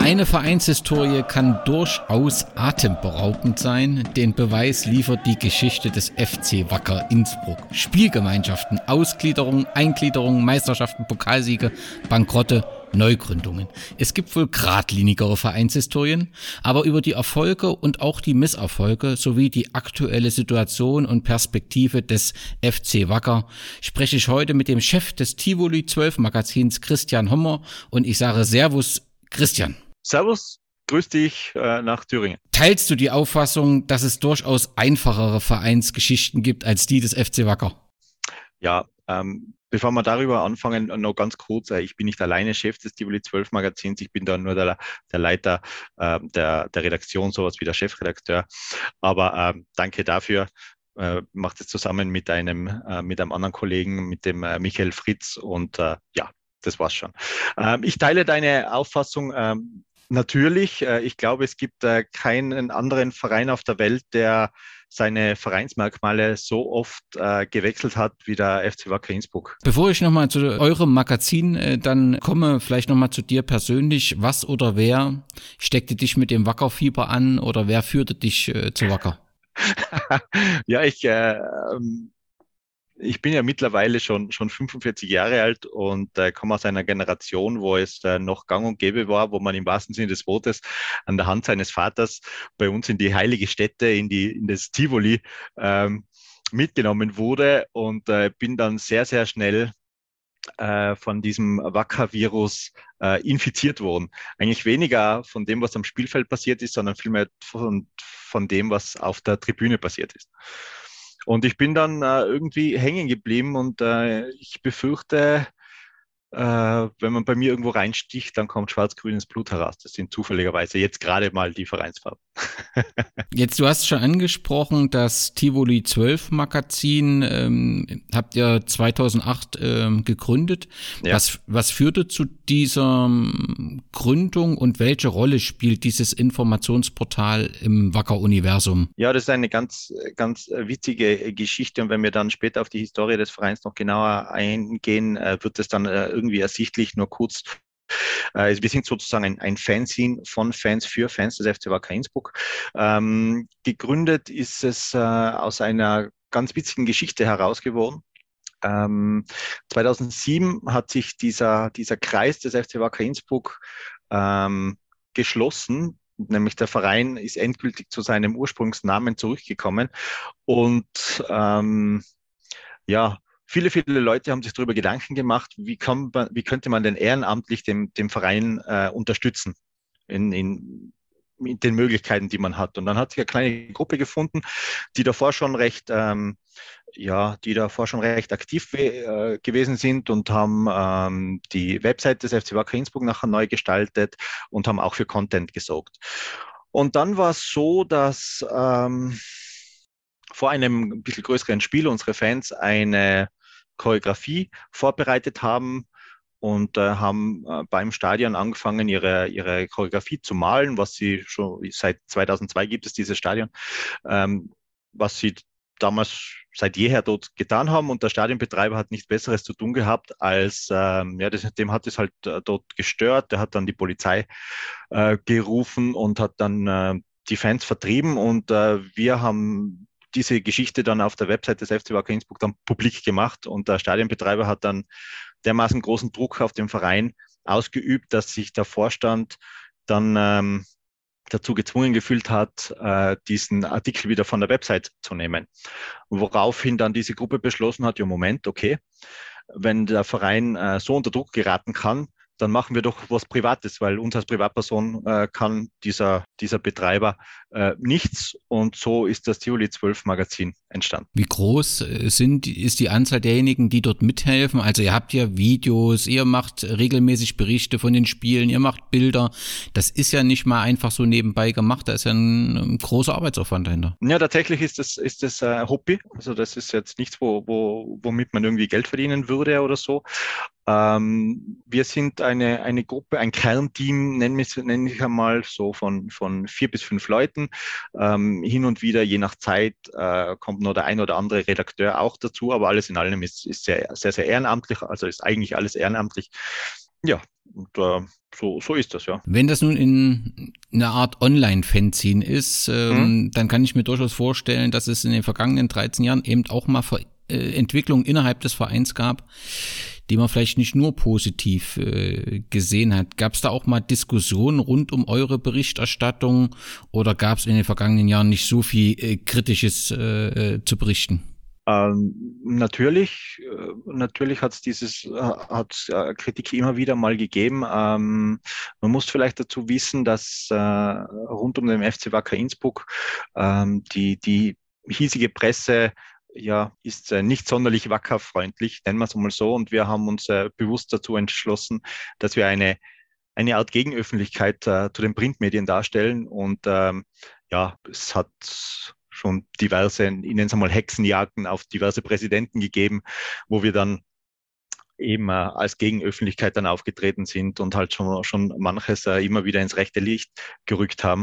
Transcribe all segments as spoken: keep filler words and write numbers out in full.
Eine Vereinshistorie kann durchaus atemberaubend sein. Den Beweis liefert die Geschichte des F C Wacker Innsbruck. Spielgemeinschaften, Ausgliederung, Eingliederung, Meisterschaften, Pokalsiege, Bankrotte, Neugründungen. Es gibt wohl geradlinigere Vereinshistorien, aber über die Erfolge und auch die Misserfolge sowie die aktuelle Situation und Perspektive des F C Wacker spreche ich heute mit dem Chef des Tivoli zwölf Magazins, Christian Hommer, und ich sage Servus, Christian. Servus, grüß dich äh, nach Thüringen. Teilst du die Auffassung, dass es durchaus einfachere Vereinsgeschichten gibt als die des F C Wacker? Ja, ähm, bevor wir darüber anfangen, noch ganz kurz, äh, ich bin nicht alleine Chef des Tivoli zwölf Magazins, ich bin da nur der, der Leiter äh, der, der Redaktion, sowas wie der Chefredakteur. Aber äh, danke dafür. Äh, macht es zusammen mit einem, äh, mit einem anderen Kollegen, mit dem äh, Michael Fritz, und äh, ja, das war's schon. Ähm, ich teile deine Auffassung ähm, natürlich. Äh, ich glaube, es gibt äh, keinen anderen Verein auf der Welt, der seine Vereinsmerkmale so oft äh, gewechselt hat wie der F C Wacker Innsbruck. Bevor ich nochmal zu eurem Magazin äh, dann komme, vielleicht nochmal zu dir persönlich. Was oder wer steckte dich mit dem Wackerfieber an oder wer führte dich äh, zu Wacker? ja, ich... Äh, ähm, Ich bin ja mittlerweile schon, schon fünfundvierzig Jahre alt und äh, komme aus einer Generation, wo es äh, noch gang und gäbe war, wo man im wahrsten Sinne des Wortes an der Hand seines Vaters bei uns in die heilige Stätte, in die in das Tivoli ähm, mitgenommen wurde, und äh, bin dann sehr, sehr schnell äh, von diesem Wacker-Virus äh, infiziert worden. Eigentlich weniger von dem, was am Spielfeld passiert ist, sondern vielmehr von, von dem, was auf der Tribüne passiert ist. Und ich bin dann äh, irgendwie hängen geblieben, und äh, ich befürchte, äh, wenn man bei mir irgendwo reinsticht, dann kommt schwarz-grünes Blut heraus. Das sind zufälligerweise jetzt gerade mal die Vereinsfarben. Jetzt, du hast schon angesprochen, das Tivoli zwölf Magazin ähm, habt ihr zweitausendacht ähm, gegründet. Ja. Was, was führte zu dieser ähm, Gründung und welche Rolle spielt dieses Informationsportal im Wacker-Universum? Ja, das ist eine ganz, ganz witzige Geschichte, und wenn wir dann später auf die Historie des Vereins noch genauer eingehen, äh, wird es dann äh, irgendwie ersichtlich. Nur kurz. Wir sind sozusagen ein, ein Fanzine von Fans für Fans des F C Wacker Innsbruck. Ähm, gegründet ist es äh, aus einer ganz witzigen Geschichte heraus geworden. Ähm, zweitausendsieben hat sich dieser, dieser Kreis des F C Wacker Innsbruck ähm, geschlossen. Nämlich der Verein ist endgültig zu seinem Ursprungsnamen zurückgekommen. Und ähm, ja, Viele, viele Leute haben sich darüber Gedanken gemacht, wie, kann man, wie könnte man denn ehrenamtlich dem, dem Verein äh, unterstützen in, in, in den Möglichkeiten, die man hat. Und dann hat sich eine kleine Gruppe gefunden, die davor schon recht, ähm, ja, die davor schon recht aktiv äh, gewesen sind und haben ähm, die Website des F C Wacker Innsbruck nachher neu gestaltet und haben auch für Content gesorgt. Und dann war es so, dass ähm, vor einem ein bisschen größeren Spiel unsere Fans eine Choreografie vorbereitet haben und äh, haben äh, beim Stadion angefangen, ihre, ihre Choreografie zu malen, was sie schon seit zweitausendzwei gibt es dieses Stadion, ähm, was sie damals seit jeher dort getan haben, und der Stadionbetreiber hat nichts Besseres zu tun gehabt, als ähm, ja, das, dem hat es halt äh, dort gestört, der hat dann die Polizei äh, gerufen und hat dann äh, die Fans vertrieben, und äh, wir haben diese Geschichte dann auf der Website des F C Wacker Innsbruck dann publik gemacht, und der Stadionbetreiber hat dann dermaßen großen Druck auf den Verein ausgeübt, dass sich der Vorstand dann ähm, dazu gezwungen gefühlt hat, äh, diesen Artikel wieder von der Website zu nehmen. Woraufhin dann diese Gruppe beschlossen hat, ja Moment, okay, wenn der Verein äh, so unter Druck geraten kann, dann machen wir doch was Privates, weil uns als Privatperson äh, kann dieser, dieser Betreiber äh, nichts, und so ist das Tivoli zwölf Magazin entstanden. Wie groß sind, ist die Anzahl derjenigen, die dort mithelfen? Also ihr habt ja Videos, ihr macht regelmäßig Berichte von den Spielen, ihr macht Bilder. Das ist ja nicht mal einfach so nebenbei gemacht, da ist ja ein, ein großer Arbeitsaufwand dahinter. Ja, tatsächlich ist das, ist das ein Hobby. Also das ist jetzt nichts, wo, wo, womit man irgendwie Geld verdienen würde oder so. Ähm, wir sind eine, eine Gruppe, ein Kernteam, nenne ich, nenn ich einmal, so von, von vier bis fünf Leuten. Ähm, hin und wieder, je nach Zeit, äh, kommt noch der ein oder andere Redakteur auch dazu, aber alles in allem ist, ist sehr, sehr, sehr ehrenamtlich, also ist eigentlich alles ehrenamtlich. Ja, Und äh, so, so ist das, ja. Wenn das nun in einer Art Online-Fanzine ist, Mhm. ähm, dann kann ich mir durchaus vorstellen, dass es in den vergangenen dreizehn Jahren eben auch mal Ver äh, Entwicklungen innerhalb des Vereins gab, die man vielleicht nicht nur positiv äh, gesehen hat. Gab es da auch mal Diskussionen rund um eure Berichterstattung oder gab es in den vergangenen Jahren nicht so viel äh, Kritisches äh, äh, zu berichten? Ähm, natürlich, äh, natürlich hat es dieses, äh, hat äh, Kritik immer wieder mal gegeben. Ähm, man muss vielleicht dazu wissen, dass äh, rund um den F C Wacker Innsbruck ähm, die, die hiesige Presse ja, ist äh, nicht sonderlich wackerfreundlich, nennen wir es mal so. Und wir haben uns äh, bewusst dazu entschlossen, dass wir eine, eine Art Gegenöffentlichkeit äh, zu den Printmedien darstellen. Und ähm, ja, es hat schon diverse, ich nenne es einmal Hexenjagden auf diverse Präsidenten gegeben, wo wir dann eben äh, als Gegenöffentlichkeit dann aufgetreten sind und halt schon, schon manches äh, immer wieder ins rechte Licht gerückt haben.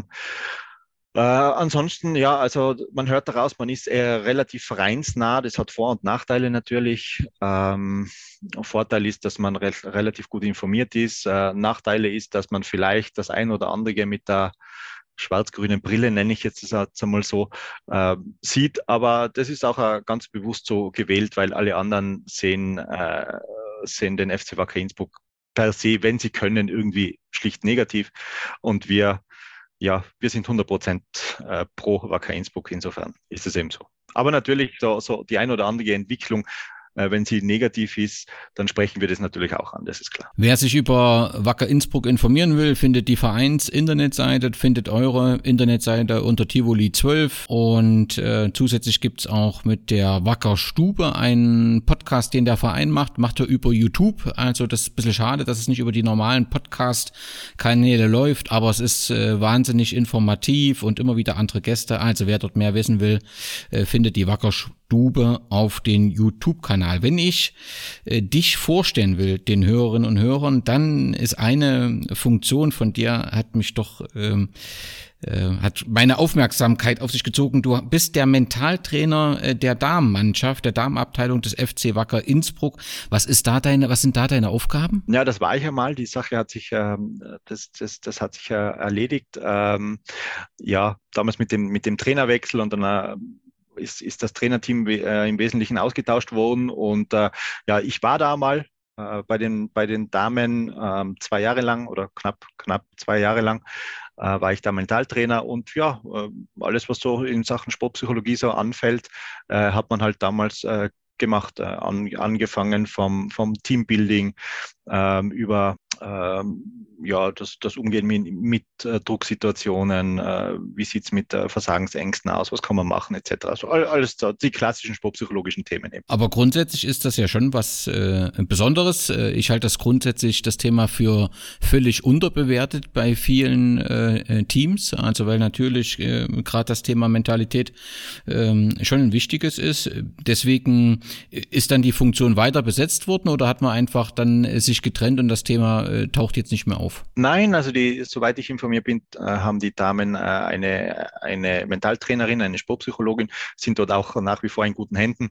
Äh, ansonsten, ja, also man hört daraus, man ist eher relativ vereinsnah. Das hat Vor- und Nachteile natürlich. Ähm, Vorteil ist, dass man re relativ gut informiert ist. Äh, Nachteile ist, dass man vielleicht das ein oder andere mit der schwarz-grünen Brille, nenne ich jetzt das jetzt einmal so, äh, sieht. Aber das ist auch äh, ganz bewusst so gewählt, weil alle anderen sehen, äh, sehen den F C Wacker Innsbruck per se, wenn sie können, irgendwie schlicht negativ. Und wir ja, wir sind hundert Prozent äh, pro Wacker Innsbruck, insofern ist es eben so. Aber natürlich, so, so die ein oder andere Entwicklung, äh, wenn sie negativ ist, dann sprechen wir das natürlich auch an, das ist klar. Wer sich über Wacker Innsbruck informieren will, findet die Vereins-Internetseite, findet eure Internetseite unter Tivoli zwölf und äh, zusätzlich gibt's auch mit der Wacker Stube einen Podcast, den der Verein macht, macht er über YouTube, also das ist ein bisschen schade, dass es nicht über die normalen Podcast-Kanäle läuft, aber es ist äh, wahnsinnig informativ und immer wieder andere Gäste, also wer dort mehr wissen will, äh, findet die Wacker Stube auf den YouTube-Kanal. Wenn ich äh, dich vorstellen will, den Hörerinnen und Hörern, dann ist eine Funktion von dir, hat mich doch, ähm, äh, hat meine Aufmerksamkeit auf sich gezogen. Du bist der Mentaltrainer äh, der Damenmannschaft, der Damenabteilung des F C Wacker Innsbruck. Was ist da deine, was sind da deine Aufgaben? Ja, das war ich einmal. Die Sache hat sich, ähm, das, das, das hat sich äh, erledigt. Ähm, ja, damals mit dem, mit dem Trainerwechsel und dann äh, ist, ist das Trainerteam äh, im Wesentlichen ausgetauscht worden. Und äh, ja, ich war da mal äh, bei den, bei den Damen äh, zwei Jahre lang oder knapp, knapp zwei Jahre lang äh, war ich da Mentaltrainer. Und ja, äh, alles, was so in Sachen Sportpsychologie so anfällt, äh, hat man halt damals äh, gemacht, äh, an, angefangen vom, vom Teambuilding ähm, über ähm, ja, das, das Umgehen mit, mit äh, Drucksituationen, äh, wie sieht's mit äh, Versagensängsten aus, was kann man machen, et cetera. Also all, alles da, die klassischen sportpsychologischen Themen eben. Aber grundsätzlich ist das ja schon was äh, Besonderes. Ich halte das grundsätzlich das Thema für völlig unterbewertet bei vielen äh, Teams. Also weil natürlich äh, gerade das Thema Mentalität äh, schon ein wichtiges ist. Deswegen ist dann die Funktion weiter besetzt worden oder hat man einfach dann äh, sich getrennt und das Thema äh, taucht jetzt nicht mehr auf? Nein, also die, soweit ich informiert bin, äh, haben die Damen äh, eine, eine Mentaltrainerin, eine Sportpsychologin, sind dort auch nach wie vor in guten Händen.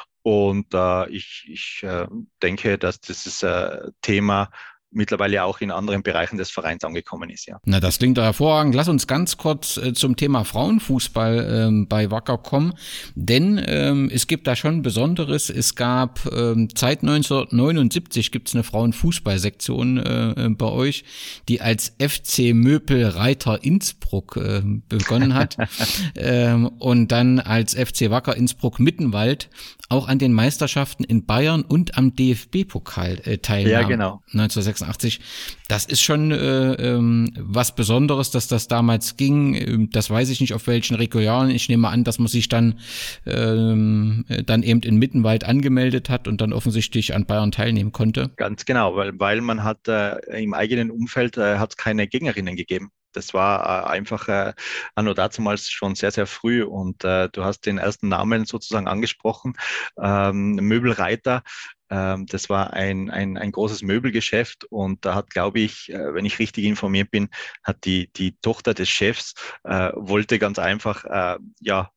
Und äh, ich, ich äh, denke, dass dieses äh, Thema mittlerweile auch in anderen Bereichen des Vereins angekommen ist, ja. Na, das klingt doch hervorragend. Lass uns ganz kurz äh, zum Thema Frauenfußball ähm, bei Wacker kommen, denn ähm, es gibt da schon Besonderes. Es gab ähm, seit neunzehnhundertneunundsiebzig gibt's eine Frauenfußballsektion äh, bei euch, die als F C Möpel Reiter Innsbruck äh, begonnen hat ähm, und dann als F C Wacker Innsbruck Mittenwald auch an den Meisterschaften in Bayern und am D F B-Pokal äh, teilnahm. Ja, genau. neunzehnhundertsechsundachtzig. Das ist schon äh, ähm, was Besonderes, dass das damals ging. Das weiß ich nicht auf welchen Regularen. Ich nehme an, dass man sich dann ähm, dann eben in Mittenwald angemeldet hat und dann offensichtlich an Bayern teilnehmen konnte. Ganz genau, weil, weil man hat äh, im eigenen Umfeld äh, hat es keine Gegnerinnen gegeben. Das war äh, einfach äh, anno dazumals schon sehr, sehr früh und äh, du hast den ersten Namen sozusagen angesprochen, ähm, Möbelreiter. Ähm, das war ein, ein, ein großes Möbelgeschäft und da hat, glaube ich, äh, wenn ich richtig informiert bin, hat die, die Tochter des Chefs äh, wollte ganz einfach äh, ja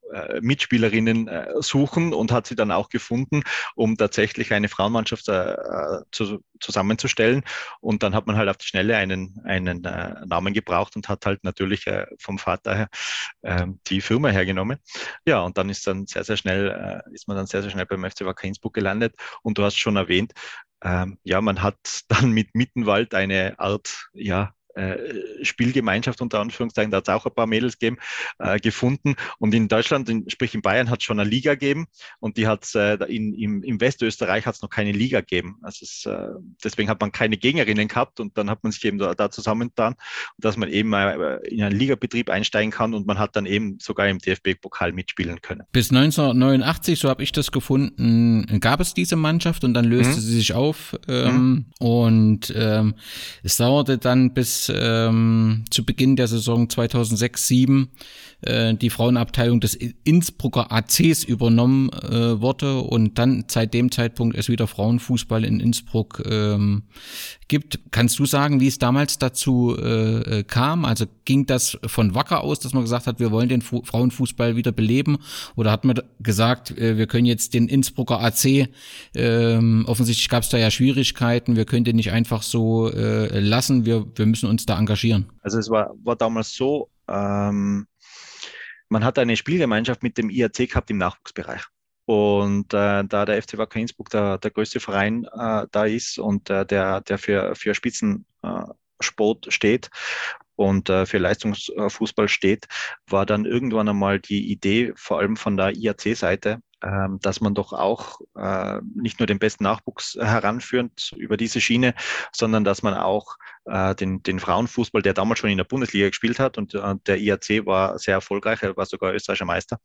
äh, Mitspielerinnen äh, suchen und hat sie dann auch gefunden, um tatsächlich eine Frauenmannschaft äh, zu, zusammenzustellen. Und dann hat man halt auf die Schnelle einen, einen äh, Namen gebraucht und hat halt natürlich äh, vom Vater her äh, die Firma hergenommen. Ja, und dann ist dann sehr, sehr schnell, äh, ist man dann sehr, sehr schnell beim F C Wacker Innsbruck gelandet. Und du hast schon erwähnt, ähm, ja, man hat dann mit Mittenwald eine Art, ja, äh, Spielgemeinschaft unter Anführungszeichen, da hat es auch ein paar Mädels gegeben, äh, gefunden. Und in Deutschland, in, sprich in Bayern, hat es schon eine Liga gegeben und die hat es äh, in, im, im Westösterreich hat es noch keine Liga gegeben. Also es, äh, deswegen hat man keine Gegnerinnen gehabt und dann hat man sich eben da, da zusammengetan, dass man eben äh, in einen Ligabetrieb einsteigen kann und man hat dann eben sogar im D F B-Pokal mitspielen können. Bis neunzehnhundertneunundachtzig, so habe ich das gefunden, gab es diese Mannschaft und dann löste mhm. sie sich auf ähm, mhm. und ähm, es dauerte dann bis ähm, zu Beginn der Saison zweitausendsechs sieben äh, die Frauenabteilung des Innsbrucker A Cs übernommen äh, wurde und dann seit dem Zeitpunkt es wieder Frauenfußball in Innsbruck ähm, gibt. Kannst du sagen, wie es damals dazu äh, kam? Also ging das von Wacker aus, dass man gesagt hat, wir wollen den Fu- Frauenfußball wieder beleben? Oder hat man gesagt, äh, wir können jetzt den Innsbrucker A C, ähm, offensichtlich gab es da ja Schwierigkeiten, wir können den nicht einfach so äh, lassen, wir, wir müssen uns da engagieren? Also es war, war damals so, ähm, man hat eine Spielgemeinschaft mit dem I A C gehabt im Nachwuchsbereich. Und äh, da der F C Wacker Innsbruck der, der größte Verein äh, da ist und äh, der, der für, für Spitzensport äh, steht und äh, für Leistungsfußball steht, war dann irgendwann einmal die Idee, vor allem von der I A C-Seite, äh, dass man doch auch äh, nicht nur den besten Nachwuchs heranführt über diese Schiene, sondern dass man auch äh, den, den Frauenfußball, der damals schon in der Bundesliga gespielt hat und äh, der I A C war sehr erfolgreich, er war sogar österreichischer Meister,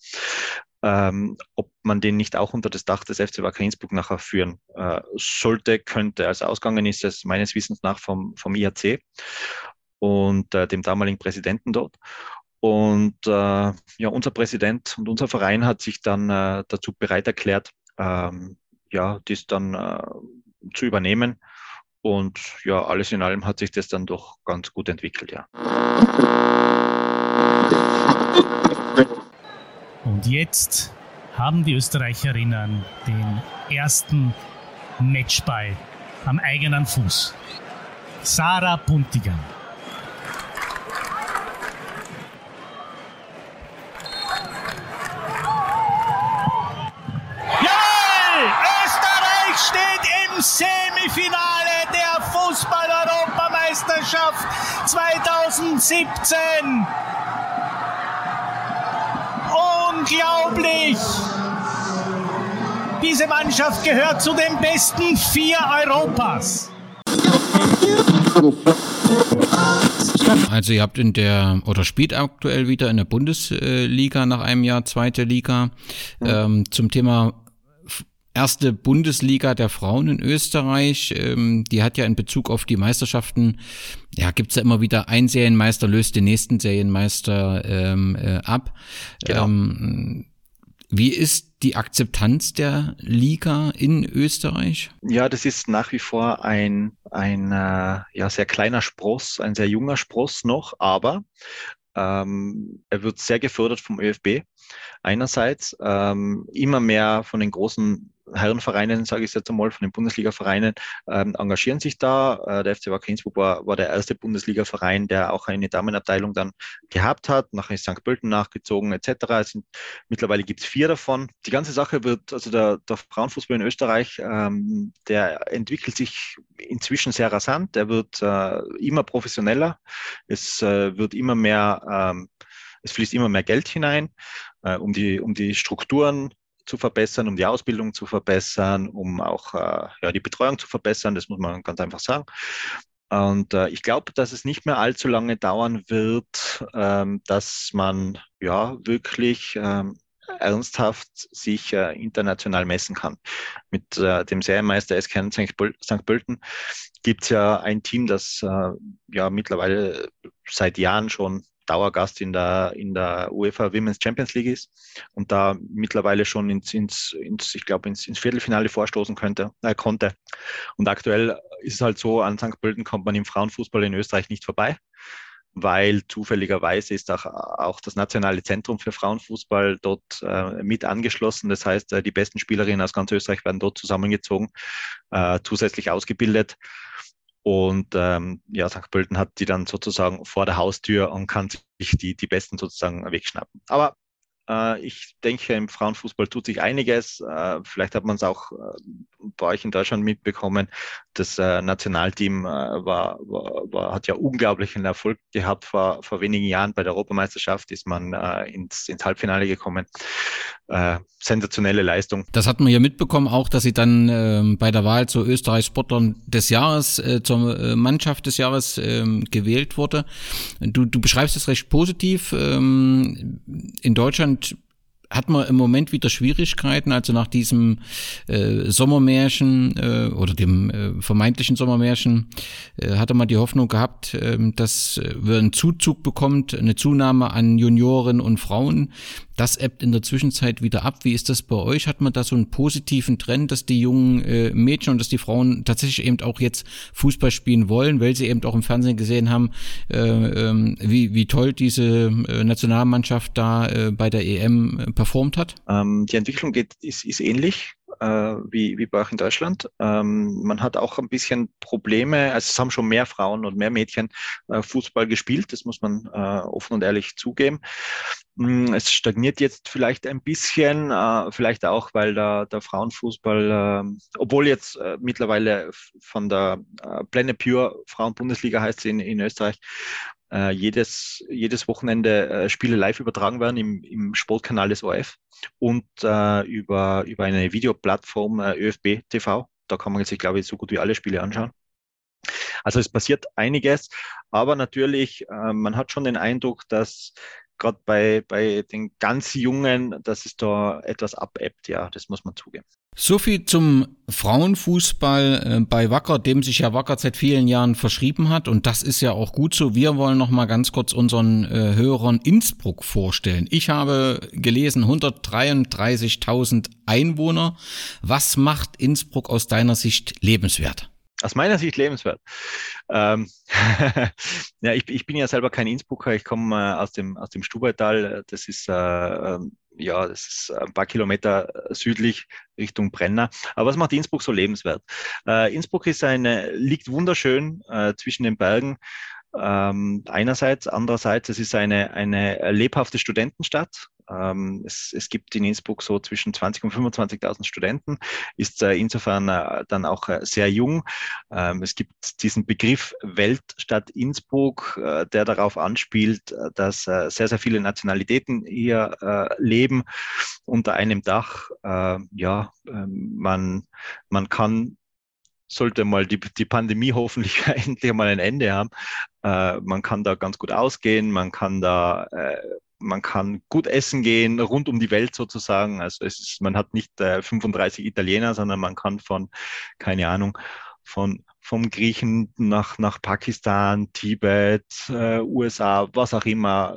Ähm, ob man den nicht auch unter das Dach des F C Wacker Innsbruck nachher führen äh, sollte, könnte. Also ausgegangen ist es meines Wissens nach vom, vom I A C und äh, dem damaligen Präsidenten dort. Und äh, ja, unser Präsident und unser Verein hat sich dann äh, dazu bereit erklärt, ähm, ja, dies dann äh, zu übernehmen. Und ja, alles in allem hat sich das dann doch ganz gut entwickelt, ja. Und jetzt haben die Österreicherinnen den ersten Matchball am eigenen Fuß. Sarah Puntigam. Jawohl! Österreich steht im Semifinale der Fußball-Europameisterschaft zweitausendsiebzehn. Unglaublich! Diese Mannschaft gehört zu den besten vier Europas. Also ihr habt in der, oder spielt aktuell wieder in der Bundesliga nach einem Jahr, zweite Liga. Ja. Ähm, zum Thema erste Bundesliga der Frauen in Österreich, ähm, die hat ja in Bezug auf die Meisterschaften, ja, gibt's ja immer wieder, ein Serienmeister löst den nächsten Serienmeister ähm, äh, ab. Genau. Ähm, wie ist die Akzeptanz der Liga in Österreich? Ja, das ist nach wie vor ein, ein äh, ja, sehr kleiner Spross, ein sehr junger Spross noch, aber ähm, er wird sehr gefördert vom ÖFB. Einerseits ähm, immer mehr von den großen Herrenvereinen, sage ich jetzt einmal, von den Bundesliga-Vereinen, ähm, engagieren sich da. Äh, der F C Wacker Innsbruck war, war der erste Bundesliga-Verein, der auch eine Damenabteilung dann gehabt hat. Nachher ist Sankt Pölten nachgezogen et cetera. Es sind, mittlerweile gibt es vier davon. Die ganze Sache wird, also der, der Frauenfußball in Österreich, ähm, der entwickelt sich inzwischen sehr rasant. Der wird äh, immer professioneller. Es äh, wird immer mehr, ähm, es fließt immer mehr Geld hinein, äh, um die, um die Strukturen zu verbessern, um die Ausbildung zu verbessern, um auch äh, ja, die Betreuung zu verbessern, das muss man ganz einfach sagen. Und äh, ich glaube, dass es nicht mehr allzu lange dauern wird, ähm, dass man ja wirklich ähm, ernsthaft sich äh, international messen kann. Mit äh, dem Serienmeister S K Sankt Pölten gibt es ja ein Team, das äh, ja mittlerweile seit Jahren schon Dauergast in der, in der UEFA Women's Champions League ist und da mittlerweile schon ins, ins, ins ich glaube, ins, ins Viertelfinale vorstoßen könnte, äh, konnte. Und aktuell ist es halt so, an Sankt Pölten kommt man im Frauenfußball in Österreich nicht vorbei. weil zufälligerweise ist auch, auch das Nationale Zentrum für Frauenfußball dort äh, mit angeschlossen. Das heißt, äh, die besten Spielerinnen aus ganz Österreich werden dort zusammengezogen, äh, zusätzlich ausgebildet. Und ähm, ja, Sankt Pölten hat die dann sozusagen vor der Haustür und kann sich die, die Besten sozusagen wegschnappen. Aber äh, ich denke, im Frauenfußball tut sich einiges. Äh, vielleicht hat man es auch äh, bei euch in Deutschland mitbekommen. Das äh, Nationalteam äh, war, war, war, hat ja unglaublichen Erfolg gehabt. Vor, vor wenigen Jahren bei der Europameisterschaft ist man äh, ins, ins Halbfinale gekommen. Äh, sensationelle Leistung. Das hat man ja mitbekommen, auch, dass sie dann äh, bei der Wahl zur Österreich Sportler des Jahres, äh, zur äh, Mannschaft des Jahres äh, gewählt wurde. Du, du beschreibst es recht positiv. Ähm, in Deutschland hat man im Moment wieder Schwierigkeiten, also nach diesem äh, Sommermärchen äh, oder dem äh, vermeintlichen Sommermärchen äh, hatte man die Hoffnung gehabt, äh, dass wir einen Zuzug bekommt, eine Zunahme an Junioren und Frauen. Das ebbt in der Zwischenzeit wieder ab. Wie ist das bei euch? Hat man da so einen positiven Trend, dass die jungen äh, Mädchen und dass die Frauen tatsächlich eben auch jetzt Fußball spielen wollen, weil sie eben auch im Fernsehen gesehen haben, äh, äh, wie, wie toll diese äh, Nationalmannschaft da äh, bei der E M äh, performt hat? Ähm, die Entwicklung geht, ist, ist ähnlich äh, wie, wie bei euch in Deutschland. Ähm, man hat auch ein bisschen Probleme, also es haben schon mehr Frauen und mehr Mädchen äh, Fußball gespielt, das muss man äh, offen und ehrlich zugeben. Es stagniert jetzt vielleicht ein bisschen, äh, vielleicht auch, weil der, der Frauenfußball, äh, obwohl jetzt äh, mittlerweile von der äh, Planet Pure Frauen-Bundesliga heißt es in, in Österreich, äh, jedes, jedes Wochenende äh, Spiele live übertragen werden im, im Sportkanal des O R F und äh, über, über eine Videoplattform äh, Ö F B T V. Da kann man sich, glaube ich, so gut wie alle Spiele anschauen. Also es passiert einiges, aber natürlich, äh, man hat schon den Eindruck, dass gerade bei, bei den ganz Jungen, dass es da etwas abebbt, ja, das muss man zugeben. So viel zum Frauenfußball äh, bei Wacker, dem sich ja Wacker seit vielen Jahren verschrieben hat, und das ist ja auch gut so. Wir wollen noch mal ganz kurz unseren äh, Hörern Innsbruck vorstellen. Ich habe gelesen, hundertdreiunddreißigtausend Einwohner. Was macht Innsbruck aus deiner Sicht lebenswert? Aus meiner Sicht lebenswert. Ähm, ja, ich, ich bin ja selber kein Innsbrucker, ich komme äh, aus dem, aus dem Stubaital. Das ist, äh, äh, ja, das ist ein paar Kilometer südlich Richtung Brenner. Aber was macht Innsbruck so lebenswert? Äh, Innsbruck ist eine, liegt wunderschön äh, zwischen den Bergen. Ähm, einerseits, andererseits, es ist eine, eine lebhafte Studentenstadt. Ähm, es, es gibt in Innsbruck so zwischen zwanzig und fünfundzwanzigtausend Studenten, ist äh, insofern äh, dann auch äh, sehr jung. Ähm, es gibt diesen Begriff Weltstadt Innsbruck, äh, der darauf anspielt, äh, dass äh, sehr, sehr viele Nationalitäten hier äh, leben unter einem Dach. Äh, ja, äh, man, man kann sollte mal die, die Pandemie hoffentlich endlich mal ein Ende haben. Äh, man kann da ganz gut ausgehen, man kann da, äh, man kann gut essen gehen, rund um die Welt sozusagen. Also es ist, man hat nicht äh, fünfunddreißig Italiener, sondern man kann von, keine Ahnung, von vom Griechen nach, nach Pakistan, Tibet, äh, U S A, was auch immer.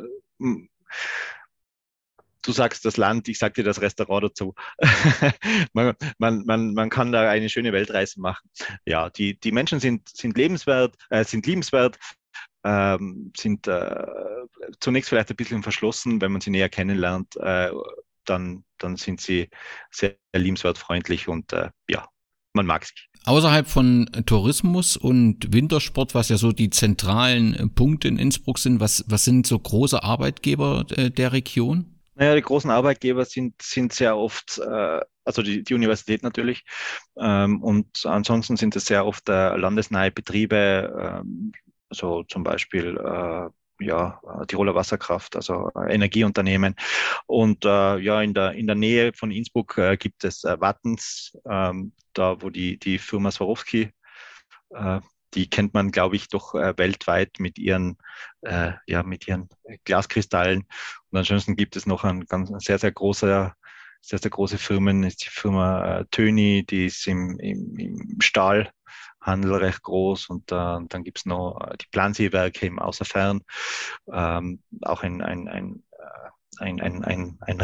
Du sagst das Land, ich sag dir das Restaurant dazu. man, man, man, man kann da eine schöne Weltreise machen. Ja, die, die Menschen sind, sind lebenswert, äh, sind liebenswert, ähm, sind äh, zunächst vielleicht ein bisschen verschlossen, wenn man sie näher kennenlernt, äh, dann, dann sind sie sehr liebenswert, freundlich und äh, ja, man mag sie. Außerhalb von Tourismus und Wintersport, was ja so die zentralen Punkte in Innsbruck sind, was, was sind so große Arbeitgeber äh, der Region? Naja, die großen Arbeitgeber sind, sind sehr oft, äh, also die, die Universität natürlich, ähm, und ansonsten sind es sehr oft äh, landesnahe Betriebe, ähm, also zum Beispiel äh, ja, Tiroler Wasserkraft, also äh, Energieunternehmen. Und äh, ja, in der, in der Nähe von Innsbruck äh, gibt es äh, Wattens, ähm, da wo die, die Firma Swarovski äh, die kennt man, glaube ich, doch äh, weltweit mit ihren, äh, ja, mit ihren Glaskristallen. Und ansonsten gibt es noch ein ganz ein sehr, sehr großer, sehr, sehr große Firmen, ist die Firma äh, Töni, die ist im, im, im Stahlhandel recht groß. Und äh, dann gibt es noch äh, die Planseewerke im Außerfern, ähm, auch ein, ein, ein, ein, ein, ein, ein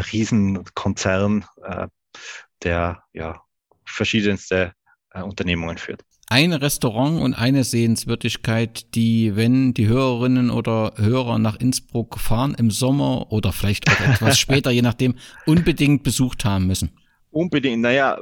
Riesenkonzern, äh, der ja verschiedenste äh, Unternehmungen führt. ein Restaurant und eine Sehenswürdigkeit, die, wenn die Hörerinnen oder Hörer nach Innsbruck fahren im Sommer oder vielleicht auch etwas später, je nachdem, unbedingt besucht haben müssen? Unbedingt. Naja,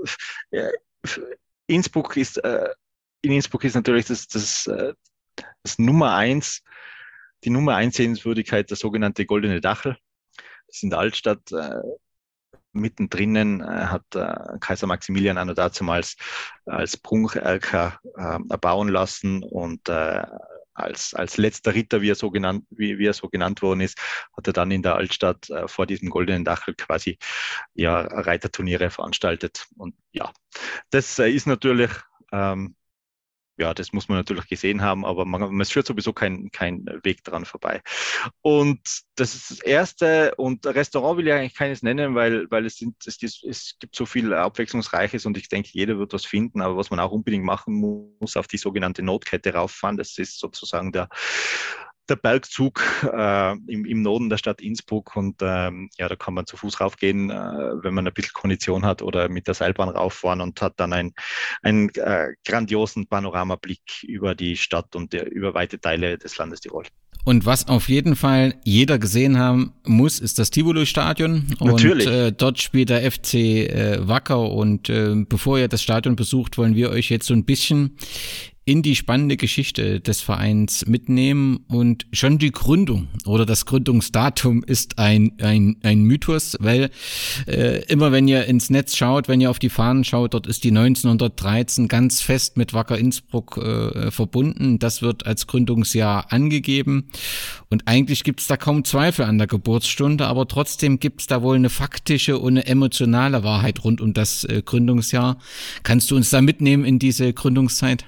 äh, Innsbruck ist, äh, in Innsbruck ist natürlich das, das, äh, das Nummer eins, die Nummer eins Sehenswürdigkeit, der sogenannte Goldene Dachel. Das ist in der Altstadt. Äh, mittendrin äh, hat äh, Kaiser Maximilian auch noch dazumals als Prunkerker äh, erbauen lassen und äh, als, als letzter Ritter, wie er so genannt, wie, wie er so genannt worden ist, hat er dann in der Altstadt äh, vor diesem Goldenen Dachel quasi ja Reiterturniere veranstaltet. Und ja, das äh, ist natürlich ähm, ja, das muss man natürlich gesehen haben, aber man, man führt sowieso kein, kein Weg dran vorbei. Und das ist das Erste. Und Restaurant will ich eigentlich keines nennen, weil, weil es, sind, es, es gibt so viel Abwechslungsreiches und ich denke, jeder wird was finden. Aber was man auch unbedingt machen muss, auf die sogenannte Notkette rauffahren. Das ist sozusagen der, der Bergzug äh, im, im Norden der Stadt Innsbruck. Und ähm, ja, da kann man zu Fuß raufgehen, äh, wenn man ein bisschen Kondition hat, oder mit der Seilbahn rauffahren und hat dann ein, einen äh, grandiosen Panoramablick über die Stadt und der, über weite Teile des Landes Tirol. Und was auf jeden Fall jeder gesehen haben muss, ist das Tivoli-Stadion. Natürlich. Und äh, dort spielt der F C äh, Wacker. Und äh, bevor ihr das Stadion besucht, wollen wir euch jetzt so ein bisschen in die spannende Geschichte des Vereins mitnehmen. Und schon die Gründung oder das Gründungsdatum ist ein ein ein Mythos, weil äh, immer wenn ihr ins Netz schaut, wenn ihr auf die Fahnen schaut, dort ist die neunzehnhundertdreizehn ganz fest mit Wacker Innsbruck äh, verbunden. Das wird als Gründungsjahr angegeben. Und eigentlich gibt es da kaum Zweifel an der Geburtsstunde, aber trotzdem gibt es da wohl eine faktische und eine emotionale Wahrheit rund um das äh, Gründungsjahr. Kannst du uns da mitnehmen in diese Gründungszeit?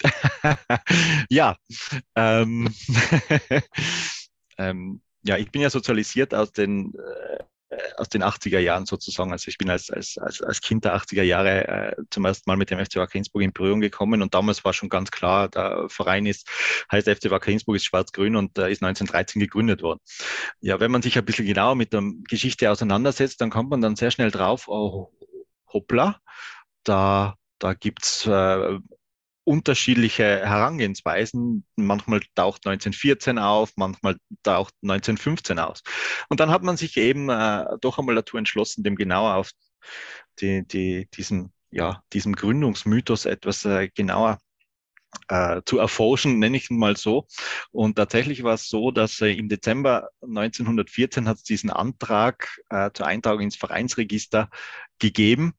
Ja, ähm, ähm, ja, ich bin ja sozialisiert aus den äh, aus den achtziger Jahren sozusagen. Also ich bin als als als, als Kind der achtziger Jahre äh, zum ersten Mal mit dem F C Wacker Innsbruck in Berührung gekommen und damals war schon ganz klar, der Verein ist heißt F C Wacker Innsbruck, ist schwarz-grün und äh, ist neunzehnhundertdreizehn gegründet worden. Ja, wenn man sich ein bisschen genauer mit der Geschichte auseinandersetzt, dann kommt man dann sehr schnell drauf, oh, hoppla, da da gibt's äh, unterschiedliche Herangehensweisen. Manchmal taucht neunzehnhundertvierzehn auf, manchmal taucht neunzehnhundertfünfzehn aus. Und dann hat man sich eben äh, doch einmal dazu entschlossen, dem genauer auf die, die, diesen, ja, diesem Gründungsmythos etwas äh, genauer äh, zu erforschen, nenne ich ihn mal so. Und tatsächlich war es so, dass äh, im Dezember neunzehnhundertvierzehn hat es diesen Antrag äh, zur Eintragung ins Vereinsregister gegeben.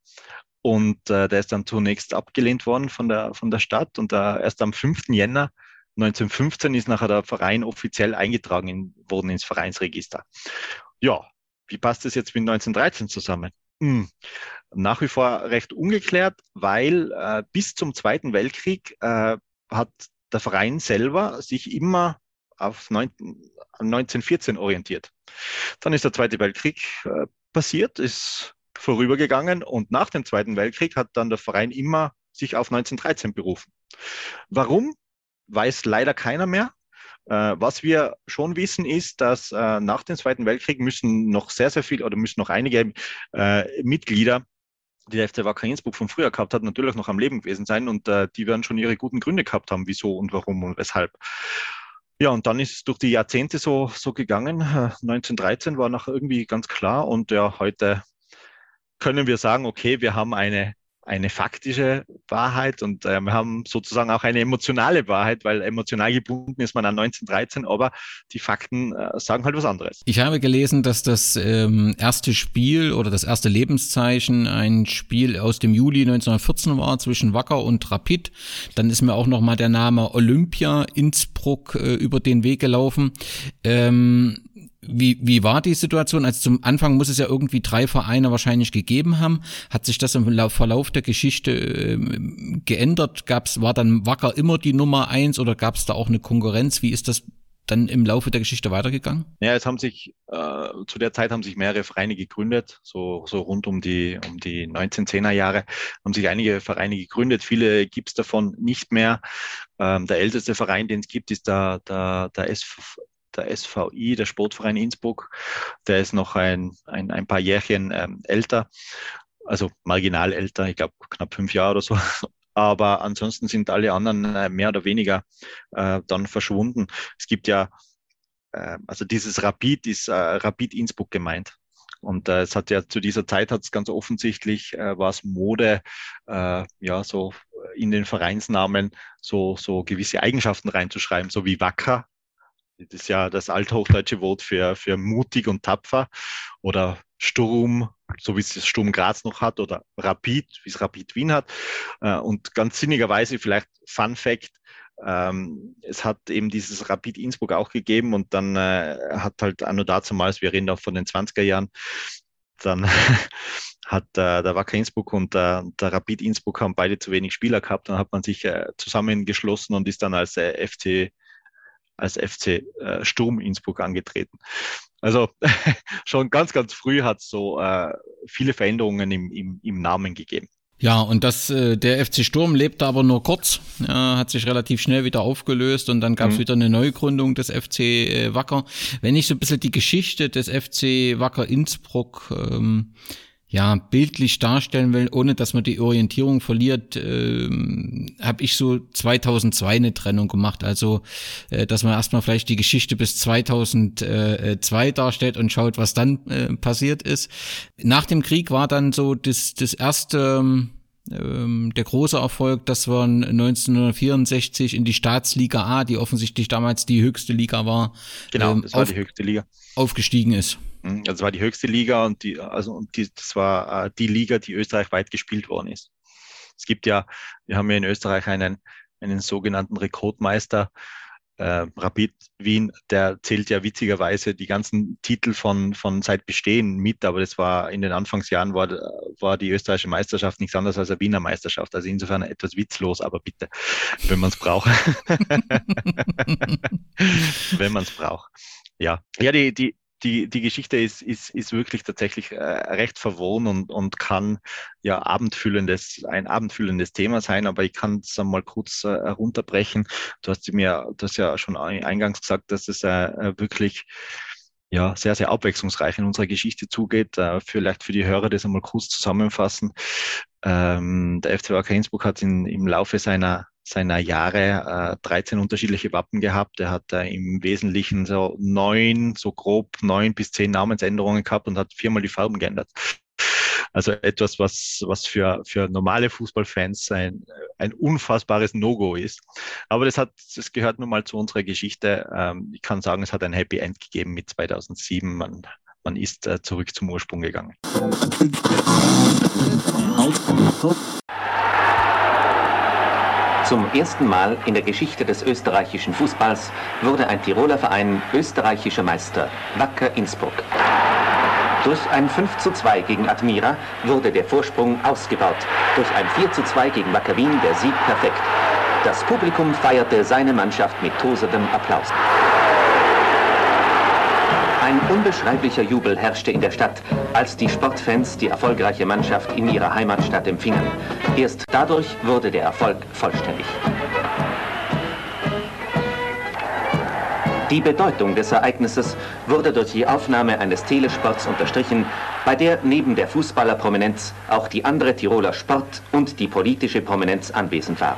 Und äh, der ist dann zunächst abgelehnt worden von der, von der Stadt. Und äh, erst am fünften Jänner neunzehnhundertfünfzehn ist nachher der Verein offiziell eingetragen in, worden ins Vereinsregister. Ja, wie passt das jetzt mit neunzehnhundertdreizehn zusammen? Hm. Nach wie vor recht ungeklärt, weil äh, bis zum Zweiten Weltkrieg äh, hat der Verein selber sich immer auf neunzehnhundertvierzehn orientiert. Dann ist der Zweite Weltkrieg äh, passiert, ist vorübergegangen und nach dem Zweiten Weltkrieg hat dann der Verein immer sich auf neunzehnhundertdreizehn berufen. Warum? Weiß leider keiner mehr. Äh, was wir schon wissen ist, dass äh, nach dem Zweiten Weltkrieg müssen noch sehr, sehr viel oder müssen noch einige äh, Mitglieder, die der F C Wacker Innsbruck von früher gehabt hat, natürlich noch am Leben gewesen sein und äh, die werden schon ihre guten Gründe gehabt haben, wieso und warum und weshalb. Ja, und dann ist es durch die Jahrzehnte so, so gegangen. Äh, neunzehnhundertdreizehn war noch irgendwie ganz klar und ja, heute können wir sagen, okay, wir haben eine, eine faktische Wahrheit und äh, wir haben sozusagen auch eine emotionale Wahrheit, weil emotional gebunden ist man an neunzehnhundertdreizehn, aber die Fakten äh, sagen halt was anderes. Ich habe gelesen, dass das ähm, erste Spiel oder das erste Lebenszeichen ein Spiel aus dem Juli neunzehnhundertvierzehn war zwischen Wacker und Rapid. Dann ist mir auch nochmal der Name Olympia Innsbruck äh, über den Weg gelaufen. Ähm, Wie, wie war die Situation? Also zum Anfang muss es ja irgendwie drei Vereine wahrscheinlich gegeben haben. Hat sich das im Verlauf der Geschichte äh, geändert? Gab's, war dann Wacker immer die Nummer eins oder gab es da auch eine Konkurrenz? Wie ist das dann im Laufe der Geschichte weitergegangen? Ja, es haben sich, äh, zu der Zeit haben sich mehrere Vereine gegründet, so, so rund um die, um die neunzehnhundertzehner Jahre haben sich einige Vereine gegründet. Viele gibt's davon nicht mehr. Ähm, der älteste Verein, den es gibt, ist der, der, der S V der S V I, der Sportverein Innsbruck, der ist noch ein, ein, ein paar Jährchen ähm, älter, also marginal älter, ich glaube knapp fünf Jahre oder so. aber ansonsten sind alle anderen äh, mehr oder weniger äh, dann verschwunden. Es gibt ja, äh, also dieses Rapid ist äh, Rapid Innsbruck gemeint. Und äh, es hat ja zu dieser Zeit hat es ganz offensichtlich äh, war es Mode, äh, ja, so in den Vereinsnamen so, so gewisse Eigenschaften reinzuschreiben, so wie wacker. Das ist ja das althochdeutsche Wort für, für mutig und tapfer, oder Sturm, so wie es das Sturm Graz noch hat, oder Rapid, wie es Rapid Wien hat. Äh, und ganz sinnigerweise, vielleicht Fun Fact, ähm, es hat eben dieses Rapid Innsbruck auch gegeben, und dann äh, hat halt anno dazumals, wir reden auch von den zwanziger Jahren, dann hat äh, der Wacker Innsbruck und äh, der Rapid Innsbruck haben beide zu wenig Spieler gehabt. Dann hat man sich äh, zusammengeschlossen und ist dann als äh, F C als F C äh, Sturm Innsbruck angetreten. Also schon ganz, ganz früh hat es so äh, viele Veränderungen im, im, im Namen gegeben. Ja, und das, äh, der F C Sturm lebte aber nur kurz, ja, hat sich relativ schnell wieder aufgelöst, und dann gab es mhm. wieder eine Neugründung des F C äh, Wacker. Wenn ich so ein bisschen die Geschichte des F C Wacker Innsbruck ähm, ja bildlich darstellen will, ohne dass man die Orientierung verliert, ähm, habe ich so zweitausendzwei eine Trennung gemacht. Also, äh, dass man erstmal vielleicht die Geschichte bis zweitausendzwei darstellt und schaut, was dann äh, passiert ist. Nach dem Krieg war dann so das, das erste, ähm, der große Erfolg, dass wir neunzehnhundertvierundsechzig in die Staatsliga A, die offensichtlich damals die höchste Liga war, genau, ähm, das war auf, die höchste Liga, aufgestiegen ist. Also es war die höchste Liga, und die, also und die, das war äh, die Liga, die österreichweit gespielt worden ist. Es gibt ja, wir haben ja in Österreich einen, einen sogenannten Rekordmeister, äh, Rapid Wien, der zählt ja witzigerweise die ganzen Titel von, von seit Bestehen mit, aber das war in den Anfangsjahren war, war die österreichische Meisterschaft nichts anderes als eine Wiener Meisterschaft. Also insofern etwas witzlos, aber bitte, wenn man es braucht. Wenn man es braucht. Ja, ja, die, die, Die, die Geschichte ist, ist, ist wirklich tatsächlich äh, recht verworren und, und kann ja abendfüllendes, ein abendfüllendes Thema sein, aber ich kann es einmal kurz äh, herunterbrechen. Du hast mir das ja schon eingangs gesagt, dass es äh, wirklich ja sehr, sehr abwechslungsreich in unserer Geschichte zugeht. Äh, vielleicht für die Hörer das einmal kurz zusammenfassen. Ähm, der F C Wacker Innsbruck hat in, im Laufe seiner seiner Jahre äh, dreizehn unterschiedliche Wappen gehabt. Er hat äh, im Wesentlichen so neun, so grob neun bis zehn Namensänderungen gehabt und hat viermal die Farben geändert. Also etwas, was, was für, für normale Fußballfans ein, ein unfassbares No-Go ist. Aber das hat, das gehört nun mal zu unserer Geschichte. Ähm, ich kann sagen, es hat ein Happy End gegeben mit zweitausendsieben. Man, man ist äh, zurück zum Ursprung gegangen. Zum ersten Mal in der Geschichte des österreichischen Fußballs wurde ein Tiroler Verein österreichischer Meister, Wacker Innsbruck. Durch ein fünf zu zwei gegen Admira wurde der Vorsprung ausgebaut. Durch ein vier zu zwei gegen Wacker Wien der Sieg perfekt. Das Publikum feierte seine Mannschaft mit tosendem Applaus. Ein unbeschreiblicher Jubel herrschte in der Stadt, als die Sportfans die erfolgreiche Mannschaft in ihrer Heimatstadt empfingen. Erst dadurch wurde der Erfolg vollständig. Die Bedeutung des Ereignisses wurde durch die Aufnahme eines Telesports unterstrichen, bei der neben der Fußballerprominenz auch die andere Tiroler Sport- und die politische Prominenz anwesend war.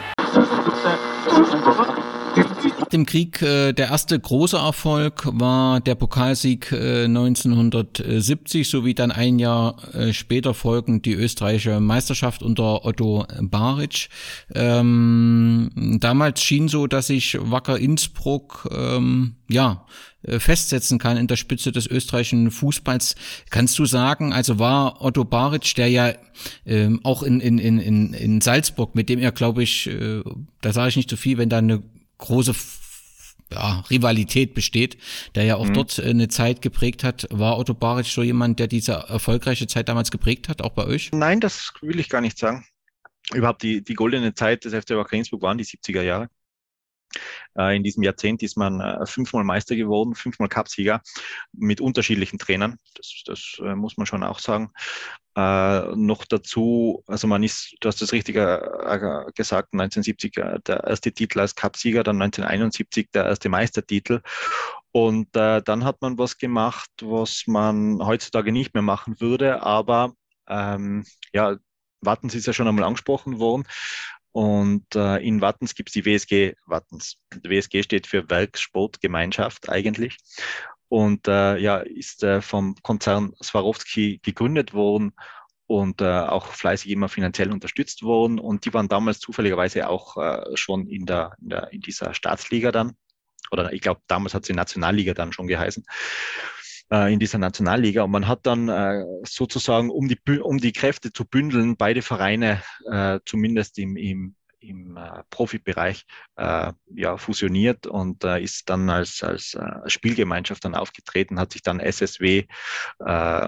Nach dem Krieg äh, der erste große Erfolg war der Pokalsieg äh, neunzehnhundertsiebzig, sowie dann ein Jahr äh, später folgend die österreichische Meisterschaft unter Otto Baric. Ähm, damals schien so, dass sich Wacker Innsbruck ähm, ja festsetzen kann in der Spitze des österreichischen Fußballs. Kannst du sagen, also war Otto Baric, der ja ähm, auch in, in, in, in Salzburg, mit dem er, glaube ich, äh, da sage ich nicht so viel, wenn da eine große ja, Rivalität besteht, der ja auch mhm. dort eine Zeit geprägt hat. War Otto Baric so jemand, der diese erfolgreiche Zeit damals geprägt hat, auch bei euch? Nein, das will ich gar nicht sagen. Überhaupt die, die goldene Zeit des F C Wacker Innsbruck waren die siebziger Jahre. In diesem Jahrzehnt ist man fünfmal Meister geworden, fünfmal Cupsieger mit unterschiedlichen Trainern. Das, das muss man schon auch sagen. Äh, noch dazu, also man ist, du hast das richtig äh, gesagt, neunzehnhundertsiebzig der erste Titel als Cupsieger, dann neunzehnhunderteinundsiebzig der erste Meistertitel. Und äh, dann hat man was gemacht, was man heutzutage nicht mehr machen würde. Aber ähm, ja, Wattens ist ja schon einmal angesprochen worden. Und äh, in Wattens gibt es die W S G Wattens. Die W S G steht für Werkssportgemeinschaft eigentlich. Und äh, ja, ist äh, vom Konzern Swarovski gegründet worden und äh, auch fleißig immer finanziell unterstützt worden. Und die waren damals zufälligerweise auch äh, schon in der, in der in dieser Staatsliga dann. Oder ich glaube, damals hat sie Nationalliga dann schon geheißen, äh, in dieser Nationalliga. Und man hat dann äh, sozusagen, um die, um die Kräfte zu bündeln, beide Vereine, äh, zumindest im, im, im äh, Profibereich, äh, ja, fusioniert und äh, ist dann als, als äh, Spielgemeinschaft dann aufgetreten, hat sich dann S S W, äh,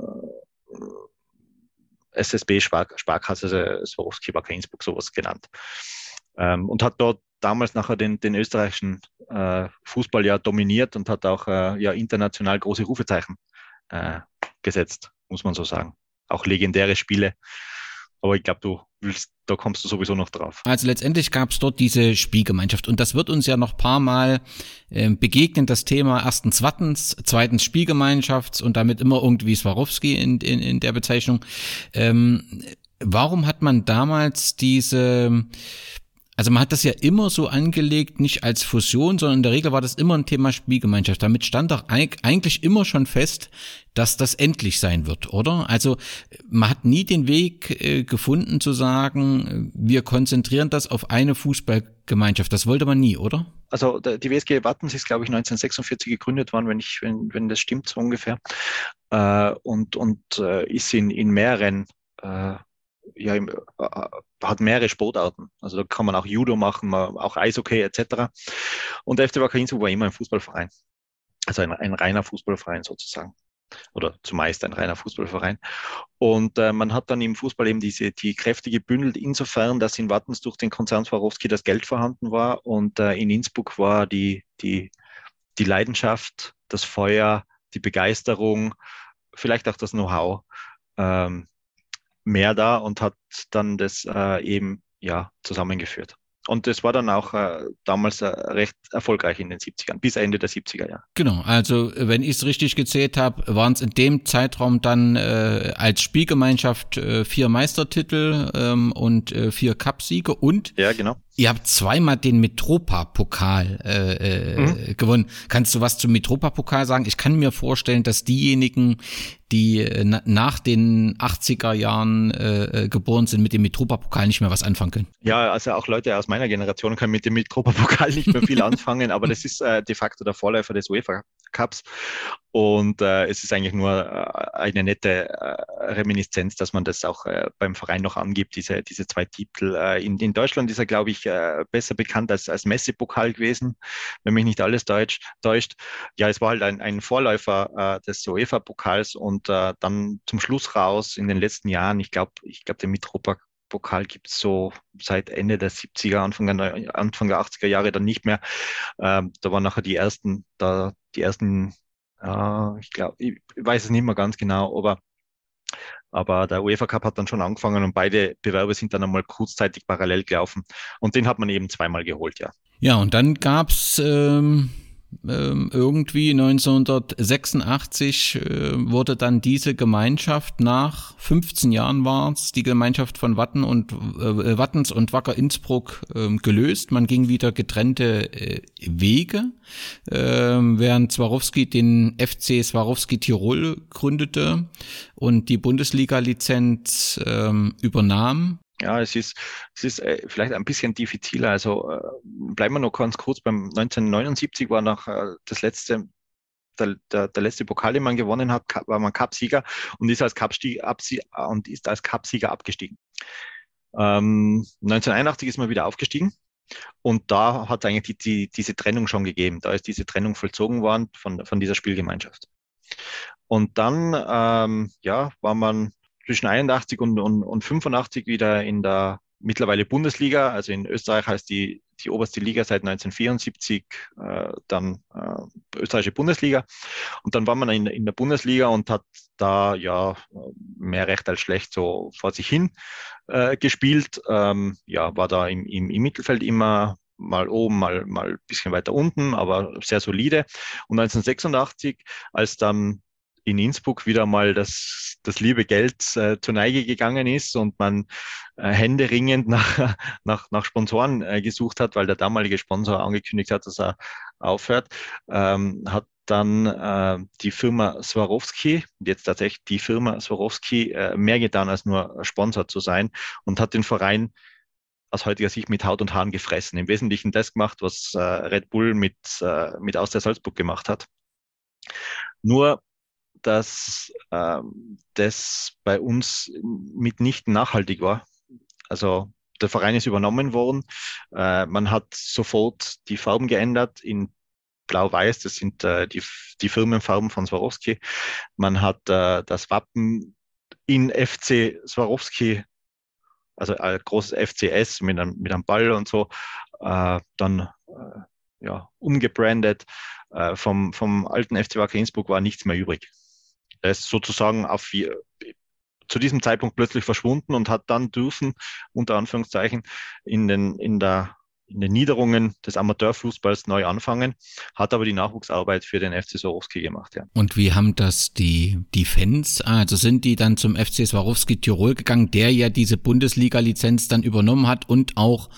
S S B Spar Sparkasse Swarovski Wacker Innsbruck sowas genannt. Ähm, und hat dort damals nachher den, den österreichischen äh, Fußball ja dominiert und hat auch äh, ja international große Rufezeichen äh, gesetzt, muss man so sagen. Auch legendäre Spiele. Aber ich glaube, du willst, da kommst du sowieso noch drauf. Also letztendlich gab es dort diese Spielgemeinschaft und das wird uns ja noch ein paar Mal äh, begegnen, das Thema erstens Wattens, zweitens Spielgemeinschaft und damit immer irgendwie Swarovski in, in, in der Bezeichnung. Ähm, warum hat man damals diese... Also man hat das ja immer so angelegt, nicht als Fusion, sondern in der Regel war das immer ein Thema Spielgemeinschaft. Damit stand doch eigentlich immer schon fest, dass das endlich sein wird, oder? Also man hat nie den Weg äh, gefunden zu sagen, wir konzentrieren das auf eine Fußballgemeinschaft. Das wollte man nie, oder? Also die W S G Wattens ist, glaube ich, neunzehnhundertsechsundvierzig gegründet worden, wenn ich, wenn, wenn das stimmt, so ungefähr. Äh, und und äh, ist in, in mehreren äh, ja, im, äh, hat mehrere Sportarten. Also da kann man auch Judo machen, auch Eishockey et cetera. Und der F C Wacker Innsbruck war immer ein Fußballverein. Also ein, ein reiner Fußballverein sozusagen. Oder zumeist ein reiner Fußballverein. Und äh, man hat dann im Fußball eben diese, die Kräfte gebündelt, insofern, dass in Wattens durch den Konzern Swarovski das Geld vorhanden war und äh, in Innsbruck war die, die, die Leidenschaft, das Feuer, die Begeisterung, vielleicht auch das Know-how, ähm, mehr da und hat dann das äh, eben ja zusammengeführt. Und das war dann auch äh, damals äh, recht erfolgreich in den siebzigern, bis Ende der siebziger Jahre. Genau, also wenn ich es richtig gezählt habe, waren es in dem Zeitraum dann äh, als Spielgemeinschaft äh, vier Meistertitel ähm, und äh, vier Cupsiege und ja, genau. Ihr habt zweimal den Mitropa-Pokal äh, äh, mhm. gewonnen. Kannst du was zum Mitropa-Pokal sagen? Ich kann mir vorstellen, dass diejenigen, die äh, nach den achtziger Jahren äh, geboren sind, mit dem Mitropa-Pokal nicht mehr was anfangen können. Ja, also auch Leute aus meiner Generation können mit dem Mitropa-Pokal nicht mehr viel anfangen, aber das ist äh, de facto der Vorläufer des UEFA Cups. Und äh, es ist eigentlich nur äh, eine nette äh, Reminiszenz, dass man das auch äh, beim Verein noch angibt, diese, diese zwei Titel. Äh, in, in Deutschland ist er, glaube ich, äh, besser bekannt als, als Messepokal gewesen, wenn mich nicht alles deutsch, täuscht. Ja, es war halt ein, ein Vorläufer äh, des UEFA-Pokals und äh, dann zum Schluss raus in den letzten Jahren, ich glaube, ich glaube, den Mitropa Pokal gibt es so seit Ende der siebziger, Anfang der, Anfang der achtziger Jahre dann nicht mehr. Ähm, da waren nachher die ersten, da die ersten, äh, ich glaube, ich weiß es nicht mehr ganz genau, aber, aber der UEFA Cup hat dann schon angefangen und beide Bewerbe sind dann einmal kurzzeitig parallel gelaufen. Und den hat man eben zweimal geholt, ja. Ja, und dann gab's ähm irgendwie neunzehnhundertsechsundachtzig äh, wurde dann diese Gemeinschaft, nach fünfzehn Jahren war es, die Gemeinschaft von Watten und äh, Wattens und Wacker Innsbruck äh, gelöst. Man ging wieder getrennte äh, Wege, äh, während Swarovski den F C Swarovski Tirol gründete und die Bundesliga-Lizenz äh, übernahm. Ja, es ist, es ist äh, vielleicht ein bisschen diffiziler. Also äh, bleiben wir noch ganz kurz beim neunzehnhundertneunundsiebzig war noch äh, das letzte, der, der, der letzte Pokal, den man gewonnen hat, war man Cupsieger und ist als Cupsieger und ist als Cupsieger abgestiegen. Ähm, neunzehnhunderteinundachtzig ist man wieder aufgestiegen und da hat eigentlich die, die, diese Trennung schon gegeben. Da ist diese Trennung vollzogen worden von, von dieser Spielgemeinschaft. Und dann, ähm, ja, war man zwischen einundachtzig und, und, und fünfundachtzig wieder in der mittlerweile Bundesliga, also in Österreich heißt die, die oberste Liga seit neunzehnhundertvierundsiebzig äh, dann äh, österreichische Bundesliga. Und dann war man in, in der Bundesliga und hat da ja mehr recht als schlecht so vor sich hin äh, gespielt. Ähm, ja, war da im, im, im Mittelfeld immer mal oben, mal, mal ein bisschen weiter unten, aber sehr solide. Und neunzehnhundertsechsundachtzig, als dann in Innsbruck wieder mal das, das liebe Geld äh, zur Neige gegangen ist und man äh, händeringend nach, nach, nach Sponsoren äh, gesucht hat, weil der damalige Sponsor angekündigt hat, dass er aufhört, ähm, hat dann äh, die Firma Swarovski, jetzt tatsächlich die Firma Swarovski, äh, mehr getan, als nur Sponsor zu sein und hat den Verein aus heutiger Sicht mit Haut und Haaren gefressen. Im Wesentlichen das gemacht, was äh, Red Bull mit, äh, mit Austria Salzburg gemacht hat. Nur, dass äh, das bei uns mitnichten nachhaltig war. Also der Verein ist übernommen worden. Äh, man hat sofort die Farben geändert in Blau-Weiß. Das sind äh, die, die Firmenfarben von Swarovski. Man hat äh, das Wappen in F C Swarovski, also ein großes F C S mit einem, mit einem Ball und so, äh, dann äh, ja, umgebrandet. Äh, vom, vom alten F C Wacker Innsbruck war nichts mehr übrig. Er ist sozusagen auf, zu diesem Zeitpunkt plötzlich verschwunden und hat dann dürfen, unter Anführungszeichen, in den, in der, in den Niederungen des Amateurfußballs neu anfangen, hat aber die Nachwuchsarbeit für den F C Swarovski gemacht. Ja. Und wie haben das die, die Fans, also sind die dann zum F C Swarovski Tirol gegangen, der ja diese Bundesliga-Lizenz dann übernommen hat und auch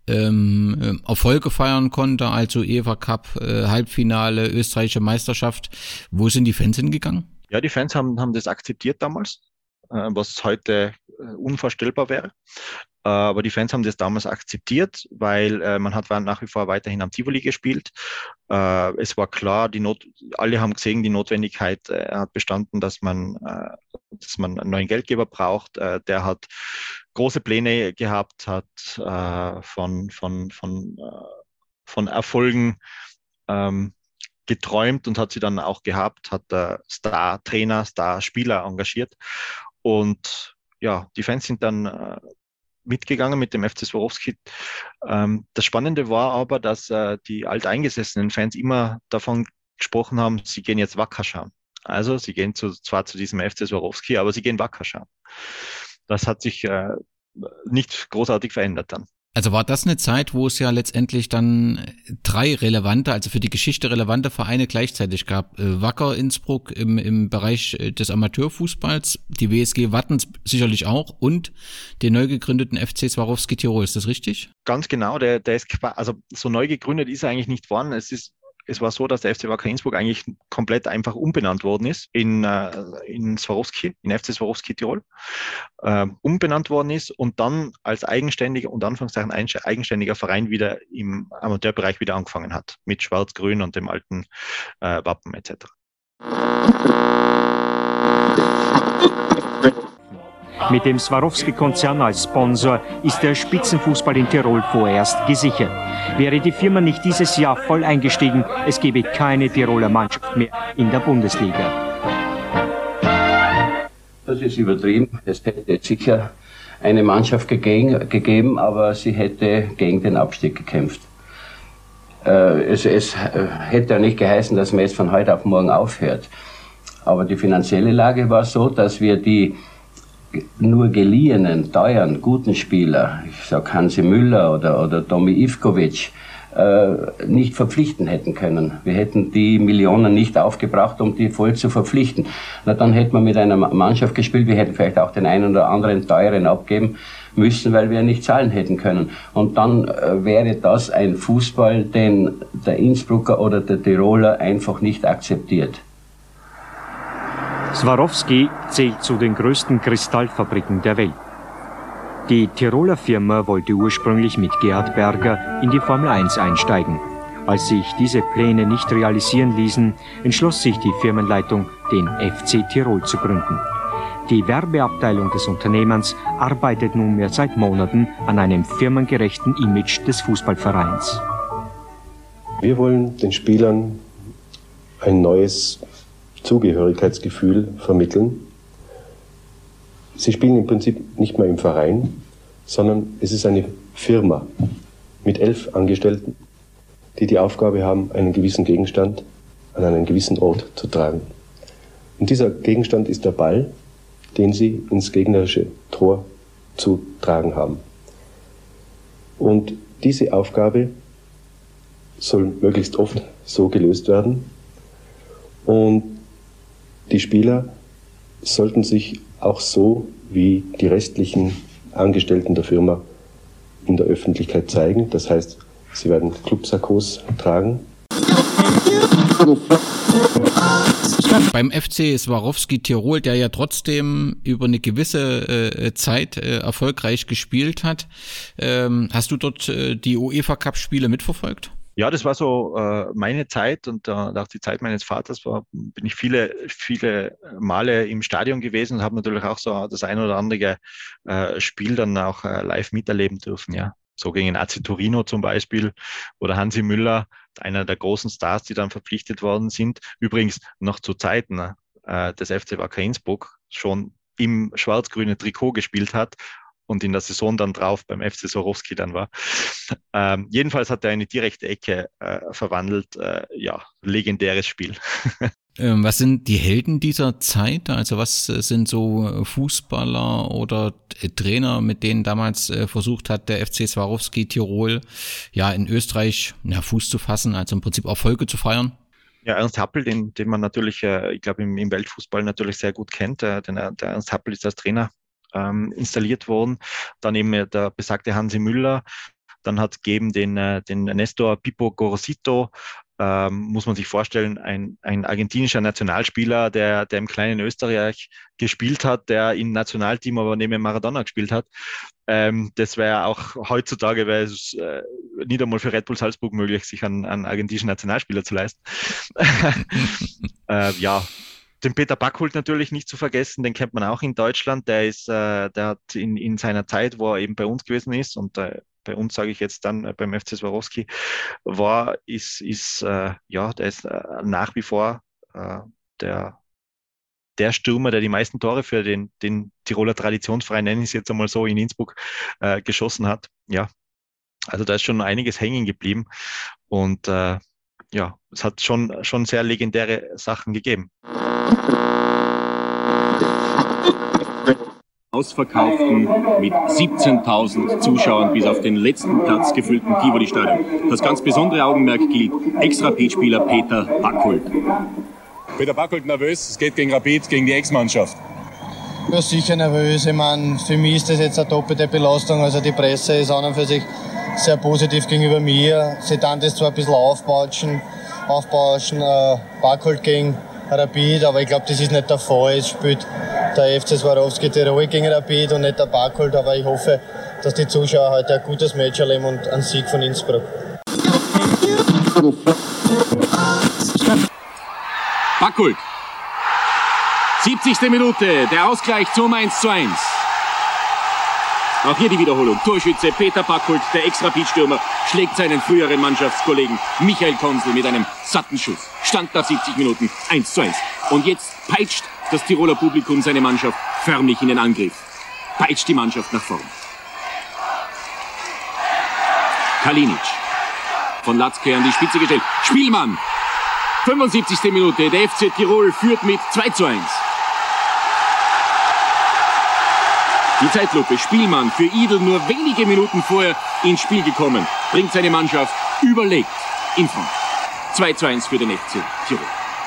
ähm, Erfolge feiern konnte, also UEFA Cup, äh, Halbfinale, österreichische Meisterschaft. Wo sind die Fans hingegangen? Ja, die Fans haben, haben das akzeptiert damals, äh, was heute äh, unvorstellbar wäre. Äh, aber die Fans haben das damals akzeptiert, weil äh, man hat nach wie vor weiterhin am Tivoli gespielt. Äh, es war klar, die Not, alle haben gesehen, die Notwendigkeit äh, hat bestanden, dass man, äh, dass man einen neuen Geldgeber braucht. Äh, der hat große Pläne gehabt, hat äh, von, von, von, äh, von Erfolgen ähm, geträumt und hat sie dann auch gehabt, hat äh, Star-Trainer, Star-Spieler engagiert. Und ja, die Fans sind dann äh, mitgegangen mit dem F C Swarovski. Ähm, das Spannende war aber, dass äh, die alteingesessenen Fans immer davon gesprochen haben, sie gehen jetzt Wacker schauen. Also sie gehen zu, zwar zu diesem F C Swarovski, aber sie gehen Wacker schauen. Das hat sich äh, nicht großartig verändert dann. Also war das eine Zeit, wo es ja letztendlich dann drei relevante, also für die Geschichte relevante Vereine gleichzeitig gab. Wacker Innsbruck im, im Bereich des Amateurfußballs, die W S G Wattens sicherlich auch und den neu gegründeten F C Swarovski Tirol. Ist das richtig? Ganz genau, der, der ist, also so neu gegründet ist er eigentlich nicht worden. Es ist Es war so, dass der F C Wacker Innsbruck eigentlich komplett einfach umbenannt worden ist in, äh, in Swarovski, in F C Swarovski Tirol, äh, umbenannt worden ist und dann als eigenständiger, unter Anführungszeichen eigenständiger Verein wieder im Amateurbereich wieder angefangen hat, mit Schwarz-Grün und dem alten äh, Wappen et cetera. Mit dem Swarovski-Konzern als Sponsor ist der Spitzenfußball in Tirol vorerst gesichert. Wäre die Firma nicht dieses Jahr voll eingestiegen, es gäbe keine Tiroler Mannschaft mehr in der Bundesliga. Das ist übertrieben. Es hätte sicher eine Mannschaft gegeben, gegeben aber sie hätte gegen den Abstieg gekämpft. Äh, es, es hätte ja nicht geheißen, dass man jetzt von heute auf morgen aufhört. Aber die finanzielle Lage war so, dass wir die nur geliehenen, teuren, guten Spieler, ich sag Hansi Müller oder, oder Tomi Ivkovic, äh, nicht verpflichten hätten können. Wir hätten die Millionen nicht aufgebracht, um die voll zu verpflichten. Na, dann hätten wir mit einer Mannschaft gespielt, wir hätten vielleicht auch den einen oder anderen teuren abgeben müssen, weil wir nicht zahlen hätten können. Und dann äh, wäre das ein Fußball, den der Innsbrucker oder der Tiroler einfach nicht akzeptiert. Swarovski zählt zu den größten Kristallfabriken der Welt. Die Tiroler Firma wollte ursprünglich mit Gerhard Berger in die Formel eins einsteigen. Als sich diese Pläne nicht realisieren ließen, entschloss sich die Firmenleitung, den F C Tirol zu gründen. Die Werbeabteilung des Unternehmens arbeitet nunmehr seit Monaten an einem firmengerechten Image des Fußballvereins. Wir wollen den Spielern ein neues Zugehörigkeitsgefühl vermitteln. Sie spielen im Prinzip nicht mehr im Verein, sondern es ist eine Firma mit elf Angestellten, die die Aufgabe haben, einen gewissen Gegenstand an einen gewissen Ort zu tragen. Und dieser Gegenstand ist der Ball, den sie ins gegnerische Tor zu tragen haben. Und diese Aufgabe soll möglichst oft so gelöst werden. Und Die Spieler sollten sich auch so wie die restlichen Angestellten der Firma in der Öffentlichkeit zeigen. Das heißt, sie werden Clubsakkos tragen. Beim F C Swarovski Tirol, der ja trotzdem über eine gewisse äh, Zeit äh, erfolgreich gespielt hat, ähm, hast du dort äh, die UEFA-Cup-Spiele mitverfolgt? Ja, das war so äh, meine Zeit und äh, auch die Zeit meines Vaters war, bin ich viele, viele Male im Stadion gewesen und habe natürlich auch so das ein oder andere äh, Spiel dann auch äh, live miterleben dürfen, ja. So gegen A C Torino zum Beispiel oder Hansi Müller, einer der großen Stars, die dann verpflichtet worden sind. Übrigens noch zu Zeiten äh, des F C Wacker Innsbruck schon im schwarz-grünen Trikot gespielt hat und in der Saison dann drauf beim F C Swarovski dann war. Ähm, jedenfalls hat er eine direkte Ecke äh, verwandelt. Äh, ja, legendäres Spiel. Ähm, was sind die Helden dieser Zeit? Also was äh, sind so Fußballer oder äh, Trainer, mit denen damals äh, versucht hat, der F C Swarovski Tirol ja in Österreich ja, Fuß zu fassen, also im Prinzip Erfolge zu feiern? Ja, Ernst Happel, den, den man natürlich, äh, ich glaube, im, im Weltfußball natürlich sehr gut kennt. Äh, denn, äh, der Ernst Happel ist als Trainer ähm, installiert worden. Dann eben der besagte Hansi Müller. Dann hat es gegeben den, äh, den Nestor Pipo Gorosito. Ähm, muss man sich vorstellen, ein, ein argentinischer Nationalspieler, der, der im kleinen Österreich gespielt hat, der im Nationalteam aber neben Maradona gespielt hat. Ähm, das wäre auch heutzutage, wäre es äh, nicht einmal für Red Bull Salzburg möglich, sich einen, einen argentinischen Nationalspieler zu leisten. äh, ja, den Peter Backholt natürlich nicht zu vergessen, den kennt man auch in Deutschland. Der ist, äh, der hat in, in seiner Zeit, wo er eben bei uns gewesen ist und äh, bei uns sage ich jetzt dann äh, beim F C Swarovski war, ist, ist äh, ja, der ist äh, nach wie vor äh, der, der Stürmer, der die meisten Tore für den, den Tiroler Traditionsverein, nenne ich es jetzt einmal so, in Innsbruck äh, geschossen hat. Ja, also da ist schon einiges hängen geblieben und äh, ja, es hat schon, schon sehr legendäre Sachen gegeben. Ausverkauften mit siebzehntausend Zuschauern bis auf den letzten Platz gefüllten Tivoli-Stadion. Das ganz besondere Augenmerk gilt Ex-Rapid-Spieler Peter Backholt. Peter Backholt nervös, es geht gegen Rapid, gegen die Ex-Mannschaft. Ja, sicher nervös. Ich meine, für mich ist das jetzt eine doppelte Belastung. Also die Presse ist an und für sich sehr positiv gegenüber mir. Sie dann das zwar ein bisschen aufbauschen, aufbauschen äh, Backholt gegen Rapid, aber ich glaube, das ist nicht der Fall. Es spielt der F C Swarovski Tirol gegen Rapid und nicht der Backholt, aber ich hoffe, dass die Zuschauer heute ein gutes Match erleben und einen Sieg von Innsbruck. Backholt. siebzigste Minute, der Ausgleich zum eins zu eins. Auch hier die Wiederholung. Torschütze Peter Backholt, der Ex-Rapid-Stürmer, schlägt seinen früheren Mannschaftskollegen Michael Konsel mit einem satten Schuss. Stand nach siebzig Minuten eins zu eins. Und jetzt peitscht das Tiroler Publikum seine Mannschaft förmlich in den Angriff. Peitscht die Mannschaft nach vorn. Kalinic. Von Latzke an die Spitze gestellt. Spielmann. fünfundsiebzigste Minute. Der F C Tirol führt mit zwei zu eins. Die Zeitlupe. Spielmann, für Idel nur wenige Minuten vorher ins Spiel gekommen, bringt seine Mannschaft überlegt in Front. zwei zu eins für den F C Tirol.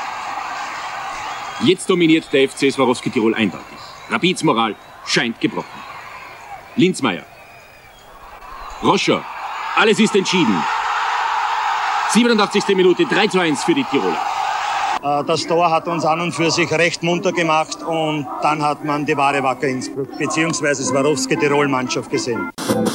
Jetzt dominiert der F C Swarovski Tirol eindeutig. Rapids Moral scheint gebrochen. Linzmeier. Roscher. Alles ist entschieden. siebenundachtzigste Minute, drei zu eins für die Tiroler. Das Tor hat uns an und für sich recht munter gemacht und dann hat man die wahre Wacker Innsbruck bzw. Swarovski Tirol Mannschaft gesehen.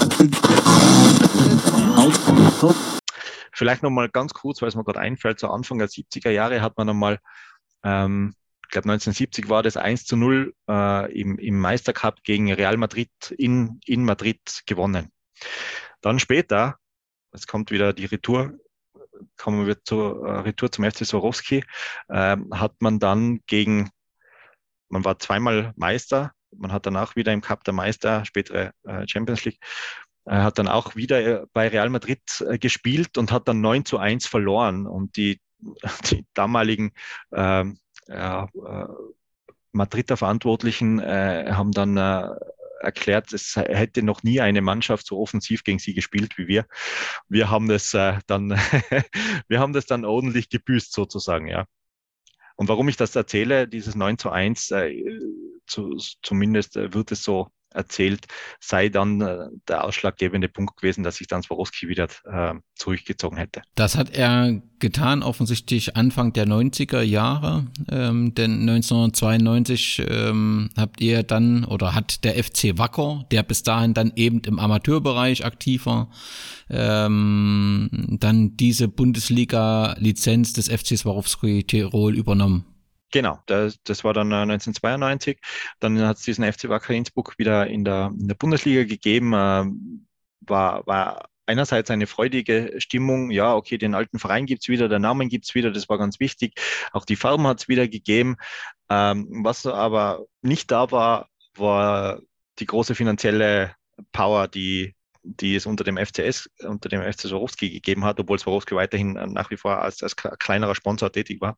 Vielleicht nochmal ganz kurz, weil es mir gerade einfällt, zu Anfang der siebziger Jahre hat man nochmal, ähm, ich glaube neunzehnhundertsiebzig war das eins zu null äh, im, im Meistercup gegen Real Madrid in, in Madrid gewonnen. Dann später, es kommt wieder die Retour, kommen wir zur äh, Retour zum F C Swarovski, äh, hat man dann gegen, man war zweimal Meister, man hat danach wieder im Cup der Meister, spätere äh, Champions League, äh, hat dann auch wieder äh, bei Real Madrid äh, gespielt und hat dann neun zu eins verloren und die, die damaligen äh, äh, Madrider Verantwortlichen äh, haben dann äh, erklärt, es hätte noch nie eine Mannschaft so offensiv gegen sie gespielt wie wir. Wir haben das äh, dann, wir haben das dann ordentlich gebüßt sozusagen, ja. Und warum ich das erzähle, dieses neun zu eins, äh, zu, zumindest äh, wird es so erzählt, sei dann äh, der ausschlaggebende Punkt gewesen, dass sich dann Swarovski wieder äh, zurückgezogen hätte. Das hat er getan, offensichtlich Anfang der neunziger Jahre, ähm, denn neunzehnhundertzweiundneunzig ähm, habt ihr dann, oder hat der F C Wacker, der bis dahin dann eben im Amateurbereich aktiv war, ähm, dann diese Bundesliga-Lizenz des F C Swarovski Tirol übernommen. Genau, das, das war dann neunzehnhundertzweiundneunzig. Dann hat es diesen F C Wacker Innsbruck wieder in der, in der Bundesliga gegeben. Äh, war, war einerseits eine freudige Stimmung. Ja, okay, den alten Verein gibt's wieder, der Namen gibt's wieder, das war ganz wichtig. Auch die Farben hat's wieder gegeben. Ähm, was aber nicht da war, war die große finanzielle Power, die die es unter dem F C S, unter dem F C Swarovski gegeben hat, obwohl Swarovski weiterhin nach wie vor als, als kleinerer Sponsor tätig war.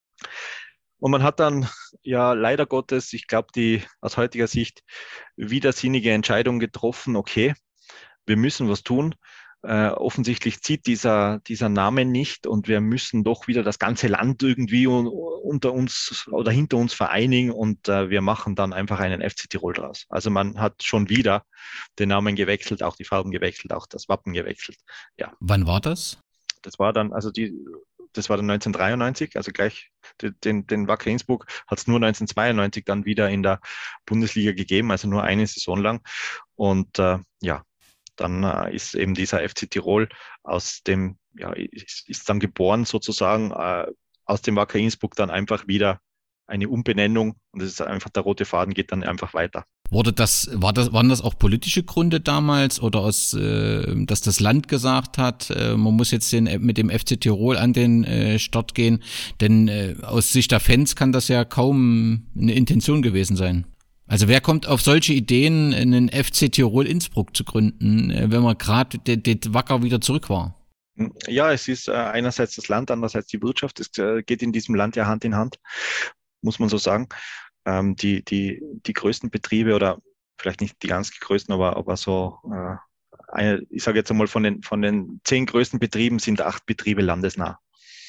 Und man hat dann ja leider Gottes, ich glaube, die aus heutiger Sicht widersinnige Entscheidung getroffen, okay, wir müssen was tun. Äh, offensichtlich zieht dieser, dieser Name nicht und wir müssen doch wieder das ganze Land irgendwie un, unter uns oder hinter uns vereinigen und äh, wir machen dann einfach einen F C Tirol draus. Also man hat schon wieder den Namen gewechselt, auch die Farben gewechselt, auch das Wappen gewechselt. Ja. Wann war das? Das war dann, also die, das war dann neunzehnhundertdreiundneunzig, also gleich den, den Wacker Innsbruck hat es nur neunzehnhundertzweiundneunzig dann wieder in der Bundesliga gegeben, also nur eine Saison lang. Und äh, ja, dann äh, ist eben dieser F C Tirol aus dem, ja, ist, ist dann geboren sozusagen, äh, aus dem Wacker Innsbruck dann einfach wieder eine Umbenennung und das ist einfach, der rote Faden geht dann einfach weiter. Wurde das, war das, waren das auch politische Gründe damals oder aus, äh, dass das Land gesagt hat, äh, man muss jetzt den, mit dem F C Tirol an den äh, Start gehen? Denn äh, aus Sicht der Fans kann das ja kaum eine Intention gewesen sein. Also wer kommt auf solche Ideen, einen F C Tirol Innsbruck zu gründen, äh, wenn man gerade der Wacker wieder zurück war? Ja, es ist äh, einerseits das Land, andererseits die Wirtschaft. Es äh, geht in diesem Land ja Hand in Hand, muss man so sagen. Ähm, die, die, die größten Betriebe oder vielleicht nicht die ganz größten, aber, aber so, äh, eine, ich sage jetzt einmal von den, von den zehn größten Betrieben sind acht Betriebe landesnah.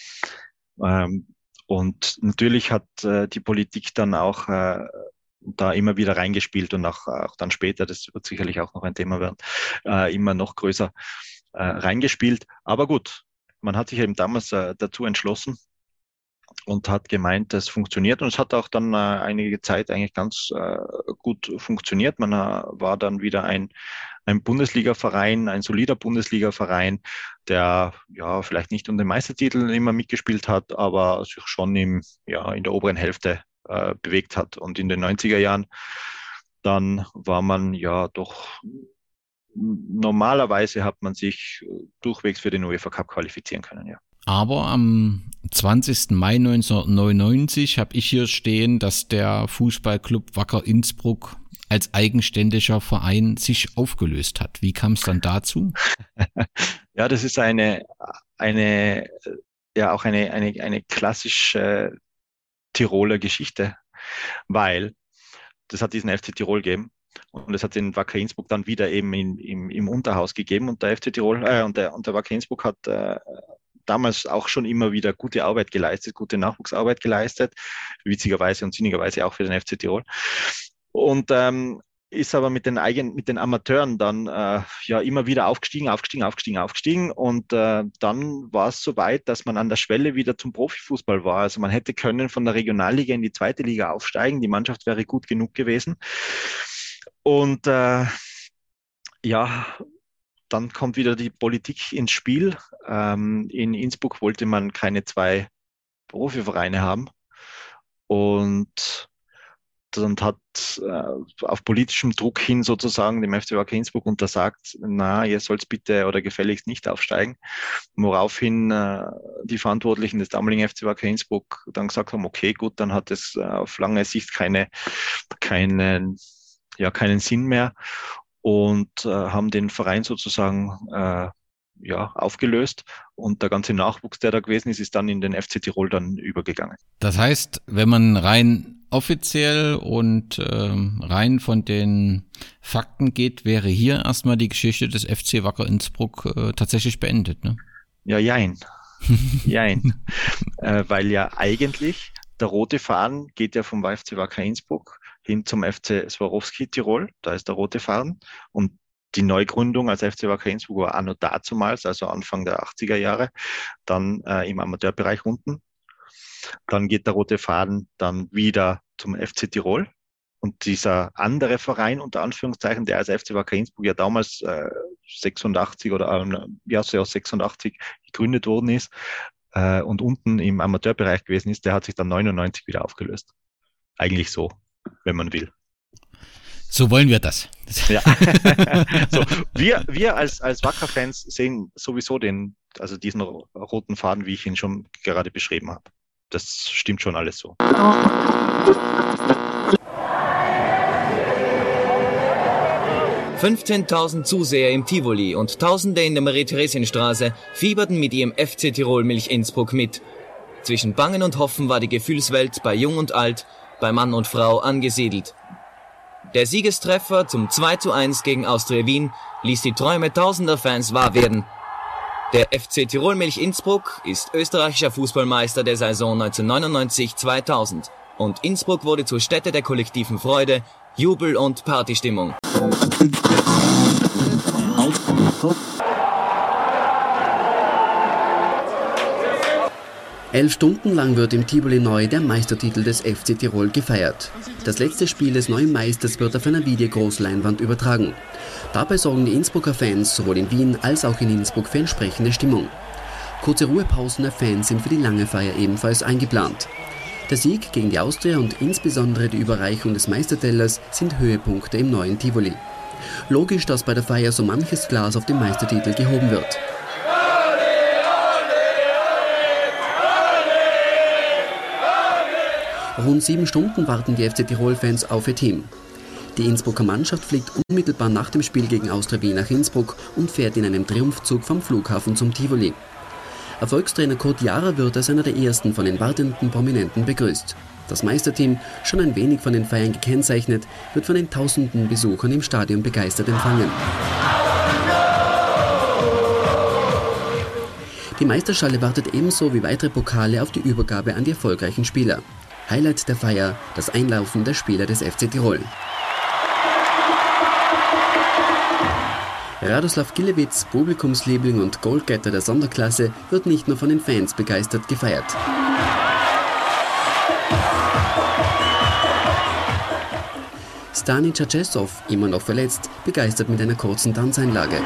Ähm, und natürlich hat äh, die Politik dann auch äh, da immer wieder reingespielt und auch, auch dann später, das wird sicherlich auch noch ein Thema werden, äh, immer noch größer äh, reingespielt. Aber gut, man hat sich eben damals äh, dazu entschlossen, und hat gemeint, das funktioniert und es hat auch dann äh, einige Zeit eigentlich ganz äh, gut funktioniert. Man äh, war dann wieder ein, ein Bundesliga-Verein, ein solider Bundesliga-Verein, der ja vielleicht nicht um den Meistertitel immer mitgespielt hat, aber sich schon im, ja, in der oberen Hälfte äh, bewegt hat. Und in den neunziger Jahren dann war man ja doch, normalerweise hat man sich durchwegs für den UEFA Cup qualifizieren können, ja. Aber am zwanzigsten Mai neunzehnhundertneunundneunzig habe ich hier stehen, dass der Fußballclub Wacker Innsbruck als eigenständiger Verein sich aufgelöst hat. Wie kam es dann dazu? Ja, das ist eine, eine, ja auch eine, eine, eine klassische Tiroler Geschichte, weil das hat diesen F C Tirol gegeben. Und es hat den Wacker Innsbruck dann wieder eben in, im, im Unterhaus gegeben und der F C Tirol äh, und, der, und der Wacker Innsbruck hat äh, damals auch schon immer wieder gute Arbeit geleistet, gute Nachwuchsarbeit geleistet, witzigerweise und sinnigerweise auch für den F C Tirol. Und ähm, ist aber mit den eigenen, mit den Amateuren dann äh, ja immer wieder aufgestiegen, aufgestiegen, aufgestiegen, aufgestiegen. Und äh, dann war es soweit, dass man an der Schwelle wieder zum Profifußball war. Also man hätte können von der Regionalliga in die zweite Liga aufsteigen. Die Mannschaft wäre gut genug gewesen. Und äh, ja, dann kommt wieder die Politik ins Spiel. Ähm, in Innsbruck wollte man keine zwei Profivereine haben. Und dann hat äh, auf politischem Druck hin sozusagen dem F C Wacker Innsbruck untersagt, na, ihr sollt bitte oder gefälligst nicht aufsteigen. Woraufhin äh, die Verantwortlichen des damaligen F C Wacker Innsbruck dann gesagt haben, okay, gut, dann hat es äh, auf lange Sicht keine, keinen, ja, keinen Sinn mehr und äh, haben den Verein sozusagen äh, ja, aufgelöst und der ganze Nachwuchs, der da gewesen ist, ist dann in den F C Tirol dann übergegangen. Das heißt, wenn man rein offiziell und ähm, rein von den Fakten geht, wäre hier erstmal die Geschichte des F C Wacker Innsbruck äh, tatsächlich beendet, ne? Ja, jein. Jein. äh, weil ja eigentlich der rote Faden geht ja vom F C Wacker Innsbruck hin zum F C Swarovski Tirol, da ist der rote Faden. Und die Neugründung als F C Wacker Innsbruck war auch noch dazumals, also Anfang der achtziger Jahre, dann äh, im Amateurbereich unten. Dann geht der rote Faden dann wieder zum F C Tirol. Und dieser andere Verein, unter Anführungszeichen, der als F C Wacker Innsbruck ja damals äh, sechsundachtzig oder äh, ja, so sechsundachtzig gegründet worden ist äh, und unten im Amateurbereich gewesen ist, der hat sich dann neunundneunzig wieder aufgelöst. Eigentlich so, wenn man will. So wollen wir das. Ja. So, wir wir als, als Wacker-Fans sehen sowieso den, also diesen roten Faden, wie ich ihn schon gerade beschrieben habe. Das stimmt schon alles so. fünfzehntausend Zuseher im Tivoli und Tausende in der Marie-Theresien-Straße fieberten mit ihrem F C Tirol Milch Innsbruck mit. Zwischen Bangen und Hoffen war die Gefühlswelt bei Jung und Alt, bei Mann und Frau angesiedelt. Der Siegestreffer zum zwei zu eins gegen Austria Wien ließ die Träume tausender Fans wahr werden. Der F C Tirol Milch Innsbruck ist österreichischer Fußballmeister der Saison neunzehnhundertneunundneunzig zweitausend und Innsbruck wurde zur Stätte der kollektiven Freude, Jubel und Partystimmung. Elf Stunden lang wird im Tivoli Neu der Meistertitel des F C Tirol gefeiert. Das letzte Spiel des neuen Meisters wird auf einer Videogroßleinwand übertragen. Dabei sorgen die Innsbrucker Fans sowohl in Wien als auch in Innsbruck für entsprechende Stimmung. Kurze Ruhepausen der Fans sind für die lange Feier ebenfalls eingeplant. Der Sieg gegen die Austria und insbesondere die Überreichung des Meistertellers sind Höhepunkte im neuen Tivoli. Logisch, dass bei der Feier so manches Glas auf den Meistertitel gehoben wird. Rund sieben Stunden warten die F C Tirol-Fans auf ihr Team. Die Innsbrucker Mannschaft fliegt unmittelbar nach dem Spiel gegen Austria Wien nach Innsbruck und fährt in einem Triumphzug vom Flughafen zum Tivoli. Erfolgstrainer Kurt Jara wird als einer der ersten von den wartenden Prominenten begrüßt. Das Meisterteam, schon ein wenig von den Feiern gekennzeichnet, wird von den tausenden Besuchern im Stadion begeistert empfangen. Die Meisterschale wartet ebenso wie weitere Pokale auf die Übergabe an die erfolgreichen Spieler. Highlight der Feier, das Einlaufen der Spieler des F C Tirol. Radoslav Gilewitz, Publikumsliebling und Goalgetter der Sonderklasse, wird nicht nur von den Fans begeistert gefeiert. Stani Tschetschesow, immer noch verletzt, begeistert mit einer kurzen Tanzeinlage.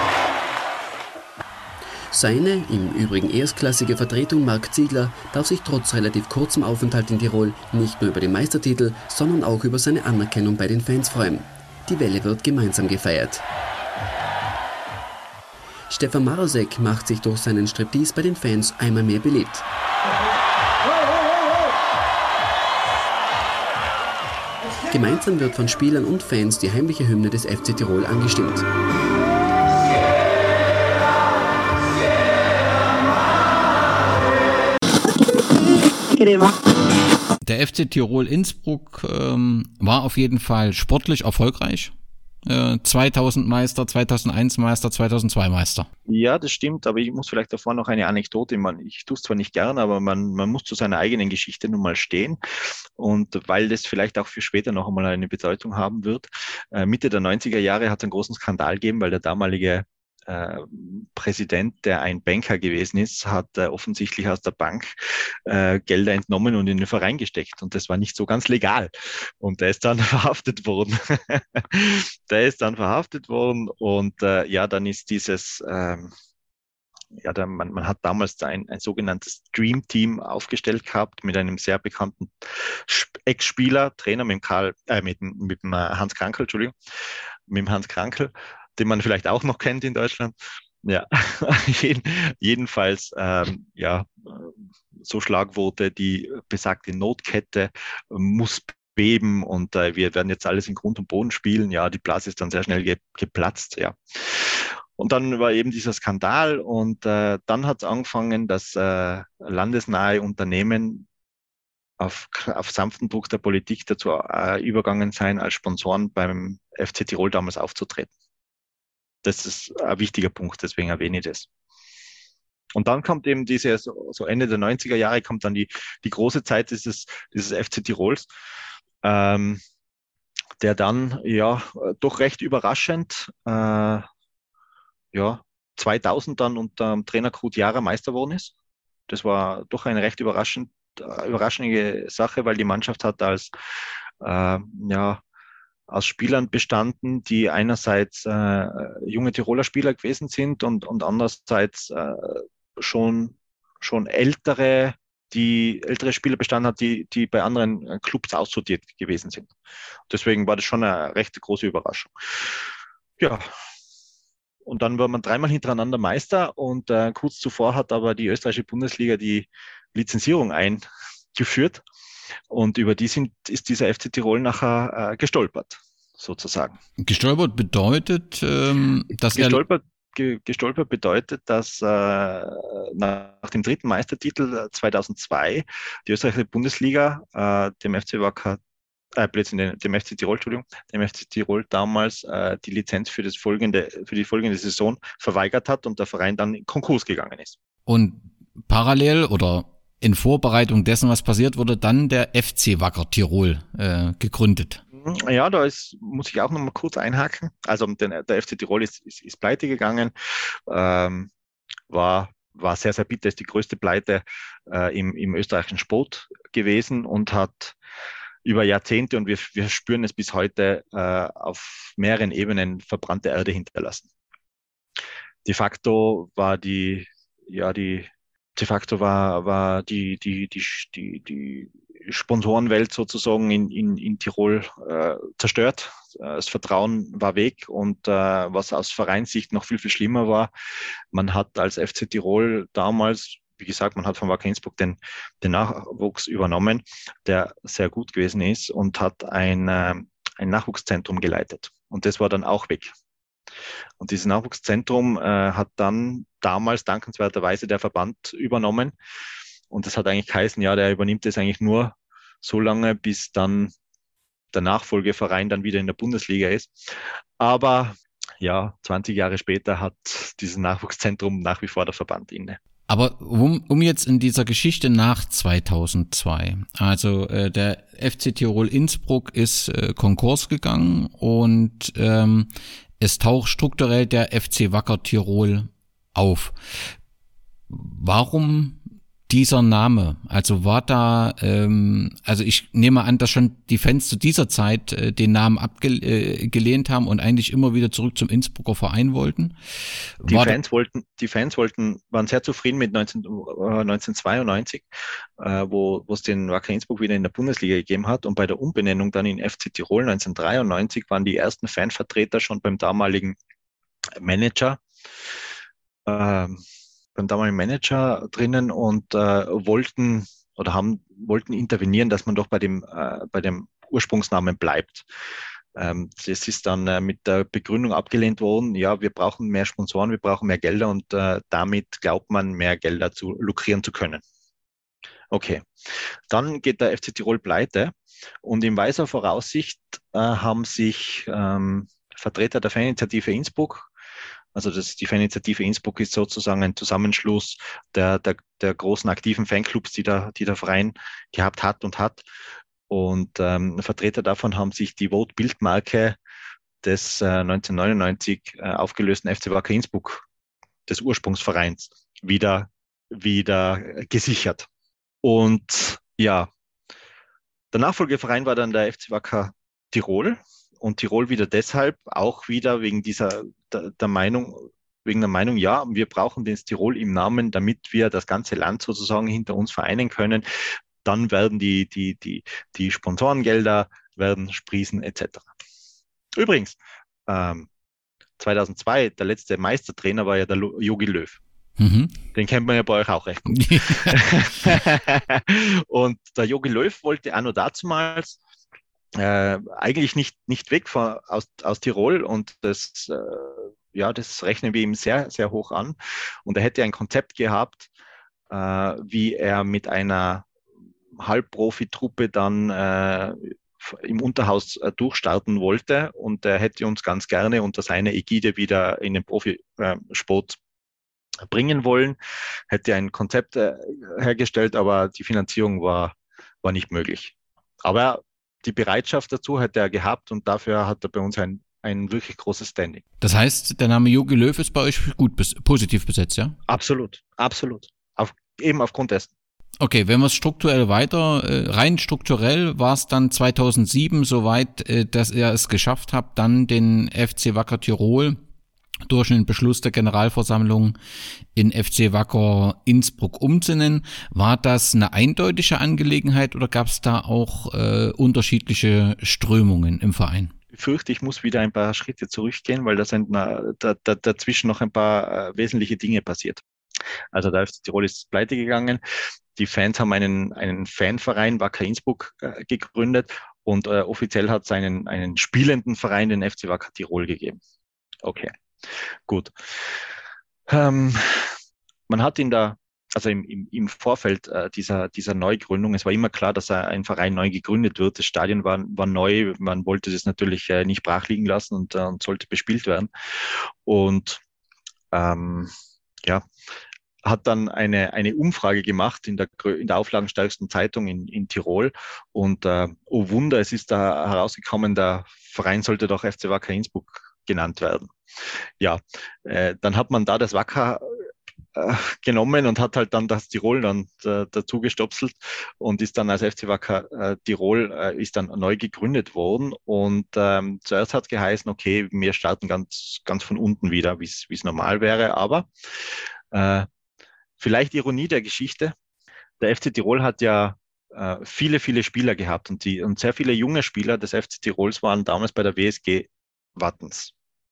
Seine, im Übrigen erstklassige Vertretung Marc Ziegler darf sich trotz relativ kurzem Aufenthalt in Tirol nicht nur über den Meistertitel, sondern auch über seine Anerkennung bei den Fans freuen. Die Welle wird gemeinsam gefeiert. Stefan Marosek macht sich durch seinen Striptease bei den Fans einmal mehr beliebt. Gemeinsam wird von Spielern und Fans die heimliche Hymne des F C Tirol angestimmt. Der F C Tirol Innsbruck ähm, war auf jeden Fall sportlich erfolgreich. Äh, zweitausend Meister, zweitausendeins Meister, zweitausendzwei Meister. Ja, das stimmt, aber ich muss vielleicht davor noch eine Anekdote, man, ich tue es zwar nicht gern, aber man, man muss zu seiner eigenen Geschichte nun mal stehen. Und weil das vielleicht auch für später noch einmal eine Bedeutung haben wird, äh, Mitte der neunziger Jahre hat es einen großen Skandal gegeben, weil der damalige Äh, Präsident, der ein Banker gewesen ist, hat äh, offensichtlich aus der Bank äh, Gelder entnommen und in den Verein gesteckt. Und das war nicht so ganz legal. Und der ist dann verhaftet worden. der ist dann verhaftet worden und äh, ja, dann ist dieses, ähm, ja, da, man, man hat damals ein, ein sogenanntes Dream Team aufgestellt gehabt mit einem sehr bekannten Ex-Spieler, Trainer mit dem Karl, äh, mit, mit dem Hans Krankel, Entschuldigung, mit dem Hans Krankel, den man vielleicht auch noch kennt in Deutschland. Ja, Jeden, jedenfalls, ähm, ja, so Schlagworte, die besagte Notkette muss beben und äh, wir werden jetzt alles in Grund und Boden spielen. Ja, die Blase ist dann sehr schnell ge geplatzt, ja. Und dann war eben dieser Skandal und äh, dann hat es angefangen, dass äh, landesnahe Unternehmen auf, auf sanften Druck der Politik dazu äh, übergangen sein, als Sponsoren beim F C Tirol damals aufzutreten. Das ist ein wichtiger Punkt, deswegen erwähne ich das. Und dann kommt eben diese, so, so Ende der neunziger Jahre, kommt dann die, die große Zeit dieses, dieses F C Tirols, ähm, der dann ja doch recht überraschend äh, ja, zweitausend dann unter dem Trainer Kurt Jara Meister geworden ist. Das war doch eine recht überraschend, äh, überraschende Sache, weil die Mannschaft hat als äh, ja, aus Spielern bestanden, die einerseits äh, junge Tiroler Spieler gewesen sind und, und andererseits äh, schon, schon ältere, die ältere Spieler bestanden hat, die, die bei anderen Clubs aussortiert gewesen sind. Deswegen war das schon eine recht große Überraschung. Ja, und dann war man dreimal hintereinander Meister und äh, kurz zuvor hat aber die österreichische Bundesliga die Lizenzierung eingeführt und über die sind, ist dieser F C Tirol nachher äh, gestolpert, sozusagen. Gestolpert bedeutet, ähm, dass gestolpert, ge, gestolpert bedeutet, dass äh, nach dem dritten Meistertitel zweitausendzwei die österreichische Bundesliga äh, dem F C Wacker Äh, plötzlich dem F C Tirol, Entschuldigung, dem F C Tirol damals äh, die Lizenz für das folgende, für die folgende Saison verweigert hat und der Verein dann in Konkurs gegangen ist. Und parallel oder in Vorbereitung dessen, was passiert, wurde dann der F C Wacker Tirol äh, gegründet. Ja, da ist, muss ich auch noch mal kurz einhaken. Also der, der F C Tirol ist, ist, ist pleite gegangen, ähm, war war sehr, sehr bitter, ist die größte Pleite äh, im, im österreichischen Sport gewesen und hat über Jahrzehnte, und wir, wir spüren es bis heute, äh, auf mehreren Ebenen verbrannte Erde hinterlassen. De facto war die, ja, die, de facto war, war die, die, die, die, die Sponsorenwelt sozusagen in, in, in Tirol äh, zerstört. Das Vertrauen war weg und äh, was aus Vereinssicht noch viel, viel schlimmer war, man hat als F C Tirol damals, wie gesagt, man hat von Wacker Innsbruck den, den Nachwuchs übernommen, der sehr gut gewesen ist und hat ein, äh, ein Nachwuchszentrum geleitet. Und das war dann auch weg. Und dieses Nachwuchszentrum äh, hat dann damals dankenswerterweise der Verband übernommen. Und das hat eigentlich geheißen, ja, der übernimmt das eigentlich nur so lange, bis dann der Nachfolgeverein dann wieder in der Bundesliga ist. Aber ja, zwanzig Jahre später hat dieses Nachwuchszentrum nach wie vor der Verband inne. Aber um, um jetzt in dieser Geschichte nach zweitausendzwei, also äh, der F C Tirol Innsbruck ist äh, Konkurs gegangen und ähm, es taucht strukturell der F C Wacker Tirol auf. Warum dieser Name? Also war da, ähm, also ich nehme an, dass schon die Fans zu dieser Zeit äh, den Namen abgelehnt äh, haben und eigentlich immer wieder zurück zum Innsbrucker Verein wollten. Die war Fans wollten, die Fans wollten, waren sehr zufrieden mit neunzehnhundertzweiundneunzig, äh, wo wo es den Wacker Innsbruck wieder in der Bundesliga gegeben hat, und bei der Umbenennung dann in F C Tirol neunzehnhundertdreiundneunzig waren die ersten Fanvertreter schon beim damaligen Manager. Ähm, beim damaligen Manager drinnen und äh, wollten oder haben wollten intervenieren, dass man doch bei dem äh, bei dem Ursprungsnamen bleibt. Ähm, das ist dann äh, mit der Begründung abgelehnt worden, ja, wir brauchen mehr Sponsoren, wir brauchen mehr Gelder und äh, damit glaubt man, mehr Gelder zu lukrieren zu können. Okay, dann geht der F C Tirol pleite und in weiser Voraussicht äh, haben sich ähm, Vertreter der Faninitiative Innsbruck, also das, die Faninitiative Innsbruck ist sozusagen ein Zusammenschluss der, der, der großen aktiven Fanclubs, die der, die der Verein gehabt hat und hat. Und ähm, Vertreter davon haben sich die Vote-Bildmarke des äh, neunzehnhundertneunundneunzig äh, aufgelösten F C Wacker Innsbruck, des Ursprungsvereins, wieder, wieder gesichert. Und ja, der Nachfolgeverein war dann der F C Wacker Tirol. Und Tirol wieder deshalb, auch wieder wegen dieser, der, der Meinung, wegen der Meinung, ja, wir brauchen den Tirol im Namen, damit wir das ganze Land sozusagen hinter uns vereinen können. Dann werden die, die, die, die Sponsorengelder werden sprießen, et cetera. Übrigens, ähm, zweitausendzwei, der letzte Meistertrainer war ja der Jogi Löw. Mhm. Den kennt man ja bei euch auch recht gut. Und der Jogi Löw wollte auch noch dazumals Äh, eigentlich nicht nicht weg von, aus, aus Tirol, und das äh, ja das rechnen wir ihm sehr sehr hoch an, und er hätte ein Konzept gehabt, äh, wie er mit einer Halbprofi-Truppe dann äh, im Unterhaus äh, durchstarten wollte, und er hätte uns ganz gerne unter seiner Ägide wieder in den Profisport bringen wollen, hätte ein Konzept äh, hergestellt, aber die Finanzierung war, war nicht möglich. Aber die Bereitschaft dazu hat er gehabt und dafür hat er bei uns ein, ein wirklich großes Standing. Das heißt, der Name Jogi Löw ist bei euch gut bis, positiv besetzt, ja? Absolut, absolut. Auf, eben aufgrund dessen. Okay, wenn wir es strukturell weiter, äh, rein strukturell war es dann zweitausendsieben soweit, äh, dass ihr es geschafft habt, dann den F C Wacker Tirol durch einen Beschluss der Generalversammlung in F C Wacker Innsbruck umzunennen. War das eine eindeutige Angelegenheit oder gab es da auch äh, unterschiedliche Strömungen im Verein? Ich fürchte, ich muss wieder ein paar Schritte zurückgehen, weil da sind na, da, da, dazwischen noch ein paar äh, wesentliche Dinge passiert. Also der F C Tirol ist pleite gegangen. Die Fans haben einen, einen Fanverein, Wacker Innsbruck, äh, gegründet und äh, offiziell hat es einen, einen spielenden Verein, den F C Wacker Tirol, gegeben. Okay, gut. Ähm, man hat in der, also im, im, im Vorfeld äh, dieser, dieser Neugründung, es war immer klar, dass äh, ein Verein neu gegründet wird. Das Stadion war, war neu, man wollte das natürlich äh, nicht brach liegen lassen und, äh, und sollte bespielt werden. Und ähm, ja, hat dann eine, eine Umfrage gemacht in der, in der auflagenstärksten Zeitung in, in Tirol. Und äh, oh Wunder, es ist da herausgekommen, der Verein sollte doch F C Wacker Innsbruck genannt werden. Ja, äh, dann hat man da das Wacker äh, genommen und hat halt dann das Tirol dann äh, dazu gestopselt und ist dann als F C Wacker äh, Tirol äh, ist dann neu gegründet worden. Und ähm, zuerst hat es geheißen, okay, wir starten ganz, ganz von unten wieder, wie es normal wäre, aber äh, vielleicht Ironie der Geschichte. Der F C Tirol hat ja äh, viele, viele Spieler gehabt und, die, und sehr viele junge Spieler des F C Tirols waren damals bei der W S G Wattens.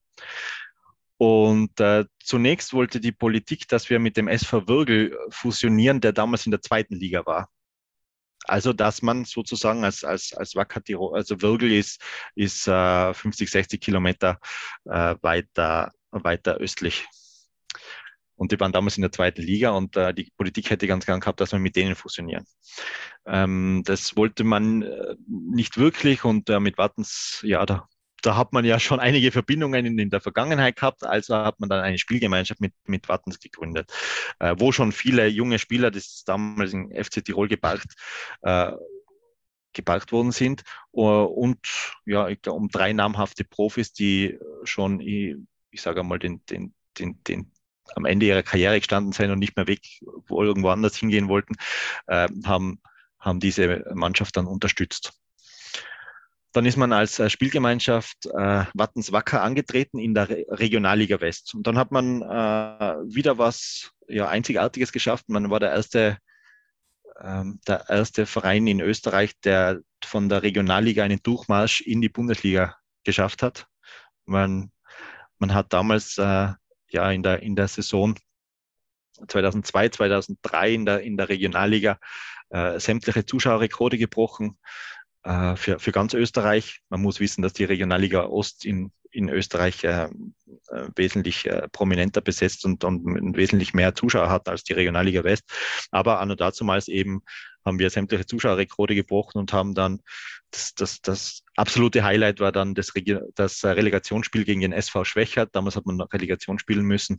Und äh, zunächst wollte die Politik, dass wir mit dem S V Würgl fusionieren, der damals in der zweiten Liga war. Also, dass man sozusagen als, als, als Wacker Tirol, also Würgl ist, ist äh, fünfzig, sechzig Kilometer äh, weiter, weiter östlich. Und die waren damals in der zweiten Liga und äh, die Politik hätte ganz gern gehabt, dass wir mit denen fusionieren. Ähm, das wollte man äh, nicht wirklich und äh, mit Wattens, ja, da, da hat man ja schon einige Verbindungen in, in der Vergangenheit gehabt, also hat man dann eine Spielgemeinschaft mit, mit Wattens gegründet, äh, wo schon viele junge Spieler, das damals in F C Tirol geparkt, äh, geparkt worden sind uh, und ja, ich glaube, um drei namhafte Profis, die schon, ich, ich sage einmal, den, den, den, den am Ende ihrer Karriere gestanden sind und nicht mehr weg, wo irgendwo anders hingehen wollten, äh, haben, haben diese Mannschaft dann unterstützt. Dann ist man als äh, Spielgemeinschaft äh, Wattens Wacker angetreten in der Re- Regionalliga West. Und dann hat man äh, wieder was ja, Einzigartiges geschafft. Man war der erste, ähm, der erste Verein in Österreich, der von der Regionalliga einen Durchmarsch in die Bundesliga geschafft hat. Man, man hat damals äh, ja in der in der Saison zweitausendzwei, zweitausenddrei in der in der Regionalliga äh, sämtliche Zuschauerrekorde gebrochen äh, für für ganz Österreich. Man muss wissen, dass die Regionalliga Ost in in Österreich äh, äh, wesentlich äh, prominenter besetzt und, und wesentlich mehr Zuschauer hat als die Regionalliga West. Aber anno dazumals eben haben wir sämtliche Zuschauerrekorde gebrochen und haben dann das, das, das absolute Highlight war dann das, Regi- das Relegationsspiel gegen den S V Schwechat. Damals hat man noch Relegation spielen müssen.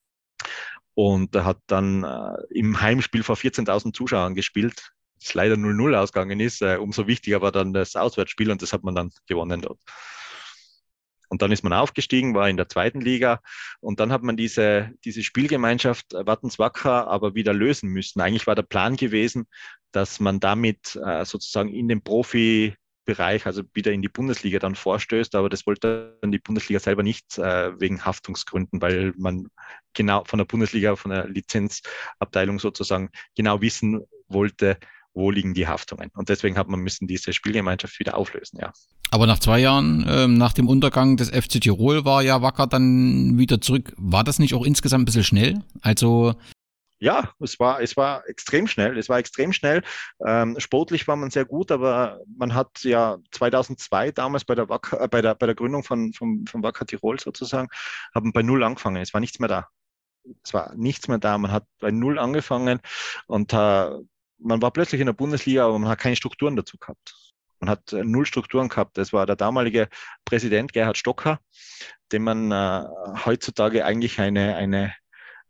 Und er hat dann äh, im Heimspiel vor vierzehntausend Zuschauern gespielt. Das leider null null ausgegangen ist. Äh, umso wichtiger war dann das Auswärtsspiel und das hat man dann gewonnen dort. Und dann ist man aufgestiegen, war in der zweiten Liga und dann hat man diese, diese Spielgemeinschaft Wattens Wacker aber wieder lösen müssen. Eigentlich war der Plan gewesen, dass man damit äh, sozusagen in den Profibereich, also wieder in die Bundesliga dann vorstößt, aber das wollte dann die Bundesliga selber nicht äh, wegen Haftungsgründen, weil man genau von der Bundesliga, von der Lizenzabteilung sozusagen genau wissen wollte, wo liegen die Haftungen. Und deswegen hat man müssen diese Spielgemeinschaft wieder auflösen, ja. Aber nach zwei Jahren, ähm, nach dem Untergang des F C Tirol, war ja Wacker dann wieder zurück. War das nicht auch insgesamt ein bisschen schnell? Also ja, es war, es war extrem schnell. Es war extrem schnell. Ähm, sportlich war man sehr gut, aber man hat ja zweitausendzwei damals bei der Wacker, äh, bei der, bei der Gründung von, von, von Wacker Tirol sozusagen, haben bei Null angefangen. Es war nichts mehr da. Es war nichts mehr da. Man hat bei Null angefangen und äh, man war plötzlich in der Bundesliga, aber man hat keine Strukturen dazu gehabt. Man hat äh, null Strukturen gehabt. Das war der damalige Präsident Gerhard Stocker, dem man äh, heutzutage eigentlich eine, eine,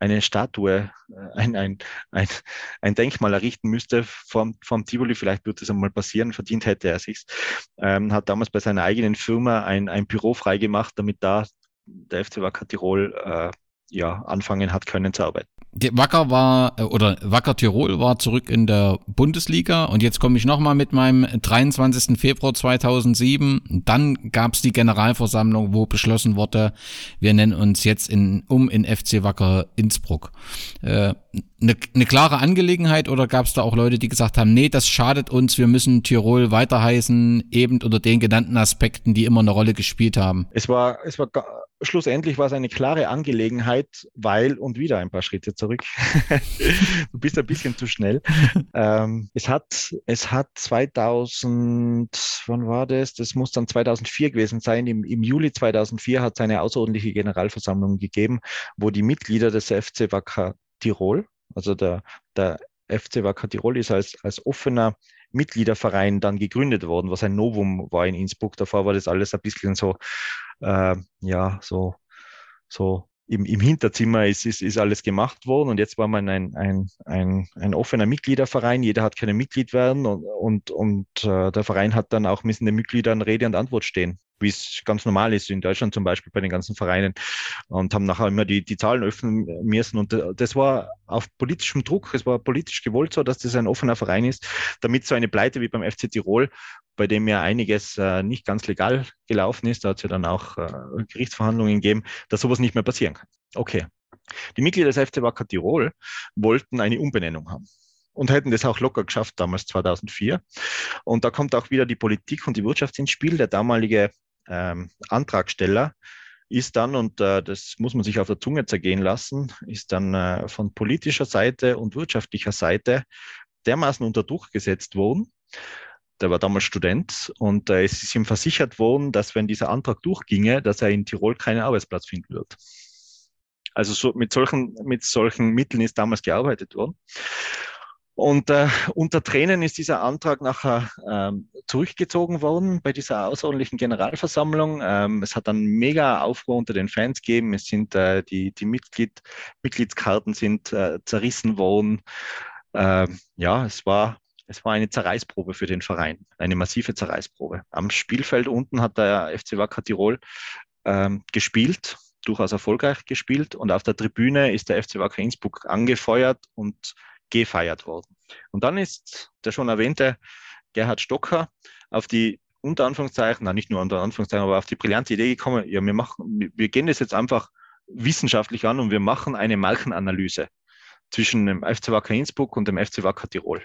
eine Statue, ein, ein, ein, ein Denkmal errichten müsste vom, vom Tivoli, vielleicht wird das einmal passieren, verdient hätte er sich's, ähm, hat damals bei seiner eigenen Firma ein, ein Büro freigemacht, damit da der F C Wacker Tirol äh, ja, anfangen hat können zu arbeiten. Die Wacker war, oder Wacker Tirol war zurück in der Bundesliga und jetzt komme ich nochmal mit meinem dreiundzwanzigsten Februar zweitausendsieben. Dann gab es die Generalversammlung, wo beschlossen wurde, wir nennen uns jetzt in, um in F C Wacker Innsbruck. Äh, eine, eine klare Angelegenheit oder gab es da auch Leute, die gesagt haben, nee, das schadet uns, wir müssen Tirol weiter heißen, eben unter den genannten Aspekten, die immer eine Rolle gespielt haben? Es war, es war schlussendlich war es eine klare Angelegenheit, weil, und wieder ein paar Schritte zurück, du bist ein bisschen zu schnell. ähm, es hat, es hat zweitausend, wann war das? Das muss dann zweitausendvier gewesen sein. Im, im Juli zweitausendvier hat es eine außerordentliche Generalversammlung gegeben, wo die Mitglieder des F C Wacker Tirol, also der, der F C Wacker Tirol ist als, als offener Mitgliederverein dann gegründet worden, was ein Novum war in Innsbruck. Davor war das alles ein bisschen so, äh, ja, so, so im, im Hinterzimmer ist, ist, ist alles gemacht worden und jetzt war man ein, ein, ein, ein offener Mitgliederverein. Jeder hat können Mitglied werden und, und, und äh, der Verein hat dann auch müssen den Mitgliedern Rede und Antwort stehen, wie es ganz normal ist in Deutschland zum Beispiel bei den ganzen Vereinen und haben nachher immer die, die Zahlen öffnen müssen und das war auf politischem Druck, es war politisch gewollt so, dass das ein offener Verein ist, damit so eine Pleite wie beim F C Tirol, bei dem ja einiges äh, nicht ganz legal gelaufen ist, da hat es ja dann auch äh, Gerichtsverhandlungen gegeben, dass sowas nicht mehr passieren kann. Okay. Die Mitglieder des F C Wacker Tirol wollten eine Umbenennung haben. Und hätten das auch locker geschafft, damals zweitausendvier. Und da kommt auch wieder die Politik und die Wirtschaft ins Spiel. Der damalige ähm, Antragsteller ist dann, und äh, das muss man sich auf der Zunge zergehen lassen, ist dann äh, von politischer Seite und wirtschaftlicher Seite dermaßen unter Druck gesetzt worden. Der war damals Student und äh, es ist ihm versichert worden, dass wenn dieser Antrag durchginge, dass er in Tirol keinen Arbeitsplatz finden wird. Also so, mit solchen, mit solchen Mitteln ist damals gearbeitet worden. Und äh, unter Tränen ist dieser Antrag nachher ähm, zurückgezogen worden bei dieser außerordentlichen Generalversammlung. Ähm, es hat dann mega Aufruhr unter den Fans gegeben. Es sind äh, die, die Mitglied, Mitgliedskarten sind äh, zerrissen worden. Äh, ja, es war, es war eine Zerreißprobe für den Verein, eine massive Zerreißprobe. Am Spielfeld unten hat der F C Wacker Tirol ähm, gespielt, durchaus erfolgreich gespielt. Und auf der Tribüne ist der F C Wacker Innsbruck angefeuert und gefeiert worden. Und dann ist der schon erwähnte Gerhard Stocker auf die, unter Anführungszeichen, na nicht nur unter Anführungszeichen, aber auf die brillante Idee gekommen, ja, wir machen, wir gehen das jetzt einfach wissenschaftlich an und wir machen eine Markenanalyse zwischen dem F C Wacker Innsbruck und dem F C Wacker Tirol.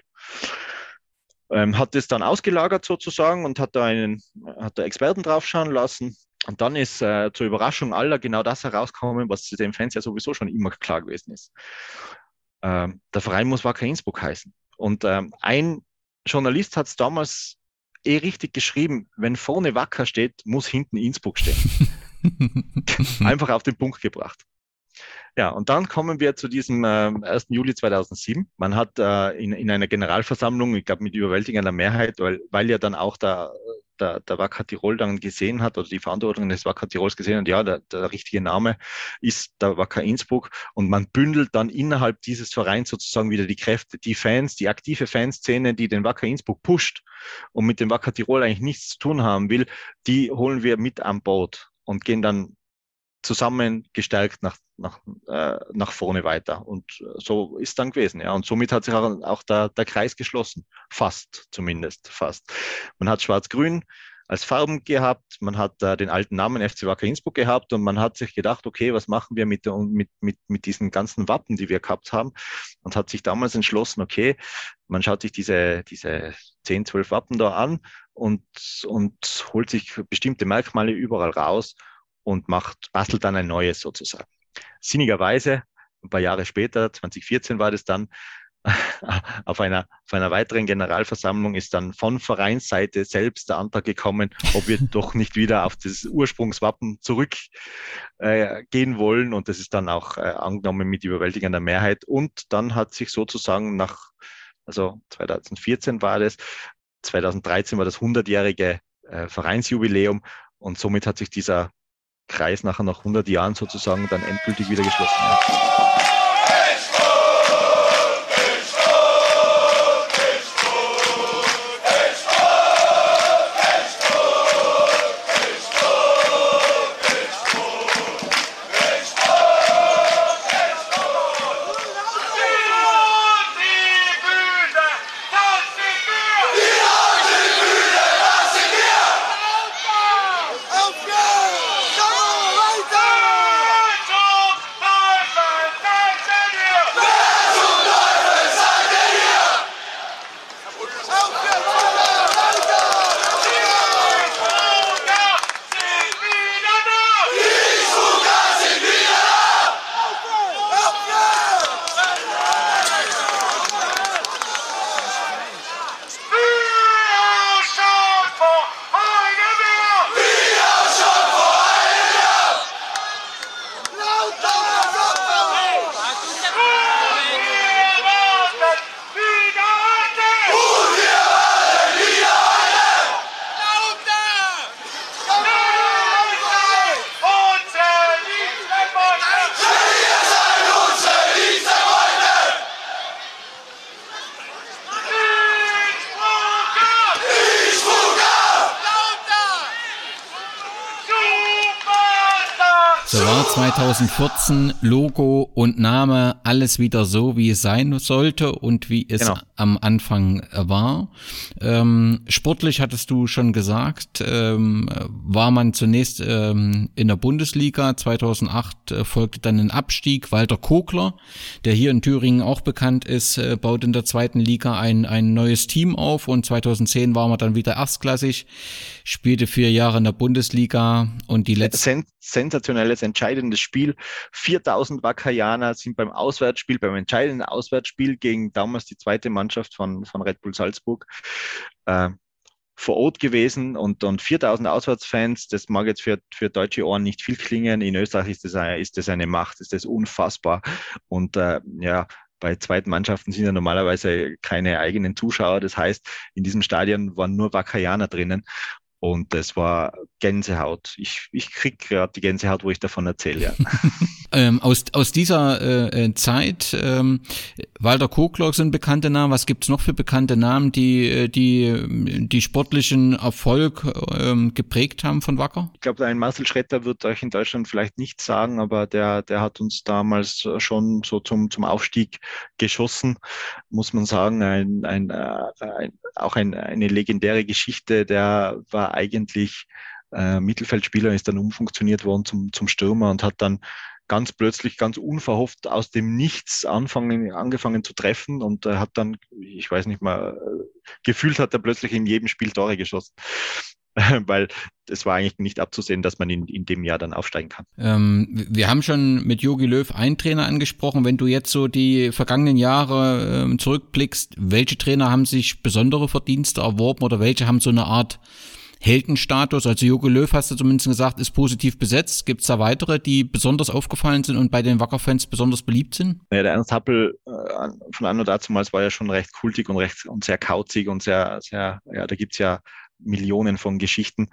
Ähm, hat das dann ausgelagert sozusagen und hat da einen, hat da Experten draufschauen lassen. Und dann ist äh, zur Überraschung aller genau das herausgekommen, was den Fans ja sowieso schon immer klar gewesen ist. Ähm, der Verein muss Wacker Innsbruck heißen. Und ähm, ein Journalist hat es damals eh richtig geschrieben, wenn vorne Wacker steht, muss hinten Innsbruck stehen. Einfach auf den Punkt gebracht. Ja, und dann kommen wir zu diesem äh, ersten Juli zweitausendsieben. Man hat äh, in, in einer Generalversammlung, ich glaube mit überwältigender Mehrheit, weil, weil ja dann auch der, der, der Wacker Tirol dann gesehen hat, oder die Verantwortung des Wacker Tirols gesehen hat, ja, der, der richtige Name ist der Wacker Innsbruck. Und man bündelt dann innerhalb dieses Vereins sozusagen wieder die Kräfte, die Fans, die aktive Fanszene, die den Wacker Innsbruck pusht und mit dem Wacker Tirol eigentlich nichts zu tun haben will, die holen wir mit an Bord und gehen dann zusammen gestärkt nach, nach, äh, nach vorne weiter. Und so ist dann gewesen. Ja. Und somit hat sich auch, auch der, der Kreis geschlossen. Fast zumindest, fast. Man hat Schwarz-Grün als Farben gehabt, man hat äh, den alten Namen F C Wacker Innsbruck gehabt und man hat sich gedacht, okay, was machen wir mit, mit, mit, mit diesen ganzen Wappen, die wir gehabt haben, und hat sich damals entschlossen, okay, man schaut sich diese, diese zehn, zwölf Wappen da an und, und holt sich bestimmte Merkmale überall raus und macht, bastelt dann ein neues sozusagen. Sinnigerweise, ein paar Jahre später, zwanzig vierzehn war das dann, auf einer, auf einer weiteren Generalversammlung ist dann von Vereinsseite selbst der Antrag gekommen, ob wir doch nicht wieder auf das Ursprungswappen zurückgehen äh, wollen. Und das ist dann auch äh, angenommen mit überwältigender Mehrheit. Und dann hat sich sozusagen nach, also zweitausendvierzehn war das, zweitausenddreizehn war das hundertjährige äh, Vereinsjubiläum und somit hat sich dieser Kreis nachher nach hundert Jahren sozusagen dann endgültig wieder geschlossen. Ja. zweitausendvierzehn, Logo und Name, alles wieder so, wie es sein sollte und wie es genau. am Anfang war. Ähm, sportlich hattest du schon gesagt, ähm, war man zunächst ähm, in der Bundesliga. zweitausendacht äh, folgte dann ein Abstieg. Walter Kogler, der hier in Thüringen auch bekannt ist, äh, baut in der zweiten Liga ein, ein neues Team auf und zweitausendzehn war man dann wieder erstklassig, spielte vier Jahre in der Bundesliga und die letzte Sen- sensationelles, entscheidendes Spiel. viertausend Wackerjaner sind beim Auswärtsspiel, beim entscheidenden Auswärtsspiel gegen damals die zweite Mannschaft von, von Red Bull Salzburg äh, vor Ort gewesen und, und viertausend Auswärtsfans, das mag jetzt für, für deutsche Ohren nicht viel klingen. In Österreich ist das, eine, ist das eine Macht, ist das unfassbar. Und äh, ja, bei zweiten Mannschaften sind ja normalerweise keine eigenen Zuschauer. Das heißt, in diesem Stadion waren nur Wackerjaner drinnen. Und das war Gänsehaut. Ich, ich krieg gerade die Gänsehaut, wo ich davon erzähle. Ja. ähm, aus, aus dieser äh, Zeit, ähm, Walter Kogler sind bekannte Namen. Was gibt's noch für bekannte Namen, die die, die sportlichen Erfolg ähm, geprägt haben von Wacker? Ich glaube, ein Marcel Schretter wird euch in Deutschland vielleicht nichts sagen, aber der, der hat uns damals schon so zum, zum Aufstieg geschossen, muss man sagen. Ein, ein, ein, auch ein, eine legendäre Geschichte. Der war eigentlich äh, Mittelfeldspieler, ist dann umfunktioniert worden zum, zum Stürmer und hat dann ganz plötzlich, ganz unverhofft aus dem Nichts anfangen, angefangen zu treffen und äh, hat dann, ich weiß nicht mal, gefühlt hat er plötzlich in jedem Spiel Tore geschossen. Weil es war eigentlich nicht abzusehen, dass man in, in dem Jahr dann aufsteigen kann. Ähm, wir haben schon mit Jogi Löw einen Trainer angesprochen. Wenn du jetzt so die vergangenen Jahre ähm, zurückblickst, welche Trainer haben sich besondere Verdienste erworben oder welche haben so eine Art Heldenstatus? Also Jogi Löw, hast du zumindest gesagt, ist positiv besetzt. Gibt es da weitere, die besonders aufgefallen sind und bei den Wacker-Fans besonders beliebt sind? Ja, der Ernst Happel äh, von anno dazumals war ja schon recht kultig und recht und sehr kauzig und sehr, sehr, ja, da gibt's ja Millionen von Geschichten.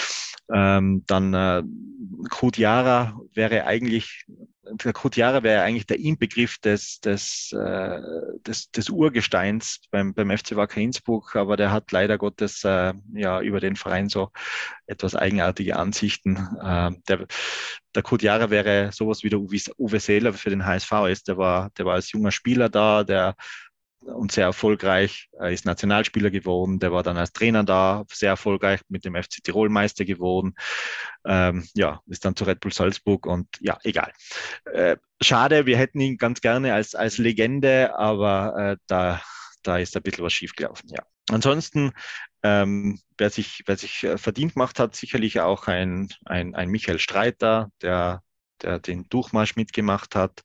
Ähm, dann äh, Kurt Jara wäre eigentlich, der Kurt Jara wäre eigentlich der Inbegriff des, des, äh, des, des Urgesteins beim, beim F C Wacker Innsbruck, aber der hat leider Gottes äh, ja über den Verein so etwas eigenartige Ansichten. Äh, der, der Kurt Jara wäre sowas wie der Uwe, Uwe Seeler für den H S V ist. Der war, der war als junger Spieler da, der und sehr erfolgreich, er ist Nationalspieler geworden, der war dann als Trainer da, sehr erfolgreich mit dem F C Tirol Meister geworden, ähm, ja, ist dann zu Red Bull Salzburg und ja, egal. Äh, schade, wir hätten ihn ganz gerne als, als Legende, aber äh, da, da ist ein bisschen was schiefgelaufen, ja. Ansonsten, ähm, wer sich, wer sich verdient gemacht hat, sicherlich auch ein, ein, ein Michael Streiter, der, der den Durchmarsch mitgemacht hat.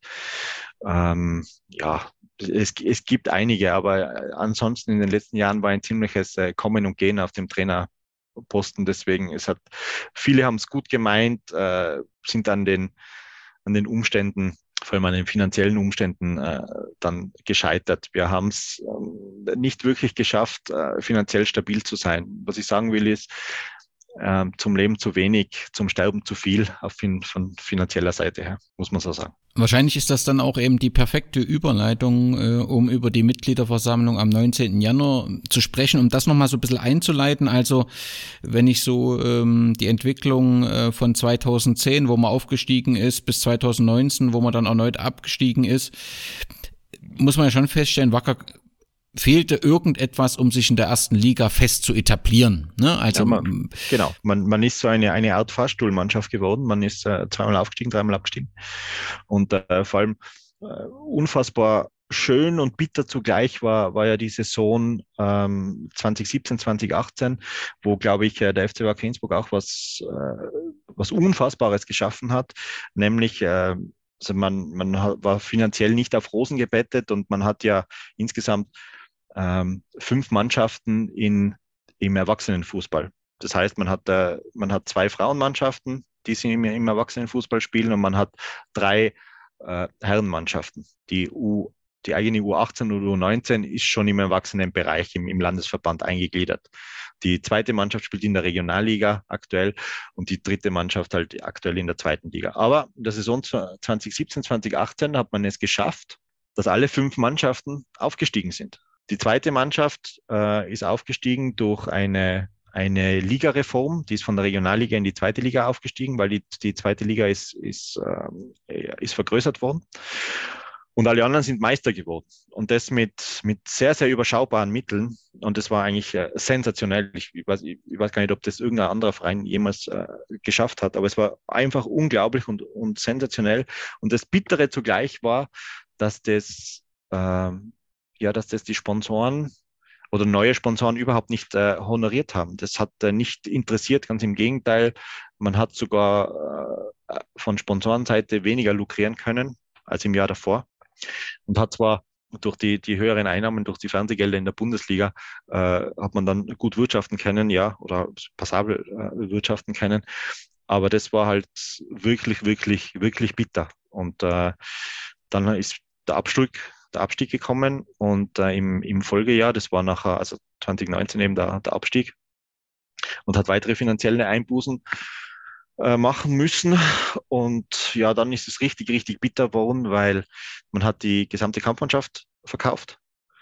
Ähm, ja, es, es gibt einige, aber ansonsten in den letzten Jahren war ein ziemliches äh, Kommen und Gehen auf dem Trainerposten. Deswegen, es hat, viele haben es gut gemeint, äh, sind an den, an den Umständen, vor allem an den finanziellen Umständen, äh, dann gescheitert. Wir haben es äh, nicht wirklich geschafft, äh, finanziell stabil zu sein. Was ich sagen will ist, äh, zum Leben zu wenig, zum Sterben zu viel, auf fin- von finanzieller Seite her, muss man so sagen. Wahrscheinlich ist das dann auch eben die perfekte Überleitung, äh, um über die Mitgliederversammlung am neunzehnten Januar zu sprechen, um das nochmal so ein bisschen einzuleiten. Also wenn ich so ähm, die Entwicklung äh, von zweitausendzehn, wo man aufgestiegen ist, bis zweitausendneunzehn, wo man dann erneut abgestiegen ist, muss man ja schon feststellen, Wacker fehlte irgendetwas, um sich in der ersten Liga fest zu etablieren. Ne? Also ja, man, genau, man, man ist so eine, eine Art Fahrstuhlmannschaft geworden. Man ist äh, zweimal aufgestiegen, dreimal abgestiegen. Und äh, vor allem äh, unfassbar schön und bitter zugleich war, war ja die Saison ähm, zwanzig siebzehn, zwanzig achtzehn, wo, glaube ich, der F C Wacker Innsbruck auch was, äh, was Unfassbares geschaffen hat, nämlich äh, also man, man war finanziell nicht auf Rosen gebettet und man hat ja insgesamt ähm, fünf Mannschaften in, im Erwachsenenfußball. Das heißt, man hat, äh, man hat zwei Frauenmannschaften, die sind im, im Erwachsenenfußball spielen und man hat drei äh, Herrenmannschaften. Die U, die eigene U achtzehn oder U neunzehn ist schon im Erwachsenenbereich im, im Landesverband eingegliedert. Die zweite Mannschaft spielt in der Regionalliga aktuell und die dritte Mannschaft halt aktuell in der zweiten Liga. Aber in der Saison zwanzig siebzehn, zwanzig achtzehn hat man es geschafft, dass alle fünf Mannschaften aufgestiegen sind. Die zweite Mannschaft äh, ist aufgestiegen durch eine, eine Ligareform, die ist von der Regionalliga in die zweite Liga aufgestiegen, weil die, die zweite Liga ist, ist, äh, ist vergrößert worden. Und alle anderen sind Meister geworden. Und das mit, mit sehr, sehr überschaubaren Mitteln. Und das war eigentlich äh, sensationell. Ich, ich, weiß, ich weiß gar nicht, ob das irgendein anderer Verein jemals äh, geschafft hat. Aber es war einfach unglaublich und, und sensationell. Und das Bittere zugleich war, dass das, äh, ja, dass das die Sponsoren oder neue Sponsoren überhaupt nicht äh, honoriert haben. Das hat äh, nicht interessiert, ganz im Gegenteil. Man hat sogar äh, von Sponsorenseite weniger lukrieren können als im Jahr davor. Und hat zwar durch die, die höheren Einnahmen, durch die Fernsehgelder in der Bundesliga, äh, hat man dann gut wirtschaften können, ja, oder passabel äh, wirtschaften können. Aber das war halt wirklich, wirklich, wirklich bitter. Und äh, dann ist der Abstieg, der Abstieg gekommen und äh, im, im Folgejahr, das war nachher, also zwanzig neunzehn eben der, der Abstieg und hat weitere finanzielle Einbußen machen müssen. Und ja, dann ist es richtig, richtig bitter geworden, weil man hat die gesamte Kampfmannschaft verkauft.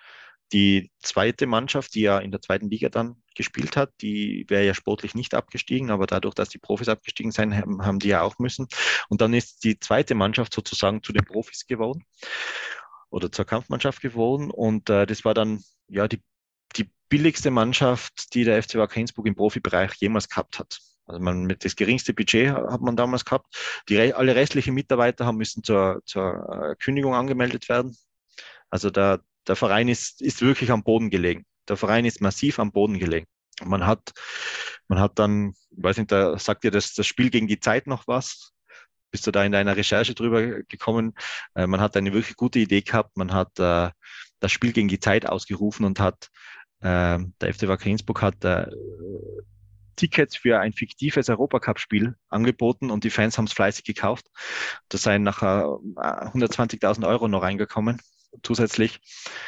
Die zweite Mannschaft, die ja in der zweiten Liga dann gespielt hat, die wäre ja sportlich nicht abgestiegen, aber dadurch, dass die Profis abgestiegen sind, haben, haben die ja auch müssen. Und dann ist die zweite Mannschaft sozusagen zu den Profis geworden oder zur Kampfmannschaft geworden. Und äh, das war dann ja die, die billigste Mannschaft, die der F C Wacker Innsbruck im Profibereich jemals gehabt hat. Also man mit das geringste Budget hat man damals gehabt. Die alle restlichen Mitarbeiter haben müssen zur, zur Kündigung angemeldet werden. Also der, der Verein ist, ist wirklich am Boden gelegen. Der Verein ist massiv am Boden gelegen. Man hat, man hat dann, ich weiß nicht, da sagt dir das, das Spiel gegen die Zeit noch was? Bist du da in deiner Recherche drüber gekommen? Äh, man hat eine wirklich gute Idee gehabt. Man hat äh, das Spiel gegen die Zeit ausgerufen und hat, äh, der F C Wacker Innsbruck hat äh, Tickets für ein fiktives Europacup-Spiel angeboten und die Fans haben es fleißig gekauft. Da seien nachher hundertzwanzigtausend Euro noch reingekommen, zusätzlich.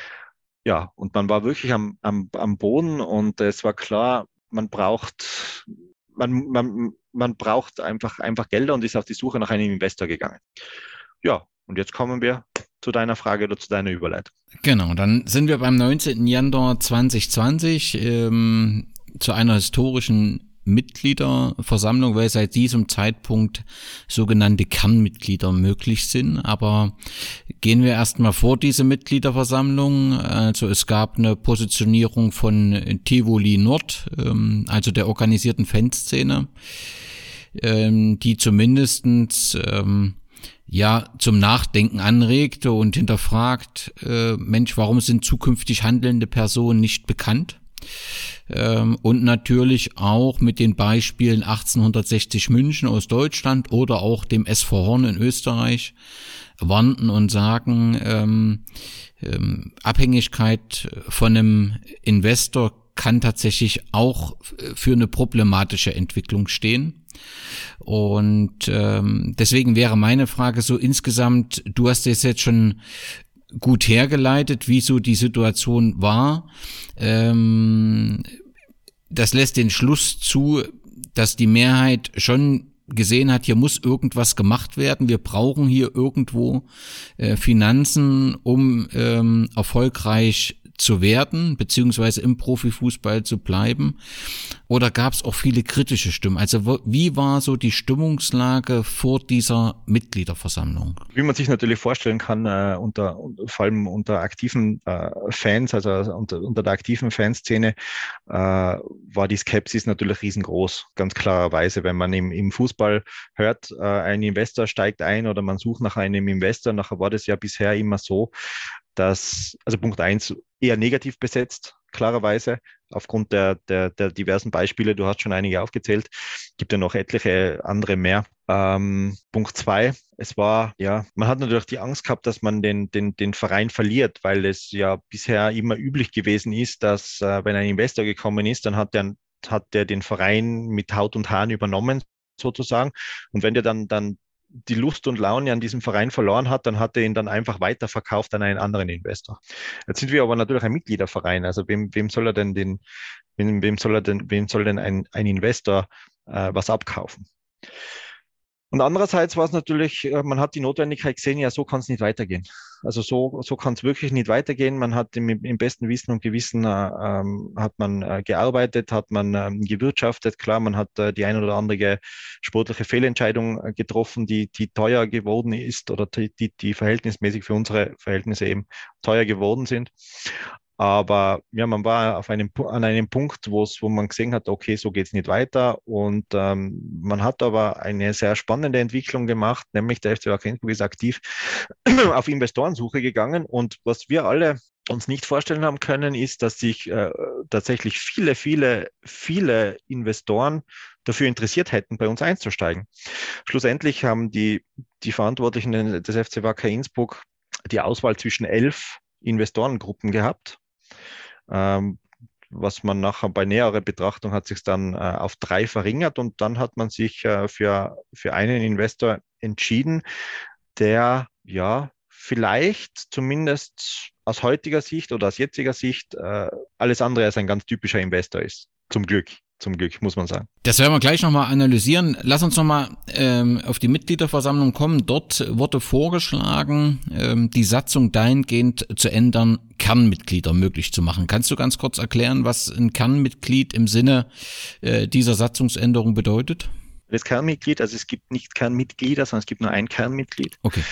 Ja, und man war wirklich am, am, am Boden und es war klar, man braucht, man, man, man braucht einfach, einfach Gelder und ist auf die Suche nach einem Investor gegangen. Ja, und jetzt kommen wir zu deiner Frage oder zu deiner Überleitung. Genau, dann sind wir beim neunzehnten Januar zweitausendzwanzig ähm, zu einer historischen Mitgliederversammlung, weil seit diesem Zeitpunkt sogenannte Kernmitglieder möglich sind. Aber gehen wir erstmal vor diese Mitgliederversammlung. Also es gab eine Positionierung von Tivoli Nord, ähm, also der organisierten Fanszene, ähm, die zumindestens ähm, ja zum Nachdenken anregte und hinterfragt, äh, Mensch, warum sind zukünftig handelnde Personen nicht bekannt? Ähm, und natürlich auch mit den Beispielen achtzehnhundertsechzig München aus Deutschland oder auch dem S V Horn in Österreich warnen und sagen, ähm, ähm, Abhängigkeit von einem Investor kann tatsächlich auch für eine problematische Entwicklung stehen. Und ähm, deswegen wäre meine Frage so insgesamt, du hast es jetzt schon gut hergeleitet, wie so die Situation war. Ähm, das lässt den Schluss zu, dass die Mehrheit schon gesehen hat, hier muss irgendwas gemacht werden. Wir brauchen hier irgendwo äh, Finanzen, um ähm, erfolgreich zu werden, beziehungsweise im Profifußball zu bleiben? Oder gab es auch viele kritische Stimmen? Also wo, wie war so die Stimmungslage vor dieser Mitgliederversammlung? Wie man sich natürlich vorstellen kann, äh, unter, vor allem unter aktiven äh, Fans, also unter, unter der aktiven Fanszene, äh, war die Skepsis natürlich riesengroß, ganz klarerweise. Wenn man im, im Fußball hört, äh, ein Investor steigt ein oder man sucht nach einem Investor, nachher war das ja bisher immer so, dass, also Punkt eins, eher negativ besetzt, klarerweise, aufgrund der, der, der diversen Beispiele, du hast schon einige aufgezählt, gibt ja noch etliche andere mehr. Ähm, Punkt zwei, es war, ja, man hat natürlich die Angst gehabt, dass man den, den, den Verein verliert, weil es ja bisher immer üblich gewesen ist, dass äh, wenn ein Investor gekommen ist, dann hat der, hat der den Verein mit Haut und Haaren übernommen, sozusagen. Und wenn der dann, dann die Lust und Laune an diesem Verein verloren hat, dann hat er ihn dann einfach weiterverkauft an einen anderen Investor. Jetzt sind wir aber natürlich ein Mitgliederverein. Also wem, wem soll er denn den, wem, wem soll er denn, wem soll denn ein, ein Investor äh, was abkaufen? Und andererseits war es natürlich, man hat die Notwendigkeit gesehen, ja, so kann es nicht weitergehen. Also so, so kann es wirklich nicht weitergehen. Man hat im, im besten Wissen und Gewissen, äh, ähm, hat man äh, gearbeitet, hat man ähm, gewirtschaftet. Klar, man hat äh, die eine oder andere sportliche Fehlentscheidung äh, getroffen, die, die teuer geworden ist oder die, die, die verhältnismäßig für unsere Verhältnisse eben teuer geworden sind. Aber ja, man war auf einem, an einem Punkt, wo es, wo man gesehen hat, okay, so geht's nicht weiter. Und ähm, man hat aber eine sehr spannende Entwicklung gemacht, nämlich der F C Wacker Innsbruck ist aktiv auf Investorensuche gegangen. Und was wir alle uns nicht vorstellen haben können, ist, dass sich äh, tatsächlich viele, viele, viele Investoren dafür interessiert hätten, bei uns einzusteigen. Schlussendlich haben die, die Verantwortlichen des F C Wacker Innsbruck die Auswahl zwischen elf Investorengruppen gehabt. Ähm, was man nachher bei näherer Betrachtung hat sich dann äh, auf drei verringert und dann hat man sich äh, für, für einen Investor entschieden, der ja vielleicht zumindest aus heutiger Sicht oder aus jetziger Sicht äh, alles andere als ein ganz typischer Investor ist. Zum Glück. Zum Glück, muss man sagen. Das werden wir gleich nochmal analysieren. Lass uns nochmal ähm, auf die Mitgliederversammlung kommen. Dort wurde vorgeschlagen, ähm, die Satzung dahingehend zu ändern, Kernmitglieder möglich zu machen. Kannst du ganz kurz erklären, was ein Kernmitglied im Sinne äh, dieser Satzungsänderung bedeutet? Das Kernmitglied, also es gibt nicht Kernmitglieder, sondern es gibt nur ein Kernmitglied. Okay.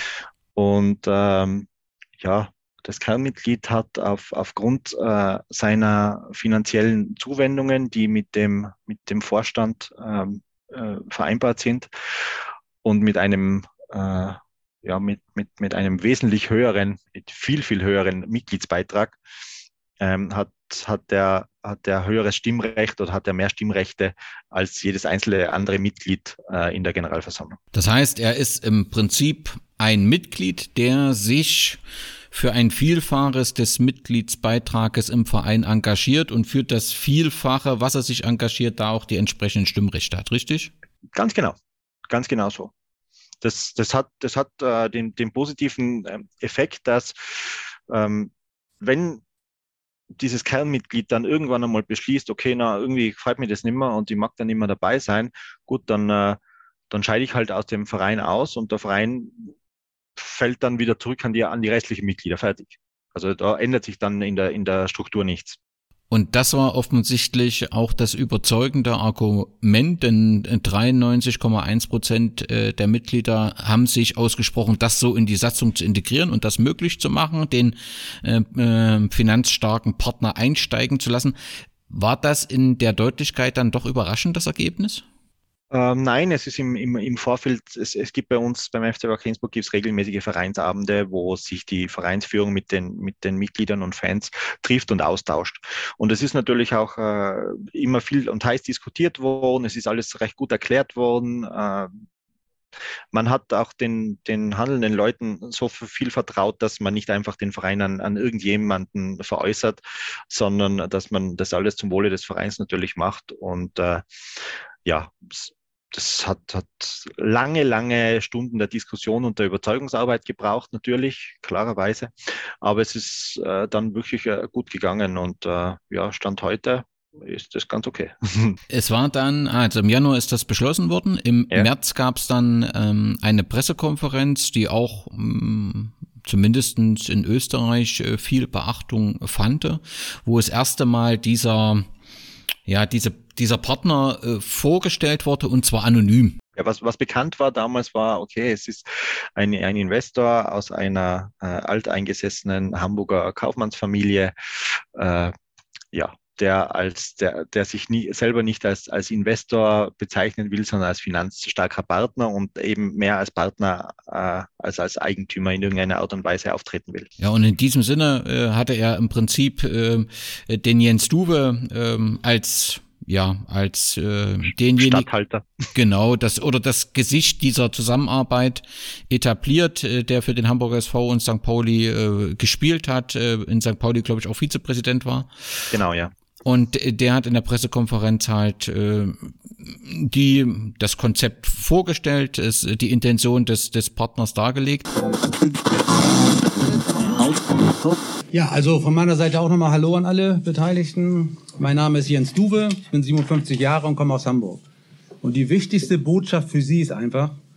Und ähm, ja, das Kernmitglied hat auf, aufgrund äh, seiner finanziellen Zuwendungen, die mit dem, mit dem Vorstand ähm, äh, vereinbart sind und mit einem, äh, ja, mit, mit, mit einem wesentlich höheren, mit viel, viel höheren Mitgliedsbeitrag, ähm, hat, hat der, hat der höheres Stimmrecht oder hat er mehr Stimmrechte als jedes einzelne andere Mitglied äh, in der Generalversammlung. Das heißt, er ist im Prinzip ein Mitglied, der sich für ein Vielfaches des Mitgliedsbeitrages im Verein engagiert und für das Vielfache, was er sich engagiert, da auch die entsprechenden Stimmrechte hat, richtig? Ganz genau, ganz genau so. Das, das hat, das hat äh, den, den positiven äh, Effekt, dass ähm, wenn dieses Kernmitglied dann irgendwann einmal beschließt, okay, na irgendwie gefällt mir das nicht mehr und ich mag dann nicht mehr dabei sein, gut, dann, äh, dann scheide ich halt aus dem Verein aus und der Verein fällt dann wieder zurück an die, an die restlichen Mitglieder, fertig. Also da ändert sich dann in der, in der Struktur nichts. Und das war offensichtlich auch das überzeugende Argument, denn dreiundneunzig Komma eins Prozent der Mitglieder haben sich ausgesprochen, das so in die Satzung zu integrieren und das möglich zu machen, den äh, äh, finanzstarken Partner einsteigen zu lassen. War das in der Deutlichkeit dann doch überraschend, das Ergebnis? Ähm, nein, es ist im, im, im Vorfeld, es, es gibt bei uns beim F C Wacker Innsbruck gibt es regelmäßige Vereinsabende, wo sich die Vereinsführung mit den, mit den Mitgliedern und Fans trifft und austauscht. Und es ist natürlich auch äh, immer viel und heiß diskutiert worden, es ist alles recht gut erklärt worden. Äh, man hat auch den, den handelnden Leuten so viel vertraut, dass man nicht einfach den Verein an, an irgendjemanden veräußert, sondern dass man das alles zum Wohle des Vereins natürlich macht. Und äh, ja, das hat, hat lange, lange Stunden der Diskussion und der Überzeugungsarbeit gebraucht, natürlich, klarerweise. Aber es ist äh, dann wirklich äh, gut gegangen und äh, ja, Stand heute ist das ganz okay. Es war dann, also im Januar ist das beschlossen worden, im ja. März gab es dann ähm, eine Pressekonferenz, die auch ähm, zumindest in Österreich äh, viel Beachtung fand, wo das erste Mal dieser ja, diese, dieser Partner äh, vorgestellt wurde und zwar anonym. Ja, was, was bekannt war damals war, okay, es ist ein, ein Investor aus einer äh, alteingesessenen Hamburger Kaufmannsfamilie, äh, ja, der als der, der sich nie selber nicht als, als Investor bezeichnen will, sondern als finanzstarker Partner und eben mehr als Partner äh, als als Eigentümer in irgendeiner Art und Weise auftreten will. Ja, und in diesem Sinne äh, hatte er im Prinzip äh, den Jens Duwe äh, als ja, als äh, denjenigen Statthalter. Genau, das oder das Gesicht dieser Zusammenarbeit etabliert, äh, der für den Hamburger S V und Sankt Pauli äh, gespielt hat, äh, in Sankt Pauli, glaube ich, auch Vizepräsident war. Genau, ja. Und der hat in der Pressekonferenz halt äh, die das Konzept vorgestellt, es, die Intention des des Partners dargelegt. Ja, also von meiner Seite auch nochmal Hallo an alle Beteiligten. Mein Name ist Jens Duwe, ich bin siebenundfünfzig Jahre und komme aus Hamburg. Und die wichtigste Botschaft für Sie ist einfach,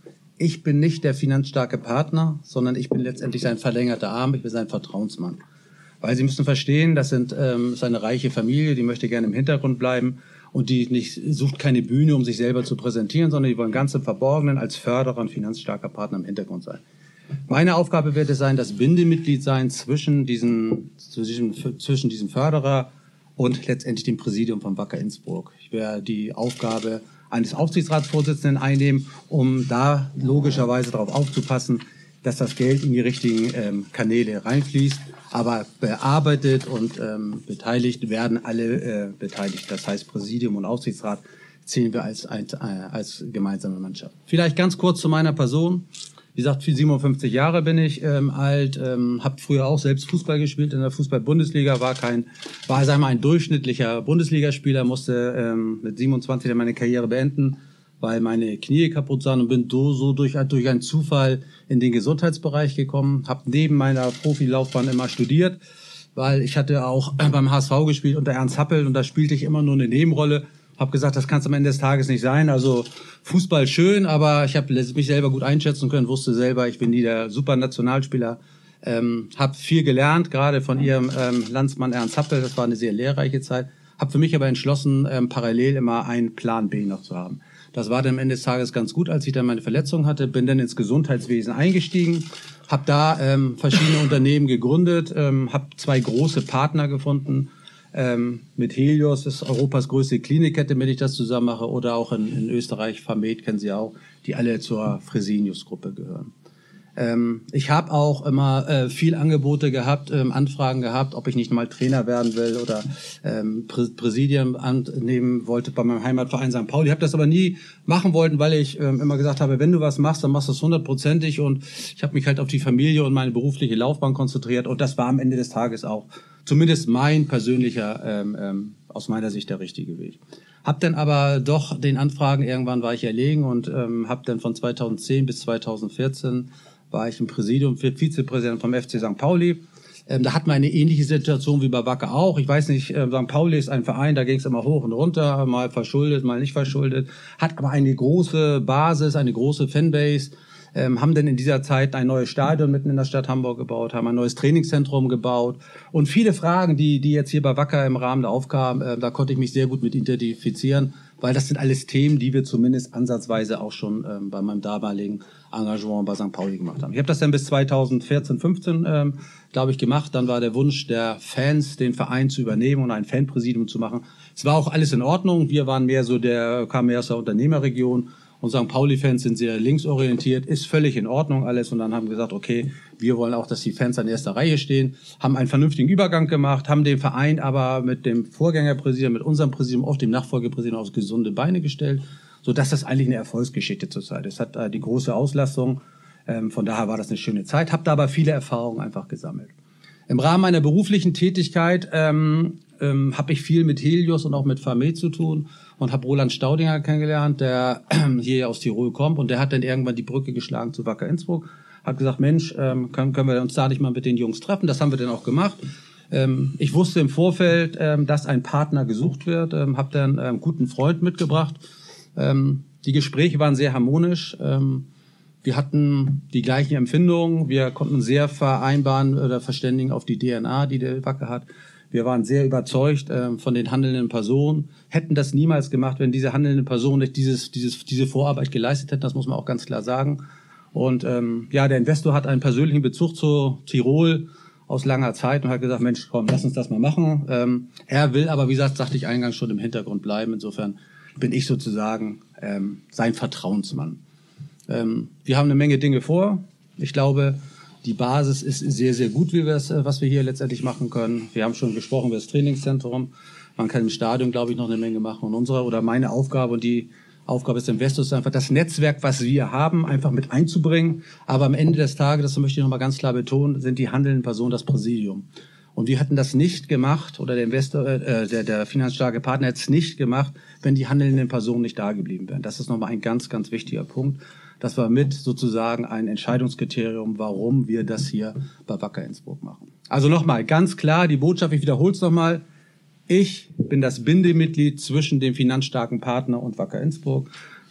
ich bin nicht der finanzstarke Partner, sondern ich bin letztendlich sein verlängerter Arm, ich bin sein Vertrauensmann. Weil Sie müssen verstehen, das sind ähm, ist eine reiche Familie, die möchte gerne im Hintergrund bleiben und die nicht sucht keine Bühne, um sich selber zu präsentieren, sondern die wollen ganz im Verborgenen als Förderer und finanzstarker Partner im Hintergrund sein. Meine Aufgabe wird es sein, das Bindemitglied sein zwischen diesen, zwischen, zwischen diesem Förderer und letztendlich dem Präsidium von Wacker Innsbruck. Ich werde die Aufgabe eines Aufsichtsratsvorsitzenden einnehmen, um da logischerweise darauf aufzupassen, dass das Geld in die richtigen ähm, Kanäle reinfließt. Aber bearbeitet und ähm, beteiligt werden alle äh, beteiligt. Das heißt, Präsidium und Aufsichtsrat zählen wir als, als, äh, als gemeinsame Mannschaft. Vielleicht ganz kurz zu meiner Person. Wie gesagt, siebenundfünfzig Jahre bin ich ähm, alt, ähm, habe früher auch selbst Fußball gespielt in der Fußball-Bundesliga, war kein, war sag mal ein durchschnittlicher Bundesligaspieler, musste ähm, mit siebenundzwanzig dann meine Karriere beenden, weil meine Knie kaputt waren und bin so, so durch, durch einen Zufall in den Gesundheitsbereich gekommen, habe neben meiner Profilaufbahn immer studiert, weil ich hatte auch beim H S V gespielt unter Ernst Happel und da spielte ich immer nur eine Nebenrolle. Habe gesagt, das kann es am Ende des Tages nicht sein. Also Fußball schön, aber ich habe mich selber gut einschätzen können, wusste selber, ich bin nie der Super-Nationalspieler. Ähm, habe viel gelernt, gerade von ihrem ähm, Landsmann Ernst Happel. Das war eine sehr lehrreiche Zeit. Habe für mich aber entschlossen, ähm, parallel immer einen Plan B noch zu haben. Das war dann am Ende des Tages ganz gut, als ich dann meine Verletzung hatte. Bin dann ins Gesundheitswesen eingestiegen, habe da ähm, verschiedene Unternehmen gegründet, ähm, habe zwei große Partner gefunden. Ähm, mit Helios, das ist Europas größte Klinikkette, wenn ich das zusammen mache, oder auch in, in Österreich, Famed kennen Sie auch, die alle zur Fresenius-Gruppe gehören. Ähm, ich habe auch immer äh, viel Angebote gehabt, ähm, Anfragen gehabt, ob ich nicht mal Trainer werden will oder ähm, Prä Präsidien annehmen wollte bei meinem Heimatverein Sankt Pauli. Ich habe das aber nie machen wollen, weil ich ähm, immer gesagt habe, wenn du was machst, dann machst du es hundertprozentig, und ich habe mich halt auf die Familie und meine berufliche Laufbahn konzentriert, und das war am Ende des Tages auch zumindest mein persönlicher, ähm, ähm, aus meiner Sicht der richtige Weg. Hab dann aber doch den Anfragen, irgendwann war ich erlegen, und ähm, habe dann von zweitausendzehn bis zweitausendvierzehn war ich im Präsidium, Vizepräsident vom F C Sankt Pauli. Ähm, da hatten wir eine ähnliche Situation wie bei Wacker auch. Ich weiß nicht, äh, Sankt Pauli ist ein Verein, da ging es immer hoch und runter, mal verschuldet, mal nicht verschuldet, hat aber eine große Basis, eine große Fanbase. Ähm, haben dann in dieser Zeit ein neues Stadion mitten in der Stadt Hamburg gebaut, haben ein neues Trainingszentrum gebaut, und viele Fragen, die die jetzt hier bei Wacker im Rahmen da aufkamen, äh, da konnte ich mich sehr gut mit identifizieren, weil das sind alles Themen, die wir zumindest ansatzweise auch schon ähm, bei meinem damaligen Engagement bei Sankt Pauli gemacht haben. Ich habe das dann bis zweitausendvierzehn, fünfzehn, ähm, glaube ich, gemacht. Dann war der Wunsch der Fans, den Verein zu übernehmen und ein Fanpräsidium zu machen. Es war auch alles in Ordnung. Wir waren mehr so der, kamen mehr aus der Unternehmerregion. Und Sankt Pauli-Fans sind sehr linksorientiert, ist völlig in Ordnung alles. Und dann haben wir gesagt, okay, wir wollen auch, dass die Fans an erster Reihe stehen, haben einen vernünftigen Übergang gemacht, haben den Verein aber mit dem Vorgängerpräsidium, mit unserem Präsidium auf dem Nachfolgepräsidium auf gesunde Beine gestellt, sodass das eigentlich eine Erfolgsgeschichte zurzeit ist. Es hat äh, die große Auslastung, ähm, von daher war das eine schöne Zeit, habe da aber viele Erfahrungen einfach gesammelt. Im Rahmen meiner beruflichen Tätigkeit ähm, ähm, habe ich viel mit Helios und auch mit Famed zu tun und habe Roland Staudinger kennengelernt, der äh, hier aus Tirol kommt, und der hat dann irgendwann die Brücke geschlagen zu Wacker Innsbruck, hat gesagt, Mensch, ähm, können, können wir uns da nicht mal mit den Jungs treffen? Das haben wir dann auch gemacht. Ähm, ich wusste im Vorfeld, ähm, dass ein Partner gesucht wird, ähm, habe dann einen guten Freund mitgebracht. Ähm, die Gespräche waren sehr harmonisch. Ähm, wir hatten die gleichen Empfindungen. Wir konnten sehr vereinbaren oder verständigen auf die D N A, die der Wacker hat. Wir waren sehr überzeugt äh, von den handelnden Personen, hätten das niemals gemacht, wenn diese handelnden Personen nicht dieses, dieses, diese Vorarbeit geleistet hätten. Das muss man auch ganz klar sagen. Und ähm, ja, der Investor hat einen persönlichen Bezug zu Tirol aus langer Zeit und hat gesagt, Mensch, komm, lass uns das mal machen. Ähm, er will aber, wie gesagt, sagte ich eingangs, schon im Hintergrund bleiben. Insofern bin ich sozusagen ähm, sein Vertrauensmann. Ähm, wir haben eine Menge Dinge vor. Ich glaube, die Basis ist sehr, sehr gut, wie wir es, was wir hier letztendlich machen können. Wir haben schon gesprochen über das Trainingszentrum. Man kann im Stadion, glaube ich, noch eine Menge machen. Und unsere oder meine Aufgabe und die Aufgabe des Investors ist einfach, das Netzwerk, was wir haben, einfach mit einzubringen. Aber am Ende des Tages, das möchte ich nochmal ganz klar betonen, sind die handelnden Personen das Präsidium. Und wir hätten das nicht gemacht, oder der Investor, äh, der, der finanzstarke Partner hätte es nicht gemacht, wenn die handelnden Personen nicht da geblieben wären. Das ist nochmal ein ganz, ganz wichtiger Punkt. Das war mit sozusagen ein Entscheidungskriterium, warum wir das hier bei Wacker Innsbruck machen. Also nochmal, ganz klar, die Botschaft, ich wiederhole es nochmal. Ich bin das Bindemitglied zwischen dem finanzstarken Partner und Wacker Innsbruck.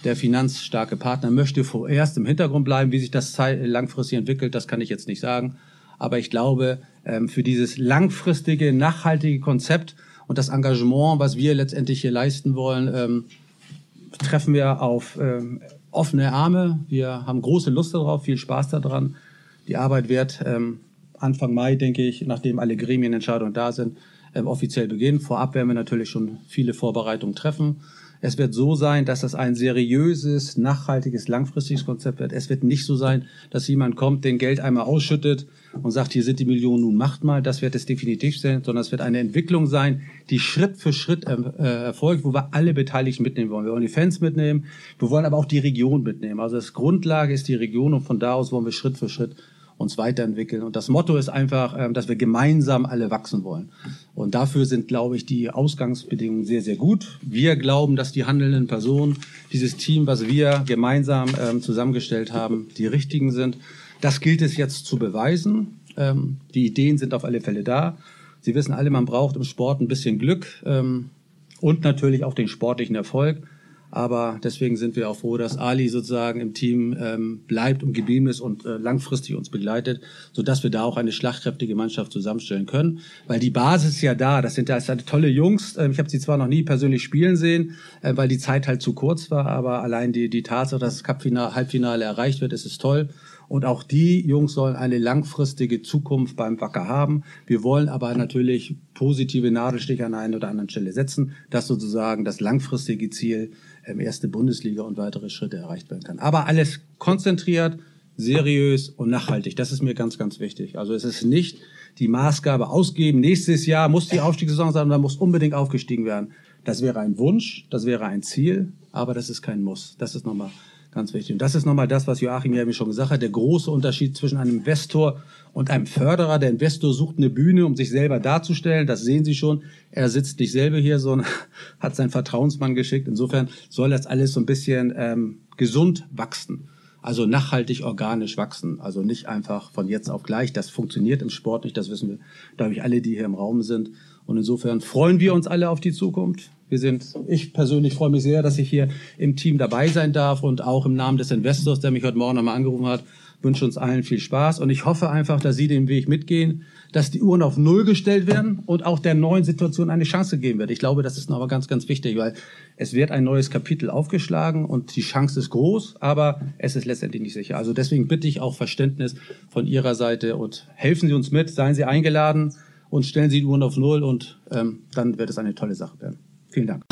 Der finanzstarke Partner möchte vorerst im Hintergrund bleiben. Wie sich das langfristig entwickelt, das kann ich jetzt nicht sagen. Aber ich glaube, für dieses langfristige, nachhaltige Konzept und das Engagement, was wir letztendlich hier leisten wollen, treffen wir auf offene Arme. Wir haben große Lust darauf, viel Spaß daran. Die Arbeit wird Anfang Mai, denke ich, nachdem alle Gremienentscheidungen da sind, offiziell beginnen. Vorab werden wir natürlich schon viele Vorbereitungen treffen. Es wird so sein, dass das ein seriöses, nachhaltiges, langfristiges Konzept wird. Es wird nicht so sein, dass jemand kommt, den Geld einmal ausschüttet und sagt, hier sind die Millionen, nun macht mal. Das wird es definitiv sein, sondern es wird eine Entwicklung sein, die Schritt für Schritt äh, erfolgt, wo wir alle Beteiligten mitnehmen wollen. Wir wollen die Fans mitnehmen, wir wollen aber auch die Region mitnehmen. Also das Grundlage ist die Region und von da aus wollen wir Schritt für Schritt uns weiterentwickeln. Und das Motto ist einfach, dass wir gemeinsam alle wachsen wollen. Und dafür sind, glaube ich, die Ausgangsbedingungen sehr, sehr gut. Wir glauben, dass die handelnden Personen, dieses Team, was wir gemeinsam ähm, zusammengestellt haben, die richtigen sind. Das gilt es jetzt zu beweisen. Ähm, die Ideen sind auf alle Fälle da. Sie wissen alle, man braucht im Sport ein bisschen Glück ähm, und natürlich auch den sportlichen Erfolg. Aber deswegen sind wir auch froh, dass Ali sozusagen im Team ähm, bleibt und geblieben ist und äh, langfristig uns begleitet, sodass wir da auch eine schlagkräftige Mannschaft zusammenstellen können. Weil die Basis ist ja da. Das sind ja das tolle Jungs. Ähm, ich habe sie zwar noch nie persönlich spielen sehen, äh, weil die Zeit halt zu kurz war, aber allein die, die Tatsache, dass das Cup-Finale, Halbfinale erreicht wird, ist es toll. Und auch die Jungs sollen eine langfristige Zukunft beim Wacker haben. Wir wollen aber natürlich positive Nadelstiche an einer oder anderen Stelle setzen, dass sozusagen das langfristige Ziel ähm, erste Bundesliga und weitere Schritte erreicht werden kann. Aber alles konzentriert, seriös und nachhaltig. Das ist mir ganz, ganz wichtig. Also es ist nicht die Maßgabe ausgeben, nächstes Jahr muss die Aufstiegssaison sein und dann muss unbedingt aufgestiegen werden. Das wäre ein Wunsch, das wäre ein Ziel, aber das ist kein Muss. Das ist nochmal ganz wichtig. Und das ist nochmal das, was Joachim ja schon gesagt hat, der große Unterschied zwischen einem Investor und einem Förderer. Der Investor sucht eine Bühne, um sich selber darzustellen. Das sehen Sie schon. Er sitzt nicht selber hier, sondern hat seinen Vertrauensmann geschickt. Insofern soll das alles so ein bisschen ähm, gesund wachsen. Also nachhaltig, organisch wachsen. Also nicht einfach von jetzt auf gleich. Das funktioniert im Sport nicht. Das wissen wir, glaube ich, alle, die hier im Raum sind. Und insofern freuen wir uns alle auf die Zukunft. Wir sind, ich persönlich freue mich sehr, dass ich hier im Team dabei sein darf und auch im Namen des Investors, der mich heute Morgen nochmal angerufen hat, wünsche uns allen viel Spaß. Und ich hoffe einfach, dass Sie den Weg mitgehen, dass die Uhren auf Null gestellt werden und auch der neuen Situation eine Chance gegeben wird. Ich glaube, das ist nochmal ganz, ganz wichtig, weil es wird ein neues Kapitel aufgeschlagen und die Chance ist groß, aber es ist letztendlich nicht sicher. Also deswegen bitte ich auch Verständnis von Ihrer Seite und helfen Sie uns mit, seien Sie eingeladen und stellen Sie die Uhren auf Null und ähm, dann wird es eine tolle Sache werden. Vielen Dank.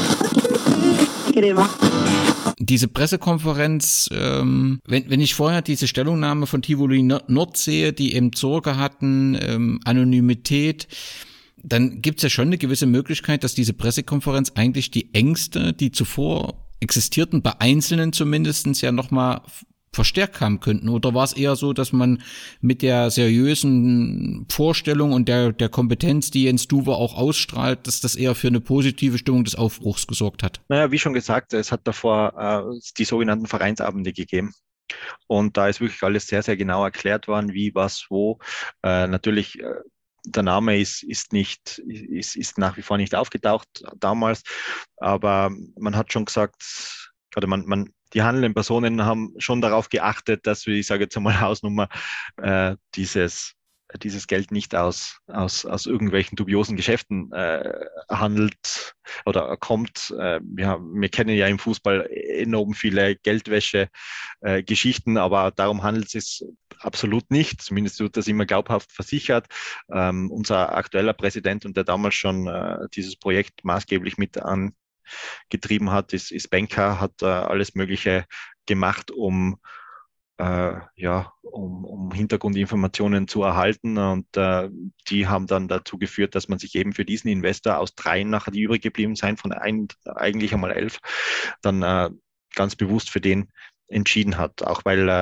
Diese Pressekonferenz, ähm, wenn, wenn ich vorher diese Stellungnahme von Tivoli Nord sehe, die eben Sorge hatten, ähm, Anonymität, dann gibt es ja schon eine gewisse Möglichkeit, dass diese Pressekonferenz eigentlich die Ängste, die zuvor existierten, bei Einzelnen zumindest ja nochmal verstärkt haben könnten. Oder war es eher so, dass man mit der seriösen Vorstellung und der, der Kompetenz, die Jens Duwe auch ausstrahlt, dass das eher für eine positive Stimmung des Aufbruchs gesorgt hat? Naja, wie schon gesagt, es hat davor äh, die sogenannten Vereinsabende gegeben. Und da ist wirklich alles sehr, sehr genau erklärt worden, wie, was, wo. Äh, natürlich, äh, der Name ist, ist nicht, ist, ist nach wie vor nicht aufgetaucht damals. Aber man hat schon gesagt, oder man, man, die handelnden Personen haben schon darauf geachtet, dass wir, ich sage jetzt einmal Hausnummer, äh, dieses, dieses Geld nicht aus, aus, aus irgendwelchen dubiosen Geschäften äh, handelt oder kommt. Äh, ja, wir kennen ja im Fußball enorm viele Geldwäsche-Geschichten, äh, aber darum handelt es absolut nicht. Zumindest wird das immer glaubhaft versichert. Ähm, unser aktueller Präsident und der damals schon äh, dieses Projekt maßgeblich mit an getrieben hat, ist, ist Banker, hat äh, alles Mögliche gemacht, um, äh, ja, um, um Hintergrundinformationen zu erhalten. Und äh, die haben dann dazu geführt, dass man sich eben für diesen Investor aus dreien nachher, die übrig geblieben sein, von ein, eigentlich einmal elf, dann äh, ganz bewusst für den entschieden hat. Auch weil äh,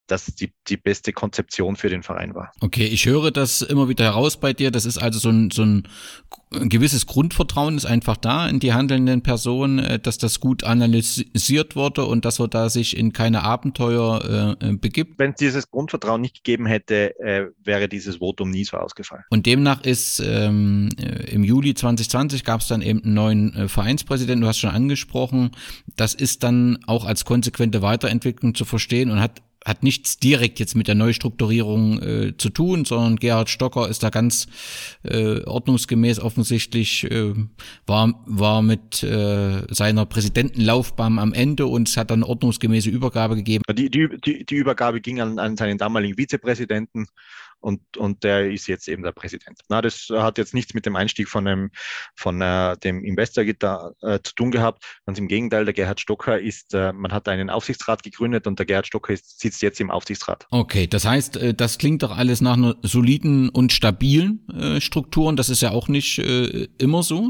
das die, die beste Konzeption für den Verein war. Okay, ich höre das immer wieder heraus bei dir. Das ist also so ein, so ein, ein gewisses Grundvertrauen ist einfach da in die handelnden Personen, dass das gut analysiert wurde und dass er da sich in keine Abenteuer äh, begibt. Wenn es dieses Grundvertrauen nicht gegeben hätte, äh, wäre dieses Votum nie so ausgefallen. Und demnach ist ähm, im Juli zwanzig zwanzig gab es dann eben einen neuen äh, Vereinspräsidenten, du hast schon angesprochen. Das ist dann auch als konsequente Weiterentwicklung zu verstehen und hat hat nichts direkt jetzt mit der Neustrukturierung äh, zu tun, sondern Gerhard Stocker ist da ganz äh, ordnungsgemäß offensichtlich, äh, war war mit äh, seiner Präsidentenlaufbahn am Ende und es hat dann ordnungsgemäße Übergabe gegeben. Die, die, die, die Übergabe ging an, an seinen damaligen Vizepräsidenten und, und der ist jetzt eben der Präsident. Na, das hat jetzt nichts mit dem Einstieg von einem, von äh, dem Investor äh, zu tun gehabt. Ganz im Gegenteil, der Gerhard Stocker ist, äh, man hat einen Aufsichtsrat gegründet und der Gerhard Stocker ist, sitzt jetzt im Aufsichtsrat. Okay, das heißt, äh, das klingt doch alles nach einer soliden und stabilen äh, Strukturen. Das ist ja auch nicht äh, immer so.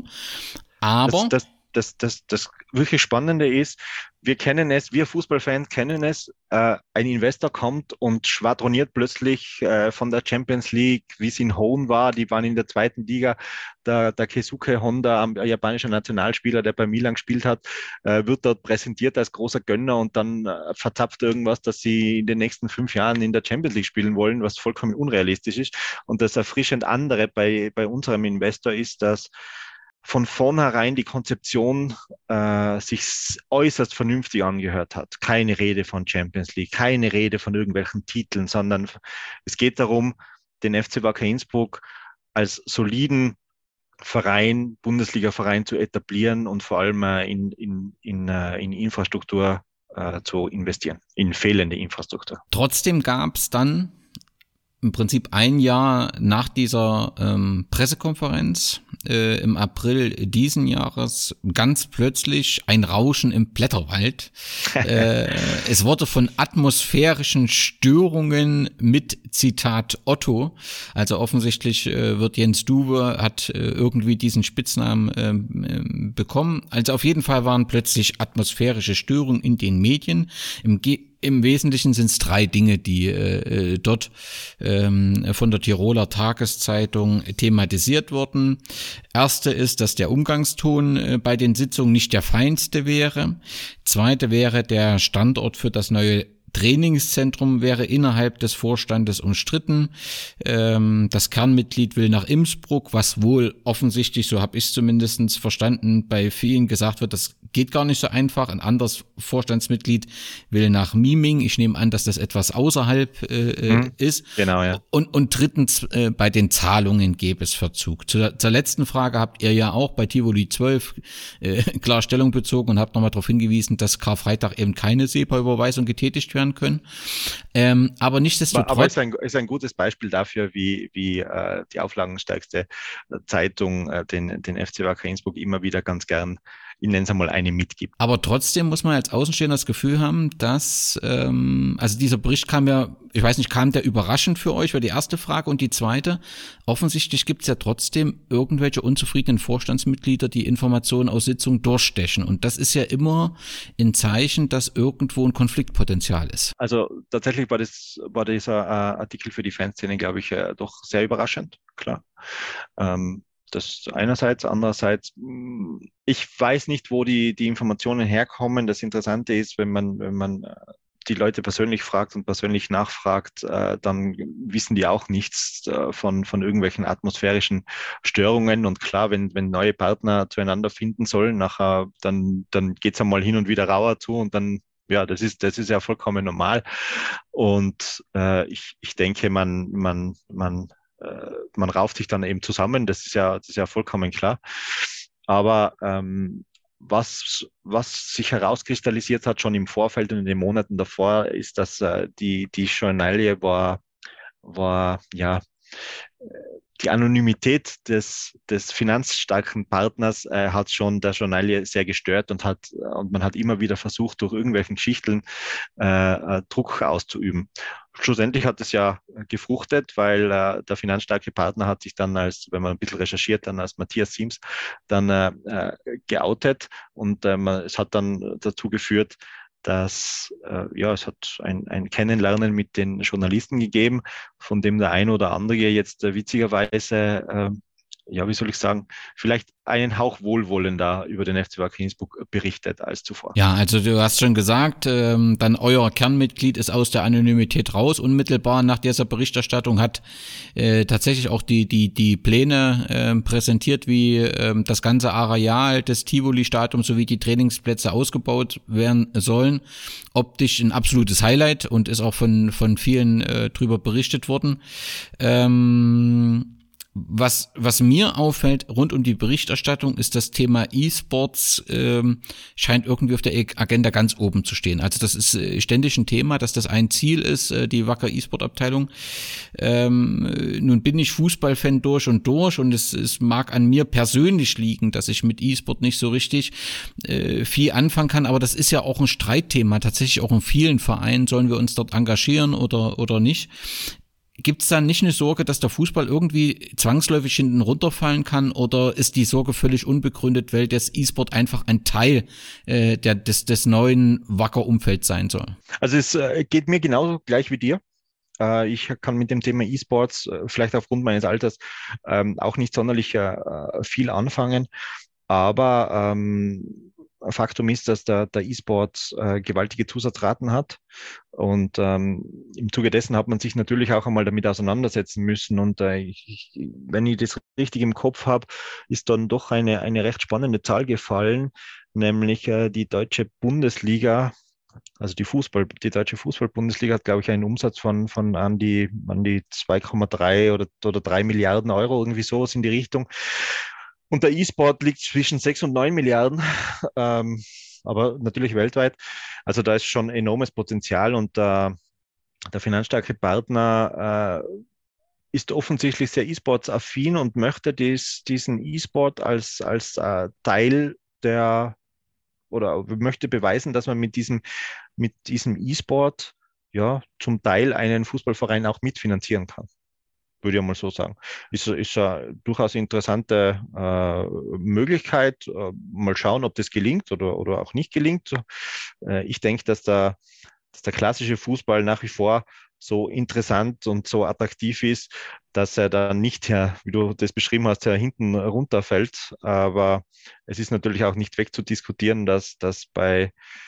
Aber das, das, das, das, das wirklich Spannende ist, wir kennen es, wir Fußballfans kennen es, äh, ein Investor kommt und schwadroniert plötzlich äh, von der Champions League, wie es in Hohn war, die waren in der zweiten Liga, der, der Keisuke Honda, ein japanischer Nationalspieler, der bei Milan gespielt hat, äh, wird dort präsentiert als großer Gönner und dann äh, verzapft irgendwas, dass sie in den nächsten fünf Jahren in der Champions League spielen wollen, was vollkommen unrealistisch ist. Und das erfrischend andere bei, bei unserem Investor ist, dass von vornherein die Konzeption äh, sich äußerst vernünftig angehört hat. Keine Rede von Champions League, keine Rede von irgendwelchen Titeln, sondern es geht darum, den F C Wacker Innsbruck als soliden Verein, Bundesliga-Verein zu etablieren und vor allem äh, in, in, in, äh, in Infrastruktur äh, zu investieren, in fehlende Infrastruktur. Trotzdem gab es dann im Prinzip ein Jahr nach dieser ähm, Pressekonferenz äh, im April diesen Jahres ganz plötzlich ein Rauschen im Blätterwald. äh, es wurde von atmosphärischen Störungen mit Zitat Otto, also offensichtlich äh, wird Jens Duwe, hat äh, irgendwie diesen Spitznamen äh, bekommen. Also auf jeden Fall waren plötzlich atmosphärische Störungen in den Medien. Im Ge Im Wesentlichen sind es drei Dinge, die äh, dort ähm, von der Tiroler Tageszeitung thematisiert wurden. Erste ist, dass der Umgangston äh, bei den Sitzungen nicht der feinste wäre. Zweite wäre, der Standort für das neue Trainingszentrum wäre innerhalb des Vorstandes umstritten. Ähm, das Kernmitglied will nach Innsbruck, was wohl offensichtlich, so habe ich es zumindest verstanden, bei vielen gesagt wird, das geht gar nicht so einfach. Ein anderes Vorstandsmitglied will nach Mieming. Ich nehme an, dass das etwas außerhalb äh, hm, ist. Genau, ja. Und, und drittens, äh, bei den Zahlungen gäbe es Verzug. Zur, zur letzten Frage habt ihr ja auch bei Tivoli zwölf äh, klar Stellung bezogen und habt nochmal darauf hingewiesen, dass Karfreitag eben keine SEPA-Überweisung getätigt werden können. Ähm, aber nichtsdestotrotz. Aber es ist ein, ist ein gutes Beispiel dafür, wie, wie äh, die auflagenstärkste Zeitung äh, den, den F C Wacker Innsbruck immer wieder ganz gern, ich nenne es einmal, eine mitgibt. Aber trotzdem muss man als Außenstehender das Gefühl haben, dass, ähm, also dieser Bericht kam ja, ich weiß nicht, kam der überraschend für euch, war die erste Frage. Und die zweite, offensichtlich gibt es ja trotzdem irgendwelche unzufriedenen Vorstandsmitglieder, die Informationen aus Sitzungen durchstechen. Und das ist ja immer ein Zeichen, dass irgendwo ein Konfliktpotenzial ist. Also tatsächlich war das, war dieser äh, Artikel für die Fanszene, glaube ich, äh, doch sehr überraschend, klar. Ähm, Das einerseits, andererseits, ich weiß nicht, wo die, die Informationen herkommen. Das Interessante ist, wenn man, wenn man die Leute persönlich fragt und persönlich nachfragt, äh, dann wissen die auch nichts äh, von, von irgendwelchen atmosphärischen Störungen. Und klar, wenn, wenn neue Partner zueinander finden sollen, nachher, dann, dann geht's einmal hin und wieder rauer zu und dann, ja, das ist, das ist ja vollkommen normal. Und äh, ich, ich denke, man, man, man, man rauft sich dann eben zusammen, das ist ja, das ist ja vollkommen klar. Aber ähm, was, was sich herauskristallisiert hat schon im Vorfeld und in den Monaten davor, ist, dass äh, die, die Journalie war, war, ja, die Anonymität des, des finanzstarken Partners äh, hat schon der Journalie sehr gestört und hat, und man hat immer wieder versucht, durch irgendwelchen Schichteln äh, Druck auszuüben. Schlussendlich hat es ja gefruchtet, weil äh, der finanzstarke Partner hat sich dann als, wenn man ein bisschen recherchiert, dann als Matthias Siems dann äh, geoutet und äh, es hat dann dazu geführt, dass äh, ja, es hat ein, ein Kennenlernen mit den Journalisten gegeben, von dem der ein oder andere jetzt äh, witzigerweise, äh, ja, wie soll ich sagen, vielleicht einen Hauch wohlwollender über den F C Wacker Innsbruck berichtet als zuvor. Ja, also du hast schon gesagt, ähm, dann euer Kernmitglied ist aus der Anonymität raus. Unmittelbar nach dieser Berichterstattung hat äh, tatsächlich auch die die die Pläne äh, präsentiert, wie äh, das ganze Areal des Tivoli-Stadions sowie die Trainingsplätze ausgebaut werden sollen. Optisch ein absolutes Highlight und ist auch von von vielen äh, drüber berichtet worden. Ähm, Was, was mir auffällt rund um die Berichterstattung ist das Thema E-Sports, ähm, scheint irgendwie auf der Agenda ganz oben zu stehen. Also das ist äh, ständig ein Thema, dass das ein Ziel ist, äh, die Wacker E-Sport-Abteilung. Ähm, nun bin ich Fußballfan durch und durch und es, es mag an mir persönlich liegen, dass ich mit E-Sport nicht so richtig äh, viel anfangen kann, aber das ist ja auch ein Streitthema. Tatsächlich auch in vielen Vereinen, sollen wir uns dort engagieren oder, oder nicht. Gibt es da nicht eine Sorge, dass der Fußball irgendwie zwangsläufig hinten runterfallen kann, oder ist die Sorge völlig unbegründet, weil das E-Sport einfach ein Teil äh, der, des, des neuen Wacker-Umfelds sein soll? Also es äh, geht mir genauso gleich wie dir. Äh, ich kann mit dem Thema E-Sports äh, vielleicht aufgrund meines Alters ähm, auch nicht sonderlich äh, viel anfangen, aber ähm, Faktum ist, dass der, der E-Sport äh, gewaltige Zusatzraten hat, und ähm, im Zuge dessen hat man sich natürlich auch einmal damit auseinandersetzen müssen, und äh, ich, wenn ich das richtig im Kopf habe, ist dann doch eine, eine recht spannende Zahl gefallen, nämlich äh, die deutsche Bundesliga, also die Fußball, die deutsche Fußball-Bundesliga hat, glaube ich, einen Umsatz von, von an die, an die zwei Komma drei oder, oder drei Milliarden Euro, irgendwie sowas in die Richtung. Und der E-Sport liegt zwischen sechs und neun Milliarden, ähm, aber natürlich weltweit. Also da ist schon enormes Potenzial, und äh, der finanzstarke Partner äh, ist offensichtlich sehr E-Sports-affin und möchte dies, diesen E-Sport als, als äh, Teil der, oder möchte beweisen, dass man mit diesem, mit diesem E-Sport ja zum Teil einen Fußballverein auch mitfinanzieren kann. Würde ich mal so sagen. Ist, ist eine durchaus interessante äh, Möglichkeit. Äh, mal schauen, ob das gelingt oder, oder auch nicht gelingt. Äh, ich denke, dass der, dass der klassische Fußball nach wie vor so interessant und so attraktiv ist, dass er da nicht, her, wie du das beschrieben hast, her hinten runterfällt. Aber es ist natürlich auch nicht wegzudiskutieren, dass, dass bei,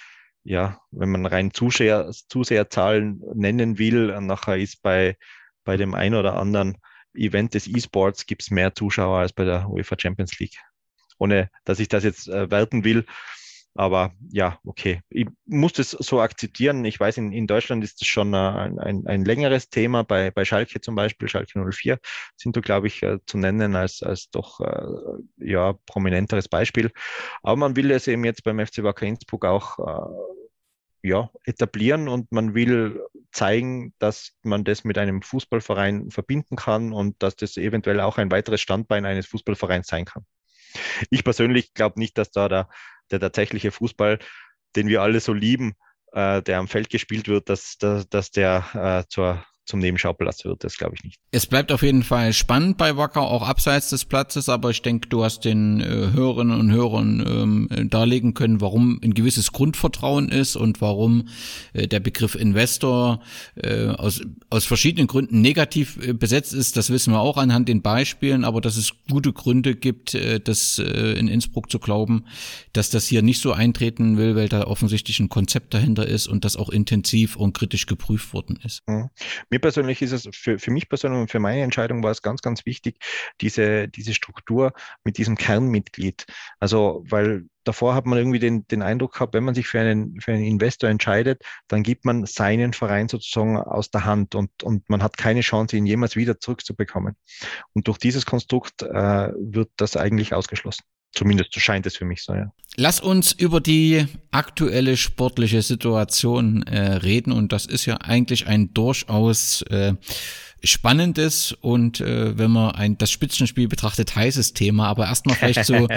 ja, wenn man rein Zuseher, Zuseherzahlen nennen will, nachher ist bei Bei dem einen oder anderen Event des E-Sports gibt es mehr Zuschauer als bei der UEFA Champions League. Ohne, dass ich das jetzt äh, werten will. Aber ja, okay. Ich muss das so akzeptieren. Ich weiß, in, in Deutschland ist das schon äh, ein, ein, ein längeres Thema. Bei, bei Schalke zum Beispiel, Schalke null vier, sind da, glaube ich, äh, zu nennen als, als doch äh, ja, prominenteres Beispiel. Aber man will es eben jetzt beim F C Wacker Innsbruck auch äh, ja, etablieren, und man will zeigen, dass man das mit einem Fußballverein verbinden kann und dass das eventuell auch ein weiteres Standbein eines Fußballvereins sein kann. Ich persönlich glaube nicht, dass da der, der tatsächliche Fußball, den wir alle so lieben, äh, der am Feld gespielt wird, dass, dass, dass der äh, zur zum Nebenschauplatz wird, das glaube ich nicht. Es bleibt auf jeden Fall spannend bei Wacker, auch abseits des Platzes, aber ich denke, du hast den äh, Hörerinnen und Hörern ähm, darlegen können, warum ein gewisses Grundvertrauen ist und warum äh, der Begriff Investor äh, aus aus verschiedenen Gründen negativ äh, besetzt ist. Das wissen wir auch anhand den Beispielen, aber dass es gute Gründe gibt, äh, das äh, in Innsbruck zu glauben, dass das hier nicht so eintreten will, weil da offensichtlich ein Konzept dahinter ist und das auch intensiv und kritisch geprüft worden ist. Mhm. Mir persönlich ist es, für, für mich persönlich und für meine Entscheidung war es ganz, ganz wichtig, diese, diese Struktur mit diesem Kernmitglied. Also, weil davor hat man irgendwie den, den Eindruck gehabt, wenn man sich für einen, für einen Investor entscheidet, dann gibt man seinen Verein sozusagen aus der Hand, und, und man hat keine Chance, ihn jemals wieder zurückzubekommen. Und durch dieses Konstrukt äh, wird das eigentlich ausgeschlossen. Zumindest scheint es für mich so, ja. Lass uns über die aktuelle sportliche Situation äh, reden, und das ist ja eigentlich ein durchaus äh, spannendes und äh, wenn man ein das Spitzenspiel betrachtet, heißes Thema, aber erstmal vielleicht so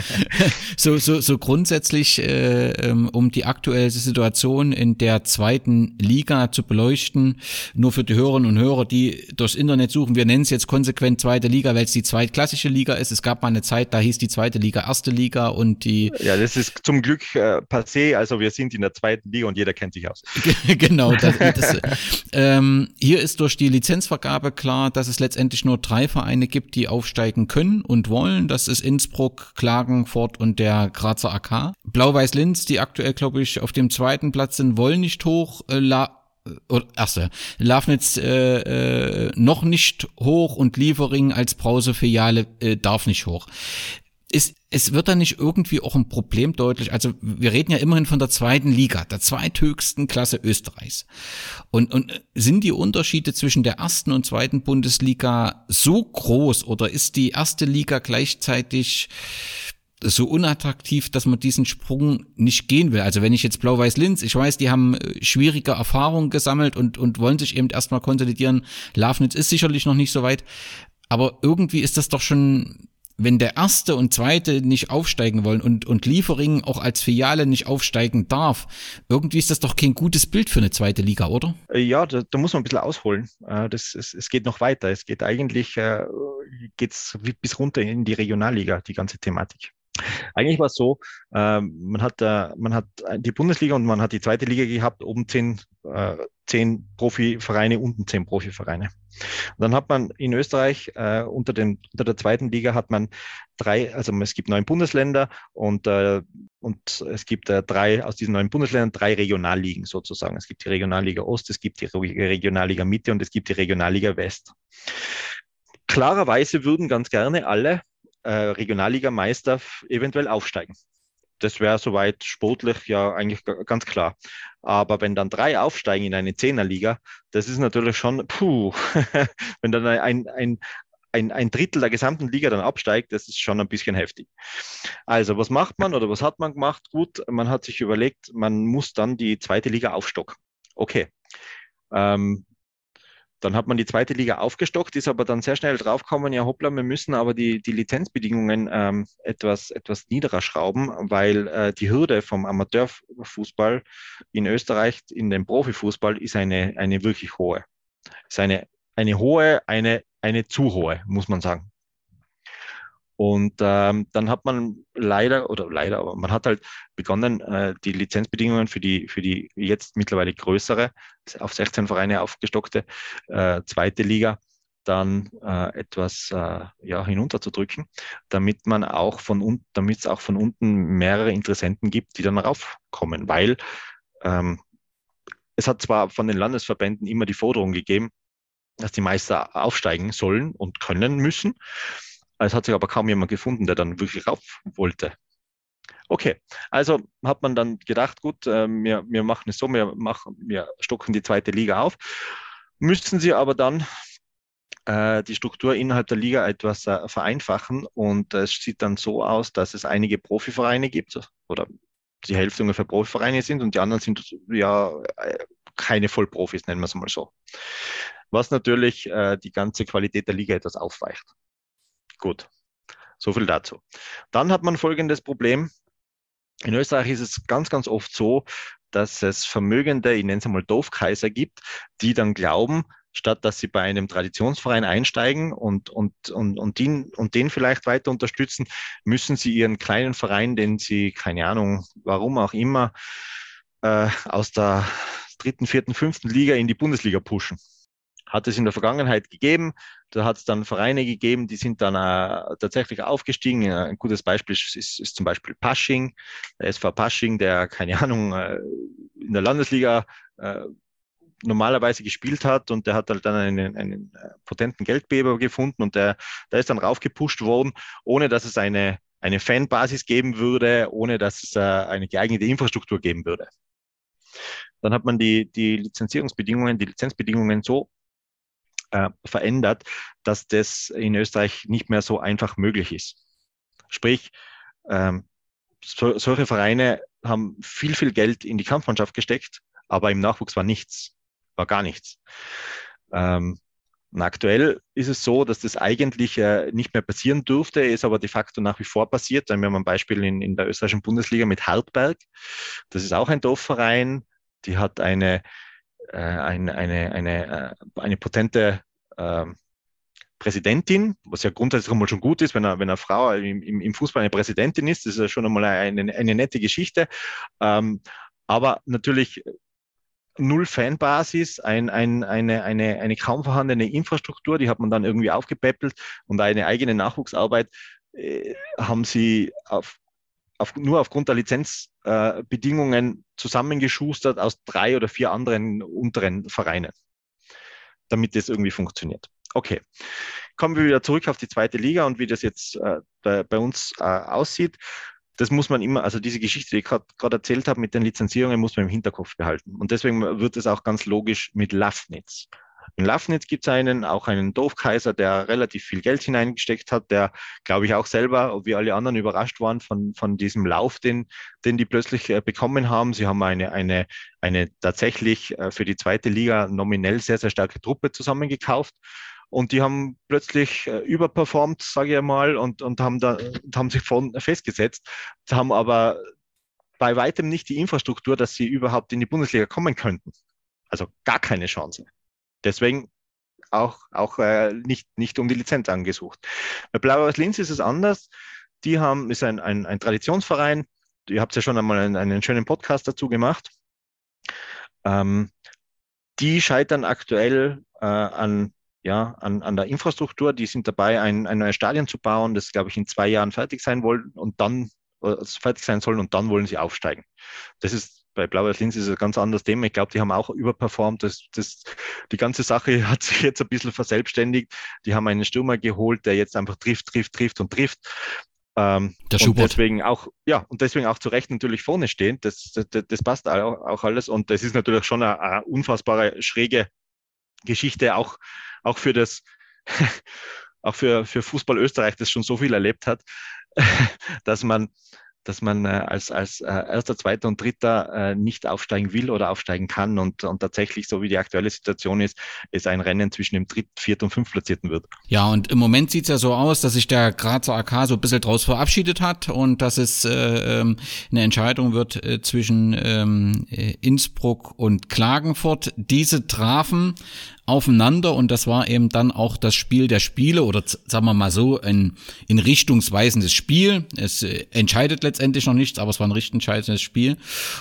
so so so grundsätzlich äh, ähm, um die aktuelle Situation in der zweiten Liga zu beleuchten, nur für die Hörerinnen und Hörer, die durchs Internet suchen. Wir nennen es jetzt konsequent zweite Liga, weil es die zweitklassische Liga ist. Es gab mal eine Zeit, da hieß die zweite Liga erste Liga, und die ja, das ist ist zum Glück äh, passé, also wir sind in der zweiten Liga und jeder kennt sich aus. Genau, das, das, ähm, hier ist durch die Lizenzvergabe klar, dass es letztendlich nur drei Vereine gibt, die aufsteigen können und wollen. Das ist Innsbruck, Klagenfurt und der Grazer A K. Blau-Weiß-Linz, die aktuell, glaube ich, auf dem zweiten Platz sind, wollen nicht hoch. Äh, La oder erste, Lafnitz äh, äh, noch nicht hoch und Liefering als Brausefiliale äh, darf nicht hoch. Ist, es wird da nicht irgendwie auch ein Problem deutlich, also wir reden ja immerhin von der zweiten Liga, der zweithöchsten Klasse Österreichs. Und, und sind die Unterschiede zwischen der ersten und zweiten Bundesliga so groß oder ist die erste Liga gleichzeitig so unattraktiv, dass man diesen Sprung nicht gehen will? Also wenn ich jetzt Blau-Weiß-Linz, ich weiß, die haben schwierige Erfahrungen gesammelt und, und wollen sich eben erstmal konsolidieren. Lafnitz ist sicherlich noch nicht so weit, aber irgendwie ist das doch schon, wenn der erste und zweite nicht aufsteigen wollen und, und Liefering auch als Filiale nicht aufsteigen darf, irgendwie ist das doch kein gutes Bild für eine zweite Liga, oder? Ja, da, da muss man ein bisschen ausholen. Das, es, es geht noch weiter. Es geht eigentlich äh, geht's bis runter in die Regionalliga, die ganze Thematik. Eigentlich war es so, äh, man hat äh, man hat die Bundesliga und man hat die zweite Liga gehabt, oben zehn, äh, zehn Profivereine, unten zehn Profivereine. Und dann hat man in Österreich äh, unter, den, unter der zweiten Liga hat man drei, also es gibt neun Bundesländer und, äh, und es gibt äh, drei aus diesen neun Bundesländern drei Regionalligen sozusagen. Es gibt die Regionalliga Ost, es gibt die Regionalliga Mitte und es gibt die Regionalliga West. Klarerweise würden ganz gerne alle äh, Regionalligameister eventuell aufsteigen. Das wäre soweit sportlich ja eigentlich ganz klar. Aber wenn dann drei aufsteigen in eine Zehnerliga, das ist natürlich schon, puh, wenn dann ein, ein, ein, ein Drittel der gesamten Liga dann absteigt, das ist schon ein bisschen heftig. Also was macht man oder was hat man gemacht? Gut, man hat sich überlegt, man muss dann die zweite Liga aufstocken. Okay. Ähm, Dann hat man die zweite Liga aufgestockt, ist aber dann sehr schnell draufgekommen, ja hoppla, wir müssen aber die, die Lizenzbedingungen ähm, etwas, etwas niederer schrauben, weil äh, die Hürde vom Amateurfußball in Österreich in den Profifußball ist eine, eine wirklich hohe. Ist eine, eine hohe, eine, eine zu hohe, muss man sagen. Und ähm, dann hat man leider, oder leider, aber man hat halt begonnen, äh, die Lizenzbedingungen für die, für die jetzt mittlerweile größere, auf sechzehn Vereine aufgestockte äh, zweite Liga dann äh, etwas äh, ja, hinunterzudrücken, damit man auch von unten, damit es auch von unten mehrere Interessenten gibt, die dann raufkommen, weil ähm, es hat zwar von den Landesverbänden immer die Forderung gegeben, dass die Meister aufsteigen sollen und können müssen. Es hat sich aber kaum jemand gefunden, der dann wirklich rauf wollte. Okay, also hat man dann gedacht, gut, äh, wir, wir machen es so, wir, machen, wir stocken die zweite Liga auf, müssten sie aber dann äh, die Struktur innerhalb der Liga etwas äh, vereinfachen und es äh, sieht dann so aus, dass es einige Profivereine gibt oder die Hälfte ungefähr Profivereine sind und die anderen sind ja keine Vollprofis, nennen wir es mal so. Was natürlich äh, die ganze Qualität der Liga etwas aufweicht. Gut, so viel dazu. Dann hat man folgendes Problem. In Österreich ist es ganz, ganz oft so, dass es vermögende, ich nenne es einmal Doofkaiser gibt, die dann glauben, statt dass sie bei einem Traditionsverein einsteigen und, und, und, und, den, und den vielleicht weiter unterstützen, müssen sie ihren kleinen Verein, den sie, keine Ahnung, warum auch immer, äh, aus der dritten, vierten, fünften Liga in die Bundesliga pushen. Hat es in der Vergangenheit gegeben. Da hat es dann Vereine gegeben, die sind dann äh, tatsächlich aufgestiegen. Ein gutes Beispiel ist, ist, ist zum Beispiel Pasching, der S V Pasching, der, keine Ahnung, äh, in der Landesliga äh, normalerweise gespielt hat und der hat halt dann einen, einen potenten Geldgeber gefunden und der, der ist dann raufgepusht worden, ohne dass es eine, eine Fanbasis geben würde, ohne dass es äh, eine geeignete Infrastruktur geben würde. Dann hat man die, die Lizenzierungsbedingungen, die Lizenzbedingungen so Äh, verändert, dass das in Österreich nicht mehr so einfach möglich ist. Sprich, ähm, so, solche Vereine haben viel, viel Geld in die Kampfmannschaft gesteckt, aber im Nachwuchs war nichts, war gar nichts. Ähm, und aktuell ist es so, dass das eigentlich äh, nicht mehr passieren dürfte, ist aber de facto nach wie vor passiert. Wir haben ein Beispiel in, in der österreichischen Bundesliga mit Hartberg. Das ist auch ein Dorfverein, die hat eine eine, eine, eine, eine potente äh, Präsidentin, was ja grundsätzlich einmal schon gut ist, wenn eine, wenn eine Frau im, im Fußball eine Präsidentin ist, das ist ja schon einmal eine, eine nette Geschichte. Ähm, aber natürlich null Fanbasis, ein, ein, eine, eine, eine kaum vorhandene Infrastruktur, die hat man dann irgendwie aufgepäppelt und eine eigene Nachwuchsarbeit äh, haben sie auf, auf, nur aufgrund der Lizenzbedingungen äh, zusammengeschustert aus drei oder vier anderen unteren Vereinen, damit das irgendwie funktioniert. Okay, kommen wir wieder zurück auf die zweite Liga und wie das jetzt äh, bei, bei uns äh, aussieht. Das muss man immer, also diese Geschichte, die ich gerade erzählt habe mit den Lizenzierungen, muss man im Hinterkopf behalten. Und deswegen wird es auch ganz logisch mit Lafnitz. In Lafnitz gibt es einen, auch einen Dorfkaiser, der relativ viel Geld hineingesteckt hat, der, glaube ich, auch selber, wie alle anderen, überrascht waren von, von diesem Lauf, den, den die plötzlich äh, bekommen haben. Sie haben eine, eine, eine tatsächlich äh, für die zweite Liga nominell sehr, sehr starke Truppe zusammengekauft. Und die haben plötzlich äh, überperformt, sage ich einmal, und, und haben, da, haben sich von, festgesetzt, haben aber bei weitem nicht die Infrastruktur, dass sie überhaupt in die Bundesliga kommen könnten. Also gar keine Chance. Deswegen auch, auch äh, nicht, nicht um die Lizenz angesucht. Bei Blau-Weiß Linz ist es anders. Die haben, ist ein, ein, ein Traditionsverein. Ihr habt ja schon einmal einen, einen schönen Podcast dazu gemacht. Ähm, die scheitern aktuell äh, an Ja, an, an der Infrastruktur. Die sind dabei, ein, ein neues Stadion zu bauen, das, glaube ich, in zwei Jahren fertig sein wollen und dann äh, fertig sein sollen und dann wollen sie aufsteigen. Das ist bei Blau-Weiß Linz ist ein ganz anderes Thema. Ich glaube, die haben auch überperformt. Das, das, die ganze Sache hat sich jetzt ein bisschen verselbstständigt. Die haben einen Stürmer geholt, der jetzt einfach trifft, trifft, trifft und trifft. Ähm, der und deswegen auch, ja, und deswegen auch zu Recht natürlich vorne stehen. Das, das, das passt auch, auch alles. Und das ist natürlich schon eine, eine unfassbare, schräge Geschichte, auch, auch für das, auch für, für Fußball Österreich, das schon so viel erlebt hat, dass man, dass man äh, als, als äh, Erster, Zweiter und Dritter äh, nicht aufsteigen will oder aufsteigen kann und, und tatsächlich, so wie die aktuelle Situation ist, es ein Rennen zwischen dem Dritt-, Viert- und Fünftplatzierten wird. Ja, und im Moment sieht es ja so aus, dass sich der Grazer A K so ein bisschen draus verabschiedet hat und dass es äh, eine Entscheidung wird äh, zwischen ähm, Innsbruck und Klagenfurt. Diese trafen aufeinander und das war eben dann auch das Spiel der Spiele oder sagen wir mal so ein in richtungsweisendes Spiel. Es äh, entscheidet letztendlich noch nichts, aber es war ein richtentscheidendes Spiel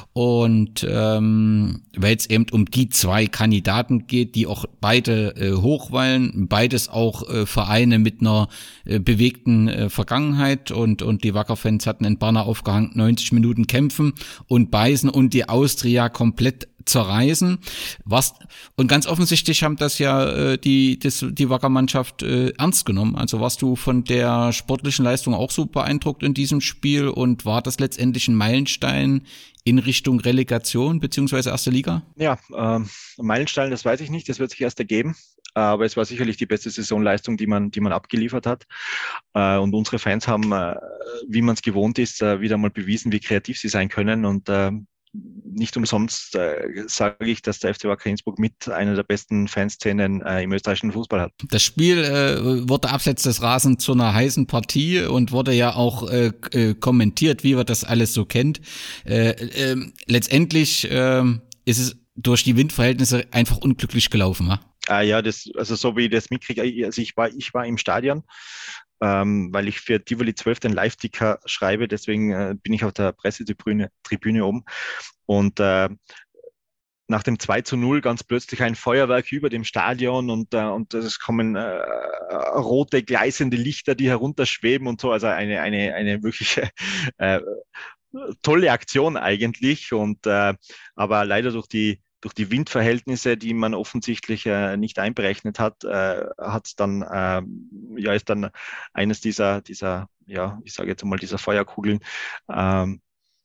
und ähm, weil es eben um die zwei Kandidaten geht, die auch beide äh, hochweilen, beides auch äh, Vereine mit einer äh, bewegten äh, Vergangenheit und und die Wacker-Fans hatten einen Banner aufgehangen, neunzig Minuten kämpfen und beißen und die Austria komplett zerreißen. Was, und ganz offensichtlich haben das ja äh, die das, die Wacker-Mannschaft äh, ernst genommen. Also warst du von der sportlichen Leistung auch so beeindruckt in diesem Spiel und war das letztendlich ein Meilenstein in Richtung Relegation beziehungsweise erste Liga? Ja, ähm, Meilenstein, das weiß ich nicht, das wird sich erst ergeben. Aber es war sicherlich die beste Saisonleistung, die man, die man abgeliefert hat. Äh, und unsere Fans haben, äh, wie man es gewohnt ist, äh, wieder mal bewiesen, wie kreativ sie sein können. Und äh, nicht umsonst äh, sage ich, dass der F C Wacker Innsbruck mit einer der besten Fanszenen äh, im österreichischen Fußball hat. Das Spiel äh, wurde abseits des Rasens zu einer heißen Partie und wurde ja auch äh, äh, kommentiert, wie man das alles so kennt. Äh, äh, letztendlich äh, ist es durch die Windverhältnisse einfach unglücklich gelaufen, wa? Ah, ja, das, also so wie ich das mitkriege, also ich war, ich war im Stadion, ähm, weil ich für Tivoli zwölf den Live-Ticker schreibe, deswegen äh, bin ich auf der Pressetribüne Tribüne oben und äh, nach dem zwei zu null ganz plötzlich ein Feuerwerk über dem Stadion und, äh, und es kommen äh, rote, gleißende Lichter, die herunterschweben und so, also eine, eine, eine wirkliche äh, tolle Aktion eigentlich und äh, aber leider durch die durch die Windverhältnisse, die man offensichtlich äh, nicht einberechnet hat, äh, hat dann äh, ja ist dann eines dieser dieser ja ich sage jetzt mal dieser Feuerkugeln ähm,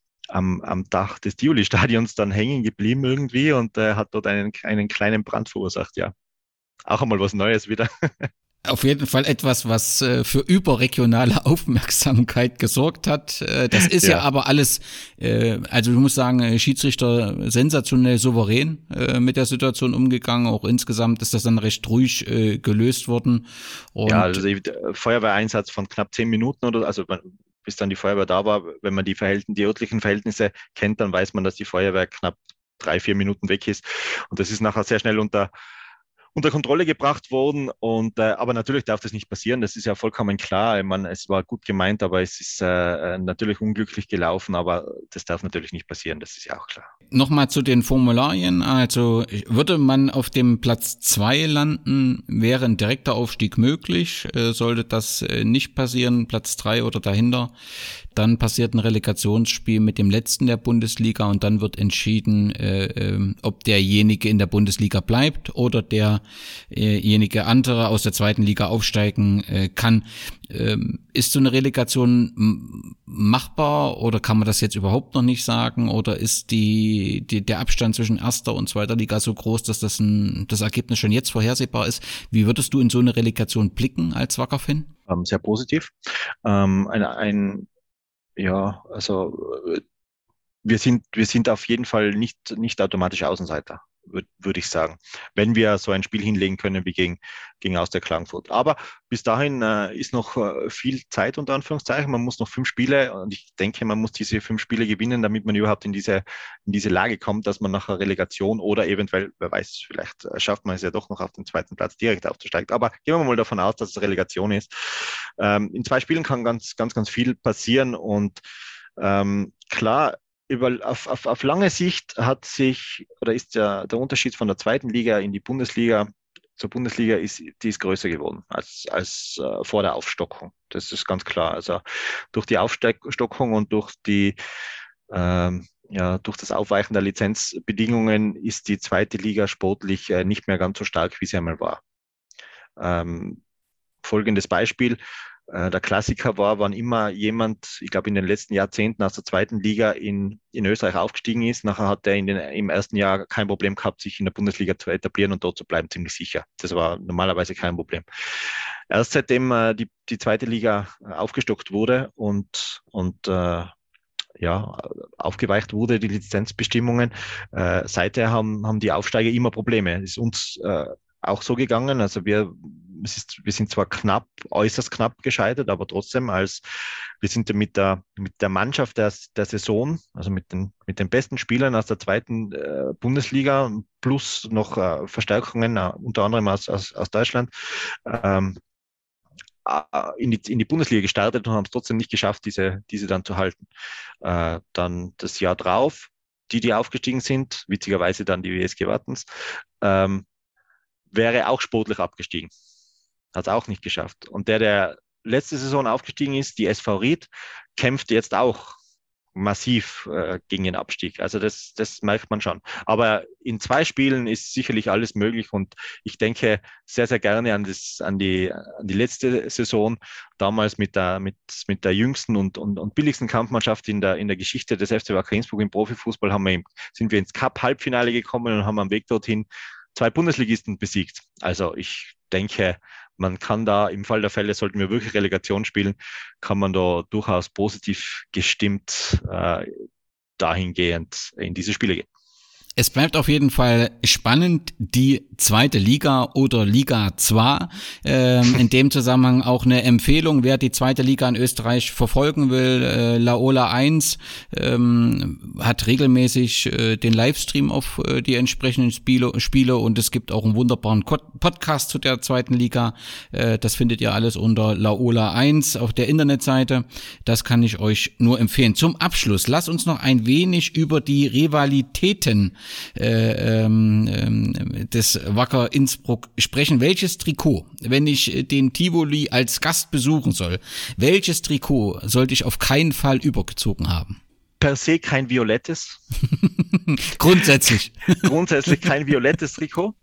am, am Dach des Tivoli-Stadions dann hängen geblieben irgendwie und äh, hat dort einen einen kleinen Brand verursacht. Ja, auch einmal was Neues wieder. Auf jeden Fall etwas, was äh, für überregionale Aufmerksamkeit gesorgt hat. Äh, das ist ja. ja aber alles, äh, also ich muss sagen, Schiedsrichter sensationell souverän äh, mit der Situation umgegangen. Auch insgesamt ist das dann recht ruhig äh, gelöst worden. Und ja, also der Feuerwehreinsatz von knapp zehn Minuten oder also bis dann die Feuerwehr da war. Wenn man die Verhältnisse, die örtlichen Verhältnisse kennt, dann weiß man, dass die Feuerwehr knapp drei, vier Minuten weg ist. Und das ist nachher sehr schnell unter unter Kontrolle gebracht worden. Und äh, aber natürlich darf das nicht passieren. Das ist ja vollkommen klar. Ich meine, es war gut gemeint, aber es ist äh, natürlich unglücklich gelaufen. Aber das darf natürlich nicht passieren. Das ist ja auch klar. Nochmal zu den Formularien. Also würde man auf dem Platz zwei landen, wäre ein direkter Aufstieg möglich. Äh, sollte das äh, nicht passieren, Platz drei oder dahinter, dann passiert ein Relegationsspiel mit dem letzten der Bundesliga und dann wird entschieden, äh, äh, ob derjenige in der Bundesliga bleibt oder derjenige andere aus der zweiten Liga aufsteigen äh, kann. Ähm, ist so eine Relegation m- machbar oder kann man das jetzt überhaupt noch nicht sagen? Oder ist die, die der Abstand zwischen erster und zweiter Liga so groß, dass das ein, das Ergebnis schon jetzt vorhersehbar ist? Wie würdest du in so eine Relegation blicken als Wacker-Fan? Ähm, sehr positiv. Ähm, ein, ein Ja, also wir sind wir sind auf jeden Fall nicht nicht automatisch Außenseiter, würde würd ich sagen, wenn wir so ein Spiel hinlegen können wie gegen gegen Austria Klagenfurt. Aber bis dahin äh, ist noch äh, viel Zeit unter Anführungszeichen. Man muss noch fünf Spiele und ich denke, man muss diese fünf Spiele gewinnen, damit man überhaupt in diese in diese Lage kommt, dass man nach einer Relegation oder eventuell, wer weiß, vielleicht schafft man es ja doch noch auf den zweiten Platz direkt aufzusteigen. Aber gehen wir mal davon aus, dass es Relegation ist. Ähm, in zwei Spielen kann ganz ganz ganz viel passieren und ähm, klar. Über, auf, auf, auf lange Sicht hat sich oder ist ja der Unterschied von der zweiten Liga in die Bundesliga zur Bundesliga ist, die ist größer geworden als, als äh, vor der Aufstockung. Das ist ganz klar. Also durch die Aufstockung und durch die ähm, ja, durch das Aufweichen der Lizenzbedingungen ist die zweite Liga sportlich äh, nicht mehr ganz so stark, wie sie einmal war. Ähm, folgendes Beispiel. Der Klassiker war, wann immer jemand, ich glaube in den letzten Jahrzehnten aus der zweiten Liga in, in Österreich aufgestiegen ist, nachher hat er in den, im ersten Jahr kein Problem gehabt, sich in der Bundesliga zu etablieren und dort zu bleiben, ziemlich sicher. Das war normalerweise kein Problem. Erst seitdem äh, die, die zweite Liga aufgestockt wurde und, und äh, ja, aufgeweicht wurde, die Lizenzbestimmungen, äh, seither haben, haben die Aufsteiger immer Probleme. Das ist uns äh, auch so gegangen. Also wir, es ist, wir sind zwar knapp, äußerst knapp gescheitert, aber trotzdem als, wir sind mit der, mit der Mannschaft der, der Saison, also mit den, mit den besten Spielern aus der zweiten äh, Bundesliga plus noch äh, Verstärkungen, äh, unter anderem aus, aus, aus Deutschland, ähm, in die, in die Bundesliga gestartet und haben es trotzdem nicht geschafft, diese, diese dann zu halten. Äh, dann das Jahr drauf, die, die aufgestiegen sind, witzigerweise dann die W S G Wattens, ähm, wäre auch sportlich abgestiegen. Hat es auch nicht geschafft. Und der, der letzte Saison aufgestiegen ist, die S V Ried, kämpft jetzt auch massiv äh, gegen den Abstieg. Also das, das merkt man schon. Aber in zwei Spielen ist sicherlich alles möglich und ich denke sehr, sehr gerne an, das, an, die, an die letzte Saison, damals mit der, mit, mit der jüngsten und, und, und billigsten Kampfmannschaft in der, in der Geschichte des F C Wacker Innsbruck im Profifußball haben wir, sind wir ins Cup-Halbfinale gekommen und haben am Weg dorthin zwei Bundesligisten besiegt. Also ich denke, man kann da im Fall der Fälle, sollten wir wirklich Relegation spielen, kann man da durchaus positiv gestimmt äh, dahingehend in diese Spiele gehen. Es bleibt auf jeden Fall spannend, die zweite Liga oder Liga zwei. Ähm, in dem Zusammenhang auch eine Empfehlung, wer die zweite Liga in Österreich verfolgen will. Äh, Laola eins ähm, hat regelmäßig äh, den Livestream auf äh, die entsprechenden Spiele, Spiele und es gibt auch einen wunderbaren Podcast zu der zweiten Liga. Äh, das findet ihr alles unter Laola eins auf der Internetseite. Das kann ich euch nur empfehlen. Zum Abschluss, lasst uns noch ein wenig über die Rivalitäten Äh, ähm, des Wacker Innsbruck sprechen. Welches Trikot, wenn ich den Tivoli als Gast besuchen soll, welches Trikot sollte ich auf keinen Fall übergezogen haben? Per se kein violettes. Grundsätzlich. Grundsätzlich kein violettes Trikot.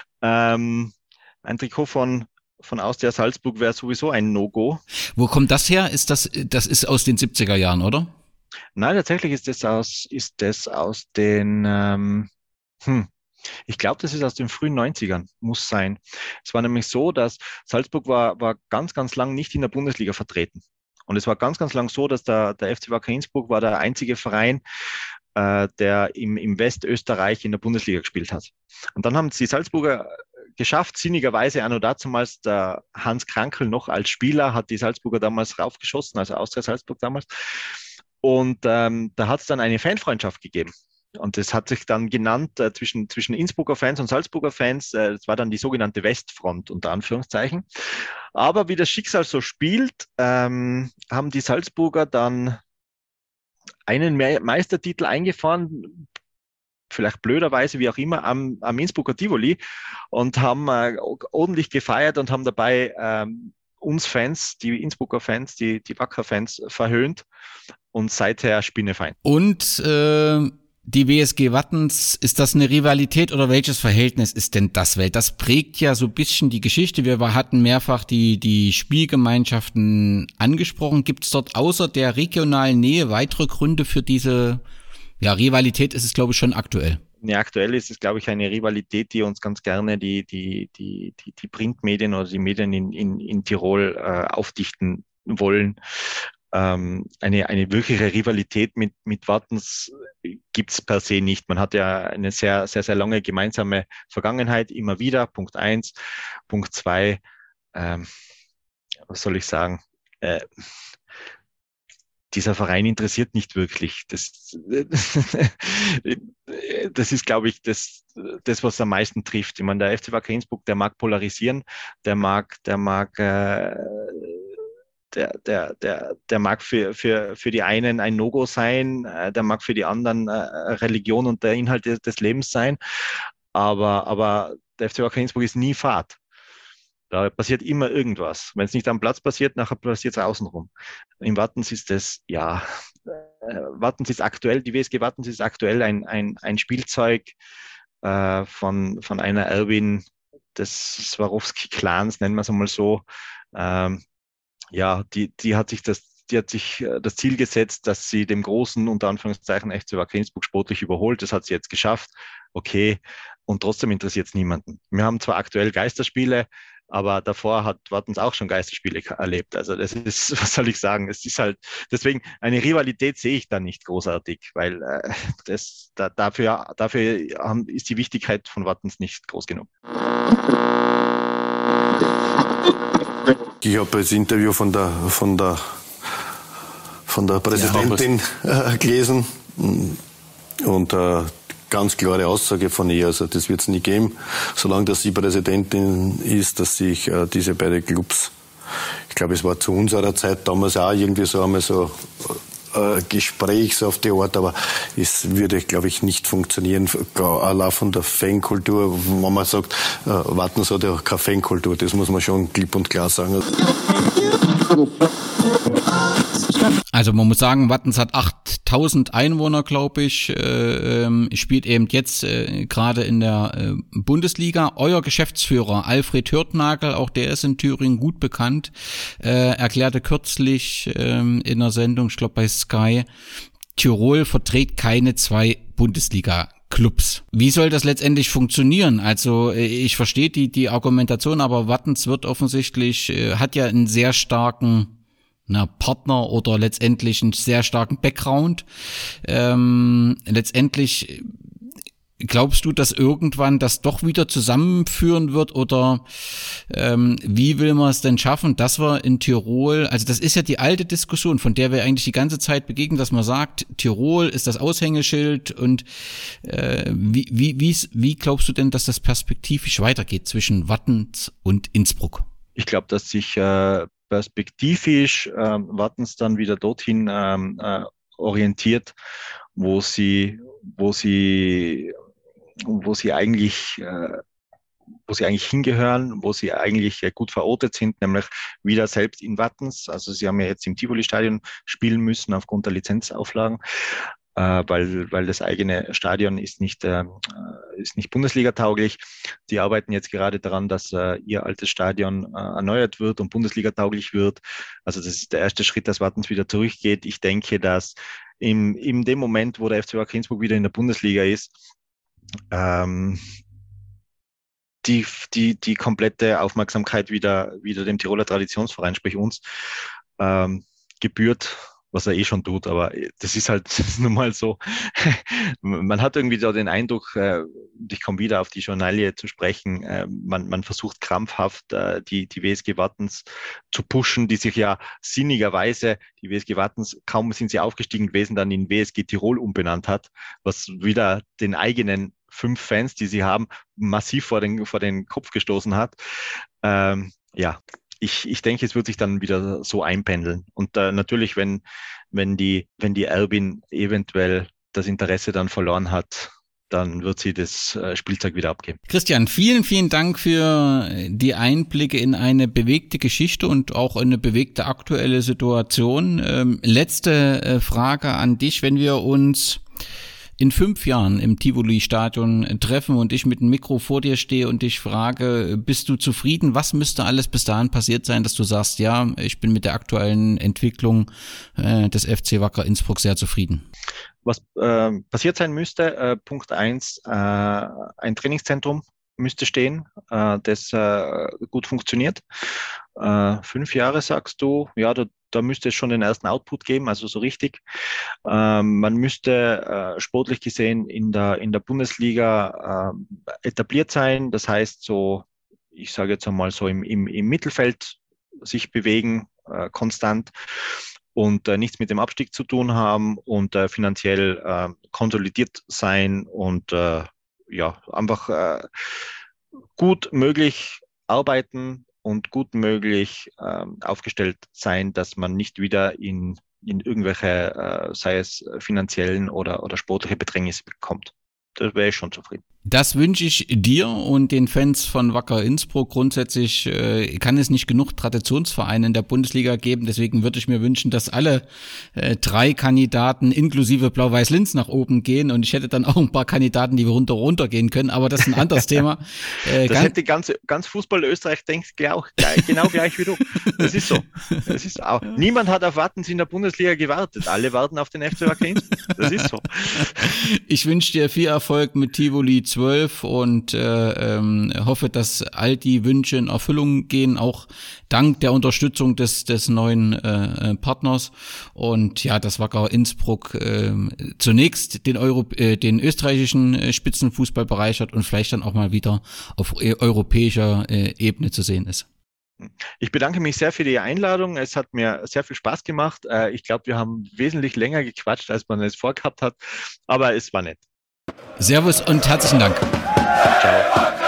Ähm, ein Trikot von von Austria Salzburg wäre sowieso ein No-Go. Wo kommt das her? Ist das, das ist aus den siebziger Jahren, oder? Nein, tatsächlich ist das aus, ist das aus den, ähm, hm, ich glaube, das ist aus den frühen neunzigern, muss sein. Es war nämlich so, dass Salzburg war, war ganz, ganz lang nicht in der Bundesliga vertreten. Und es war ganz, ganz lang so, dass der, der F C Wacker Innsbruck war der einzige Verein, äh, der im, im Westösterreich in der Bundesliga gespielt hat. Und dann haben die Salzburger geschafft, sinnigerweise auch noch dazumals der Hans Krankl noch als Spieler, hat die Salzburger damals raufgeschossen, also Austria Salzburg damals. Und ähm, da hat es dann eine Fanfreundschaft gegeben. Und das hat sich dann genannt äh, zwischen, zwischen Innsbrucker Fans und Salzburger Fans. Äh, das war dann die sogenannte Westfront, unter Anführungszeichen. Aber wie das Schicksal so spielt, ähm, haben die Salzburger dann einen Me- Meistertitel eingefahren, vielleicht blöderweise, wie auch immer, am, am Innsbrucker Tivoli und haben äh, ordentlich gefeiert und haben dabei ähm, uns Fans, die Innsbrucker Fans, die, die Wacker-Fans verhöhnt und seither Spinnefeind. Und äh, die W S G Wattens, ist das eine Rivalität oder welches Verhältnis ist denn das? Weil das prägt ja so ein bisschen die Geschichte. Wir hatten mehrfach die die Spielgemeinschaften angesprochen. Gibt es dort außer der regionalen Nähe weitere Gründe für diese, ja, Rivalität ist es, glaube ich, schon aktuell? Ja, aktuell ist es, glaube ich, eine Rivalität, die uns ganz gerne die, die, die, die, die Printmedien oder die Medien in, in, in Tirol äh, aufdichten wollen. Ähm, eine, eine wirkliche Rivalität mit, mit Wattens gibt's per se nicht. Man hat ja eine sehr, sehr, sehr lange gemeinsame Vergangenheit, immer wieder. Punkt eins. Punkt zwei, ähm, was soll ich sagen? Äh, dieser Verein interessiert nicht wirklich. Das, das ist, glaube ich, das, das, was am meisten trifft. Ich meine, der F C Wacker Innsbruck, der mag polarisieren, der mag, der mag, äh, der, der, der, der mag für, für, für die einen ein No-Go sein, äh, der mag für die anderen äh, Religion und der Inhalt des, des Lebens sein. Aber, aber der F C Wacker Innsbruck ist nie Fahrt. Da passiert immer irgendwas. Wenn es nicht am Platz passiert, nachher passiert es außenrum. In Wattens ist es, ja, äh, Wattens ist aktuell, die W S G Wattens ist aktuell ein, ein, ein Spielzeug äh, von, von einer Erbin des Swarovski-Clans, nennen wir es einmal so. Ähm, ja, die, die hat sich das Die hat sich das Ziel gesetzt, dass sie dem großen, unter Anführungszeichen, F C Wacker Innsbruck sportlich überholt. Das hat sie jetzt geschafft. Okay. Und trotzdem interessiert es niemanden. Wir haben zwar aktuell Geisterspiele, aber davor hat Wattens auch schon Geisterspiele erlebt. Also das ist, was soll ich sagen? Es ist halt, deswegen eine Rivalität sehe ich da nicht großartig, weil äh, das, da, dafür, dafür haben, ist die Wichtigkeit von Wattens nicht groß genug. Ich habe das Interview von der, von der, von der Präsidentin äh, gelesen und äh, ganz klare Aussage von ihr, also das wird es nie geben, solange dass sie Präsidentin ist, dass sich äh, diese beiden Clubs, ich glaube es war zu unserer Zeit damals auch irgendwie so einmal so äh, Gespräch so auf die Art, aber es würde, glaube ich, nicht funktionieren, allein von der Fankultur, wenn man sagt, äh, Wattens hat ja keine Fankultur, das muss man schon klipp und klar sagen. Also man muss sagen, Wattens hat achttausend Einwohner, glaube ich, äh, ähm, spielt eben jetzt äh, gerade in der äh, Bundesliga. Euer Geschäftsführer Alfred Hürtnagel, auch der ist in Thüringen gut bekannt, äh, erklärte kürzlich äh, in einer Sendung, ich glaube bei Sky, Tirol vertritt keine zwei Bundesliga Clubs. Wie soll das letztendlich funktionieren? Also ich verstehe die die Argumentation, aber Wattens wird offensichtlich, äh, hat ja einen sehr starken na, Partner oder letztendlich einen sehr starken Background. Ähm, letztendlich glaubst du, dass irgendwann das doch wieder zusammenführen wird oder ähm, wie will man es denn schaffen, dass wir in Tirol, also das ist ja die alte Diskussion, von der wir eigentlich die ganze Zeit begegnen, dass man sagt, Tirol ist das Aushängeschild und äh, wie, wie, wie, wie glaubst du denn, dass das perspektivisch weitergeht zwischen Wattens und Innsbruck? Ich glaube, dass sich äh, perspektivisch äh, Wattens dann wieder dorthin ähm, äh, orientiert, wo sie, wo sie, wo sie eigentlich, äh, wo sie eigentlich hingehören, wo sie eigentlich äh, gut verortet sind, nämlich wieder selbst in Wattens. Also sie haben ja jetzt im Tivoli-Stadion spielen müssen aufgrund der Lizenzauflagen, äh, weil weil das eigene Stadion ist nicht äh, ist nicht Bundesliga-tauglich. Die arbeiten jetzt gerade daran, dass äh, ihr altes Stadion äh, erneuert wird und Bundesliga-tauglich wird. Also das ist der erste Schritt, dass Wattens wieder zurückgeht. Ich denke, dass im, in dem Moment, wo der F C Wacker Innsbruck wieder in der Bundesliga ist, ähm, die, die, die komplette Aufmerksamkeit wieder, wieder dem Tiroler Traditionsverein, sprich uns, ähm, gebührt. was er eh schon tut, aber das ist halt nun mal so. Man hat irgendwie so den Eindruck, äh, ich komme wieder auf die Journalie zu sprechen, äh, man, man versucht krampfhaft äh, die, die W S G Wattens zu pushen, die sich ja sinnigerweise, die W S G Wattens, kaum sind sie aufgestiegen gewesen, dann in W S G Tirol umbenannt hat, was wieder den eigenen fünf Fans, die sie haben, massiv vor den, vor den Kopf gestoßen hat. Ähm, ja, Ich, ich denke, es wird sich dann wieder so einpendeln. Und äh, natürlich, wenn, wenn die, wenn die Albin eventuell das Interesse dann verloren hat, dann wird sie das äh, Spielzeug wieder abgeben. Christian, vielen, vielen Dank für die Einblicke in eine bewegte Geschichte und auch eine bewegte aktuelle Situation. Ähm, letzte äh, Frage an dich, wenn wir uns in fünf Jahren im Tivoli-Stadion treffen und ich mit dem Mikro vor dir stehe und dich frage, bist du zufrieden? Was müsste alles bis dahin passiert sein, dass du sagst, ja, ich bin mit der aktuellen Entwicklung äh, des F C Wacker Innsbruck sehr zufrieden? Was äh, passiert sein müsste, äh, Punkt eins, äh, ein Trainingszentrum müsste stehen, äh, das äh, gut funktioniert. Äh, fünf Jahre sagst du, ja, da, da müsste es schon den ersten Output geben, also so richtig. Ähm, man müsste äh, sportlich gesehen in der, in der Bundesliga äh, etabliert sein. Das heißt, so, ich sage jetzt einmal so im, im, im Mittelfeld sich bewegen, äh, konstant und äh, nichts mit dem Abstieg zu tun haben und äh, finanziell äh, konsolidiert sein und äh, ja, einfach äh, gut möglich arbeiten und gut möglich äh, aufgestellt sein, dass man nicht wieder in, in irgendwelche, äh, sei es finanziellen oder, oder sportliche Bedrängnisse bekommt. Da wäre ich schon zufrieden. Das wünsche ich dir und den Fans von Wacker Innsbruck. Grundsätzlich äh, kann es nicht genug Traditionsvereine in der Bundesliga geben. Deswegen würde ich mir wünschen, dass alle äh, drei Kandidaten inklusive Blau-Weiß-Linz nach oben gehen. Und ich hätte dann auch ein paar Kandidaten, die wir runter runtergehen können. Aber das ist ein anderes Thema. Äh, das ganz, hätte ganz, ganz Fußball Österreich denkt auch, gleich, genau gleich wie du. Das ist so. Das ist auch. Niemand hat auf Wattens in der Bundesliga gewartet. Alle warten auf den F C Wacker Innsbruck. Das ist so. Ich wünsche dir viel Erfolg mit Tivoli zwölf und äh, ähm, hoffe, dass all die Wünsche in Erfüllung gehen, auch dank der Unterstützung des des neuen äh, Partners. Und ja, dass Wacker Innsbruck äh, zunächst den Euro, äh, den österreichischen Spitzenfußball bereichert und vielleicht dann auch mal wieder auf äh, europäischer äh, Ebene zu sehen ist. Ich bedanke mich sehr für die Einladung. Es hat mir sehr viel Spaß gemacht. Ich glaube, wir haben wesentlich länger gequatscht, als man es vorgehabt hat, aber es war nett. Servus und herzlichen Dank. Ciao.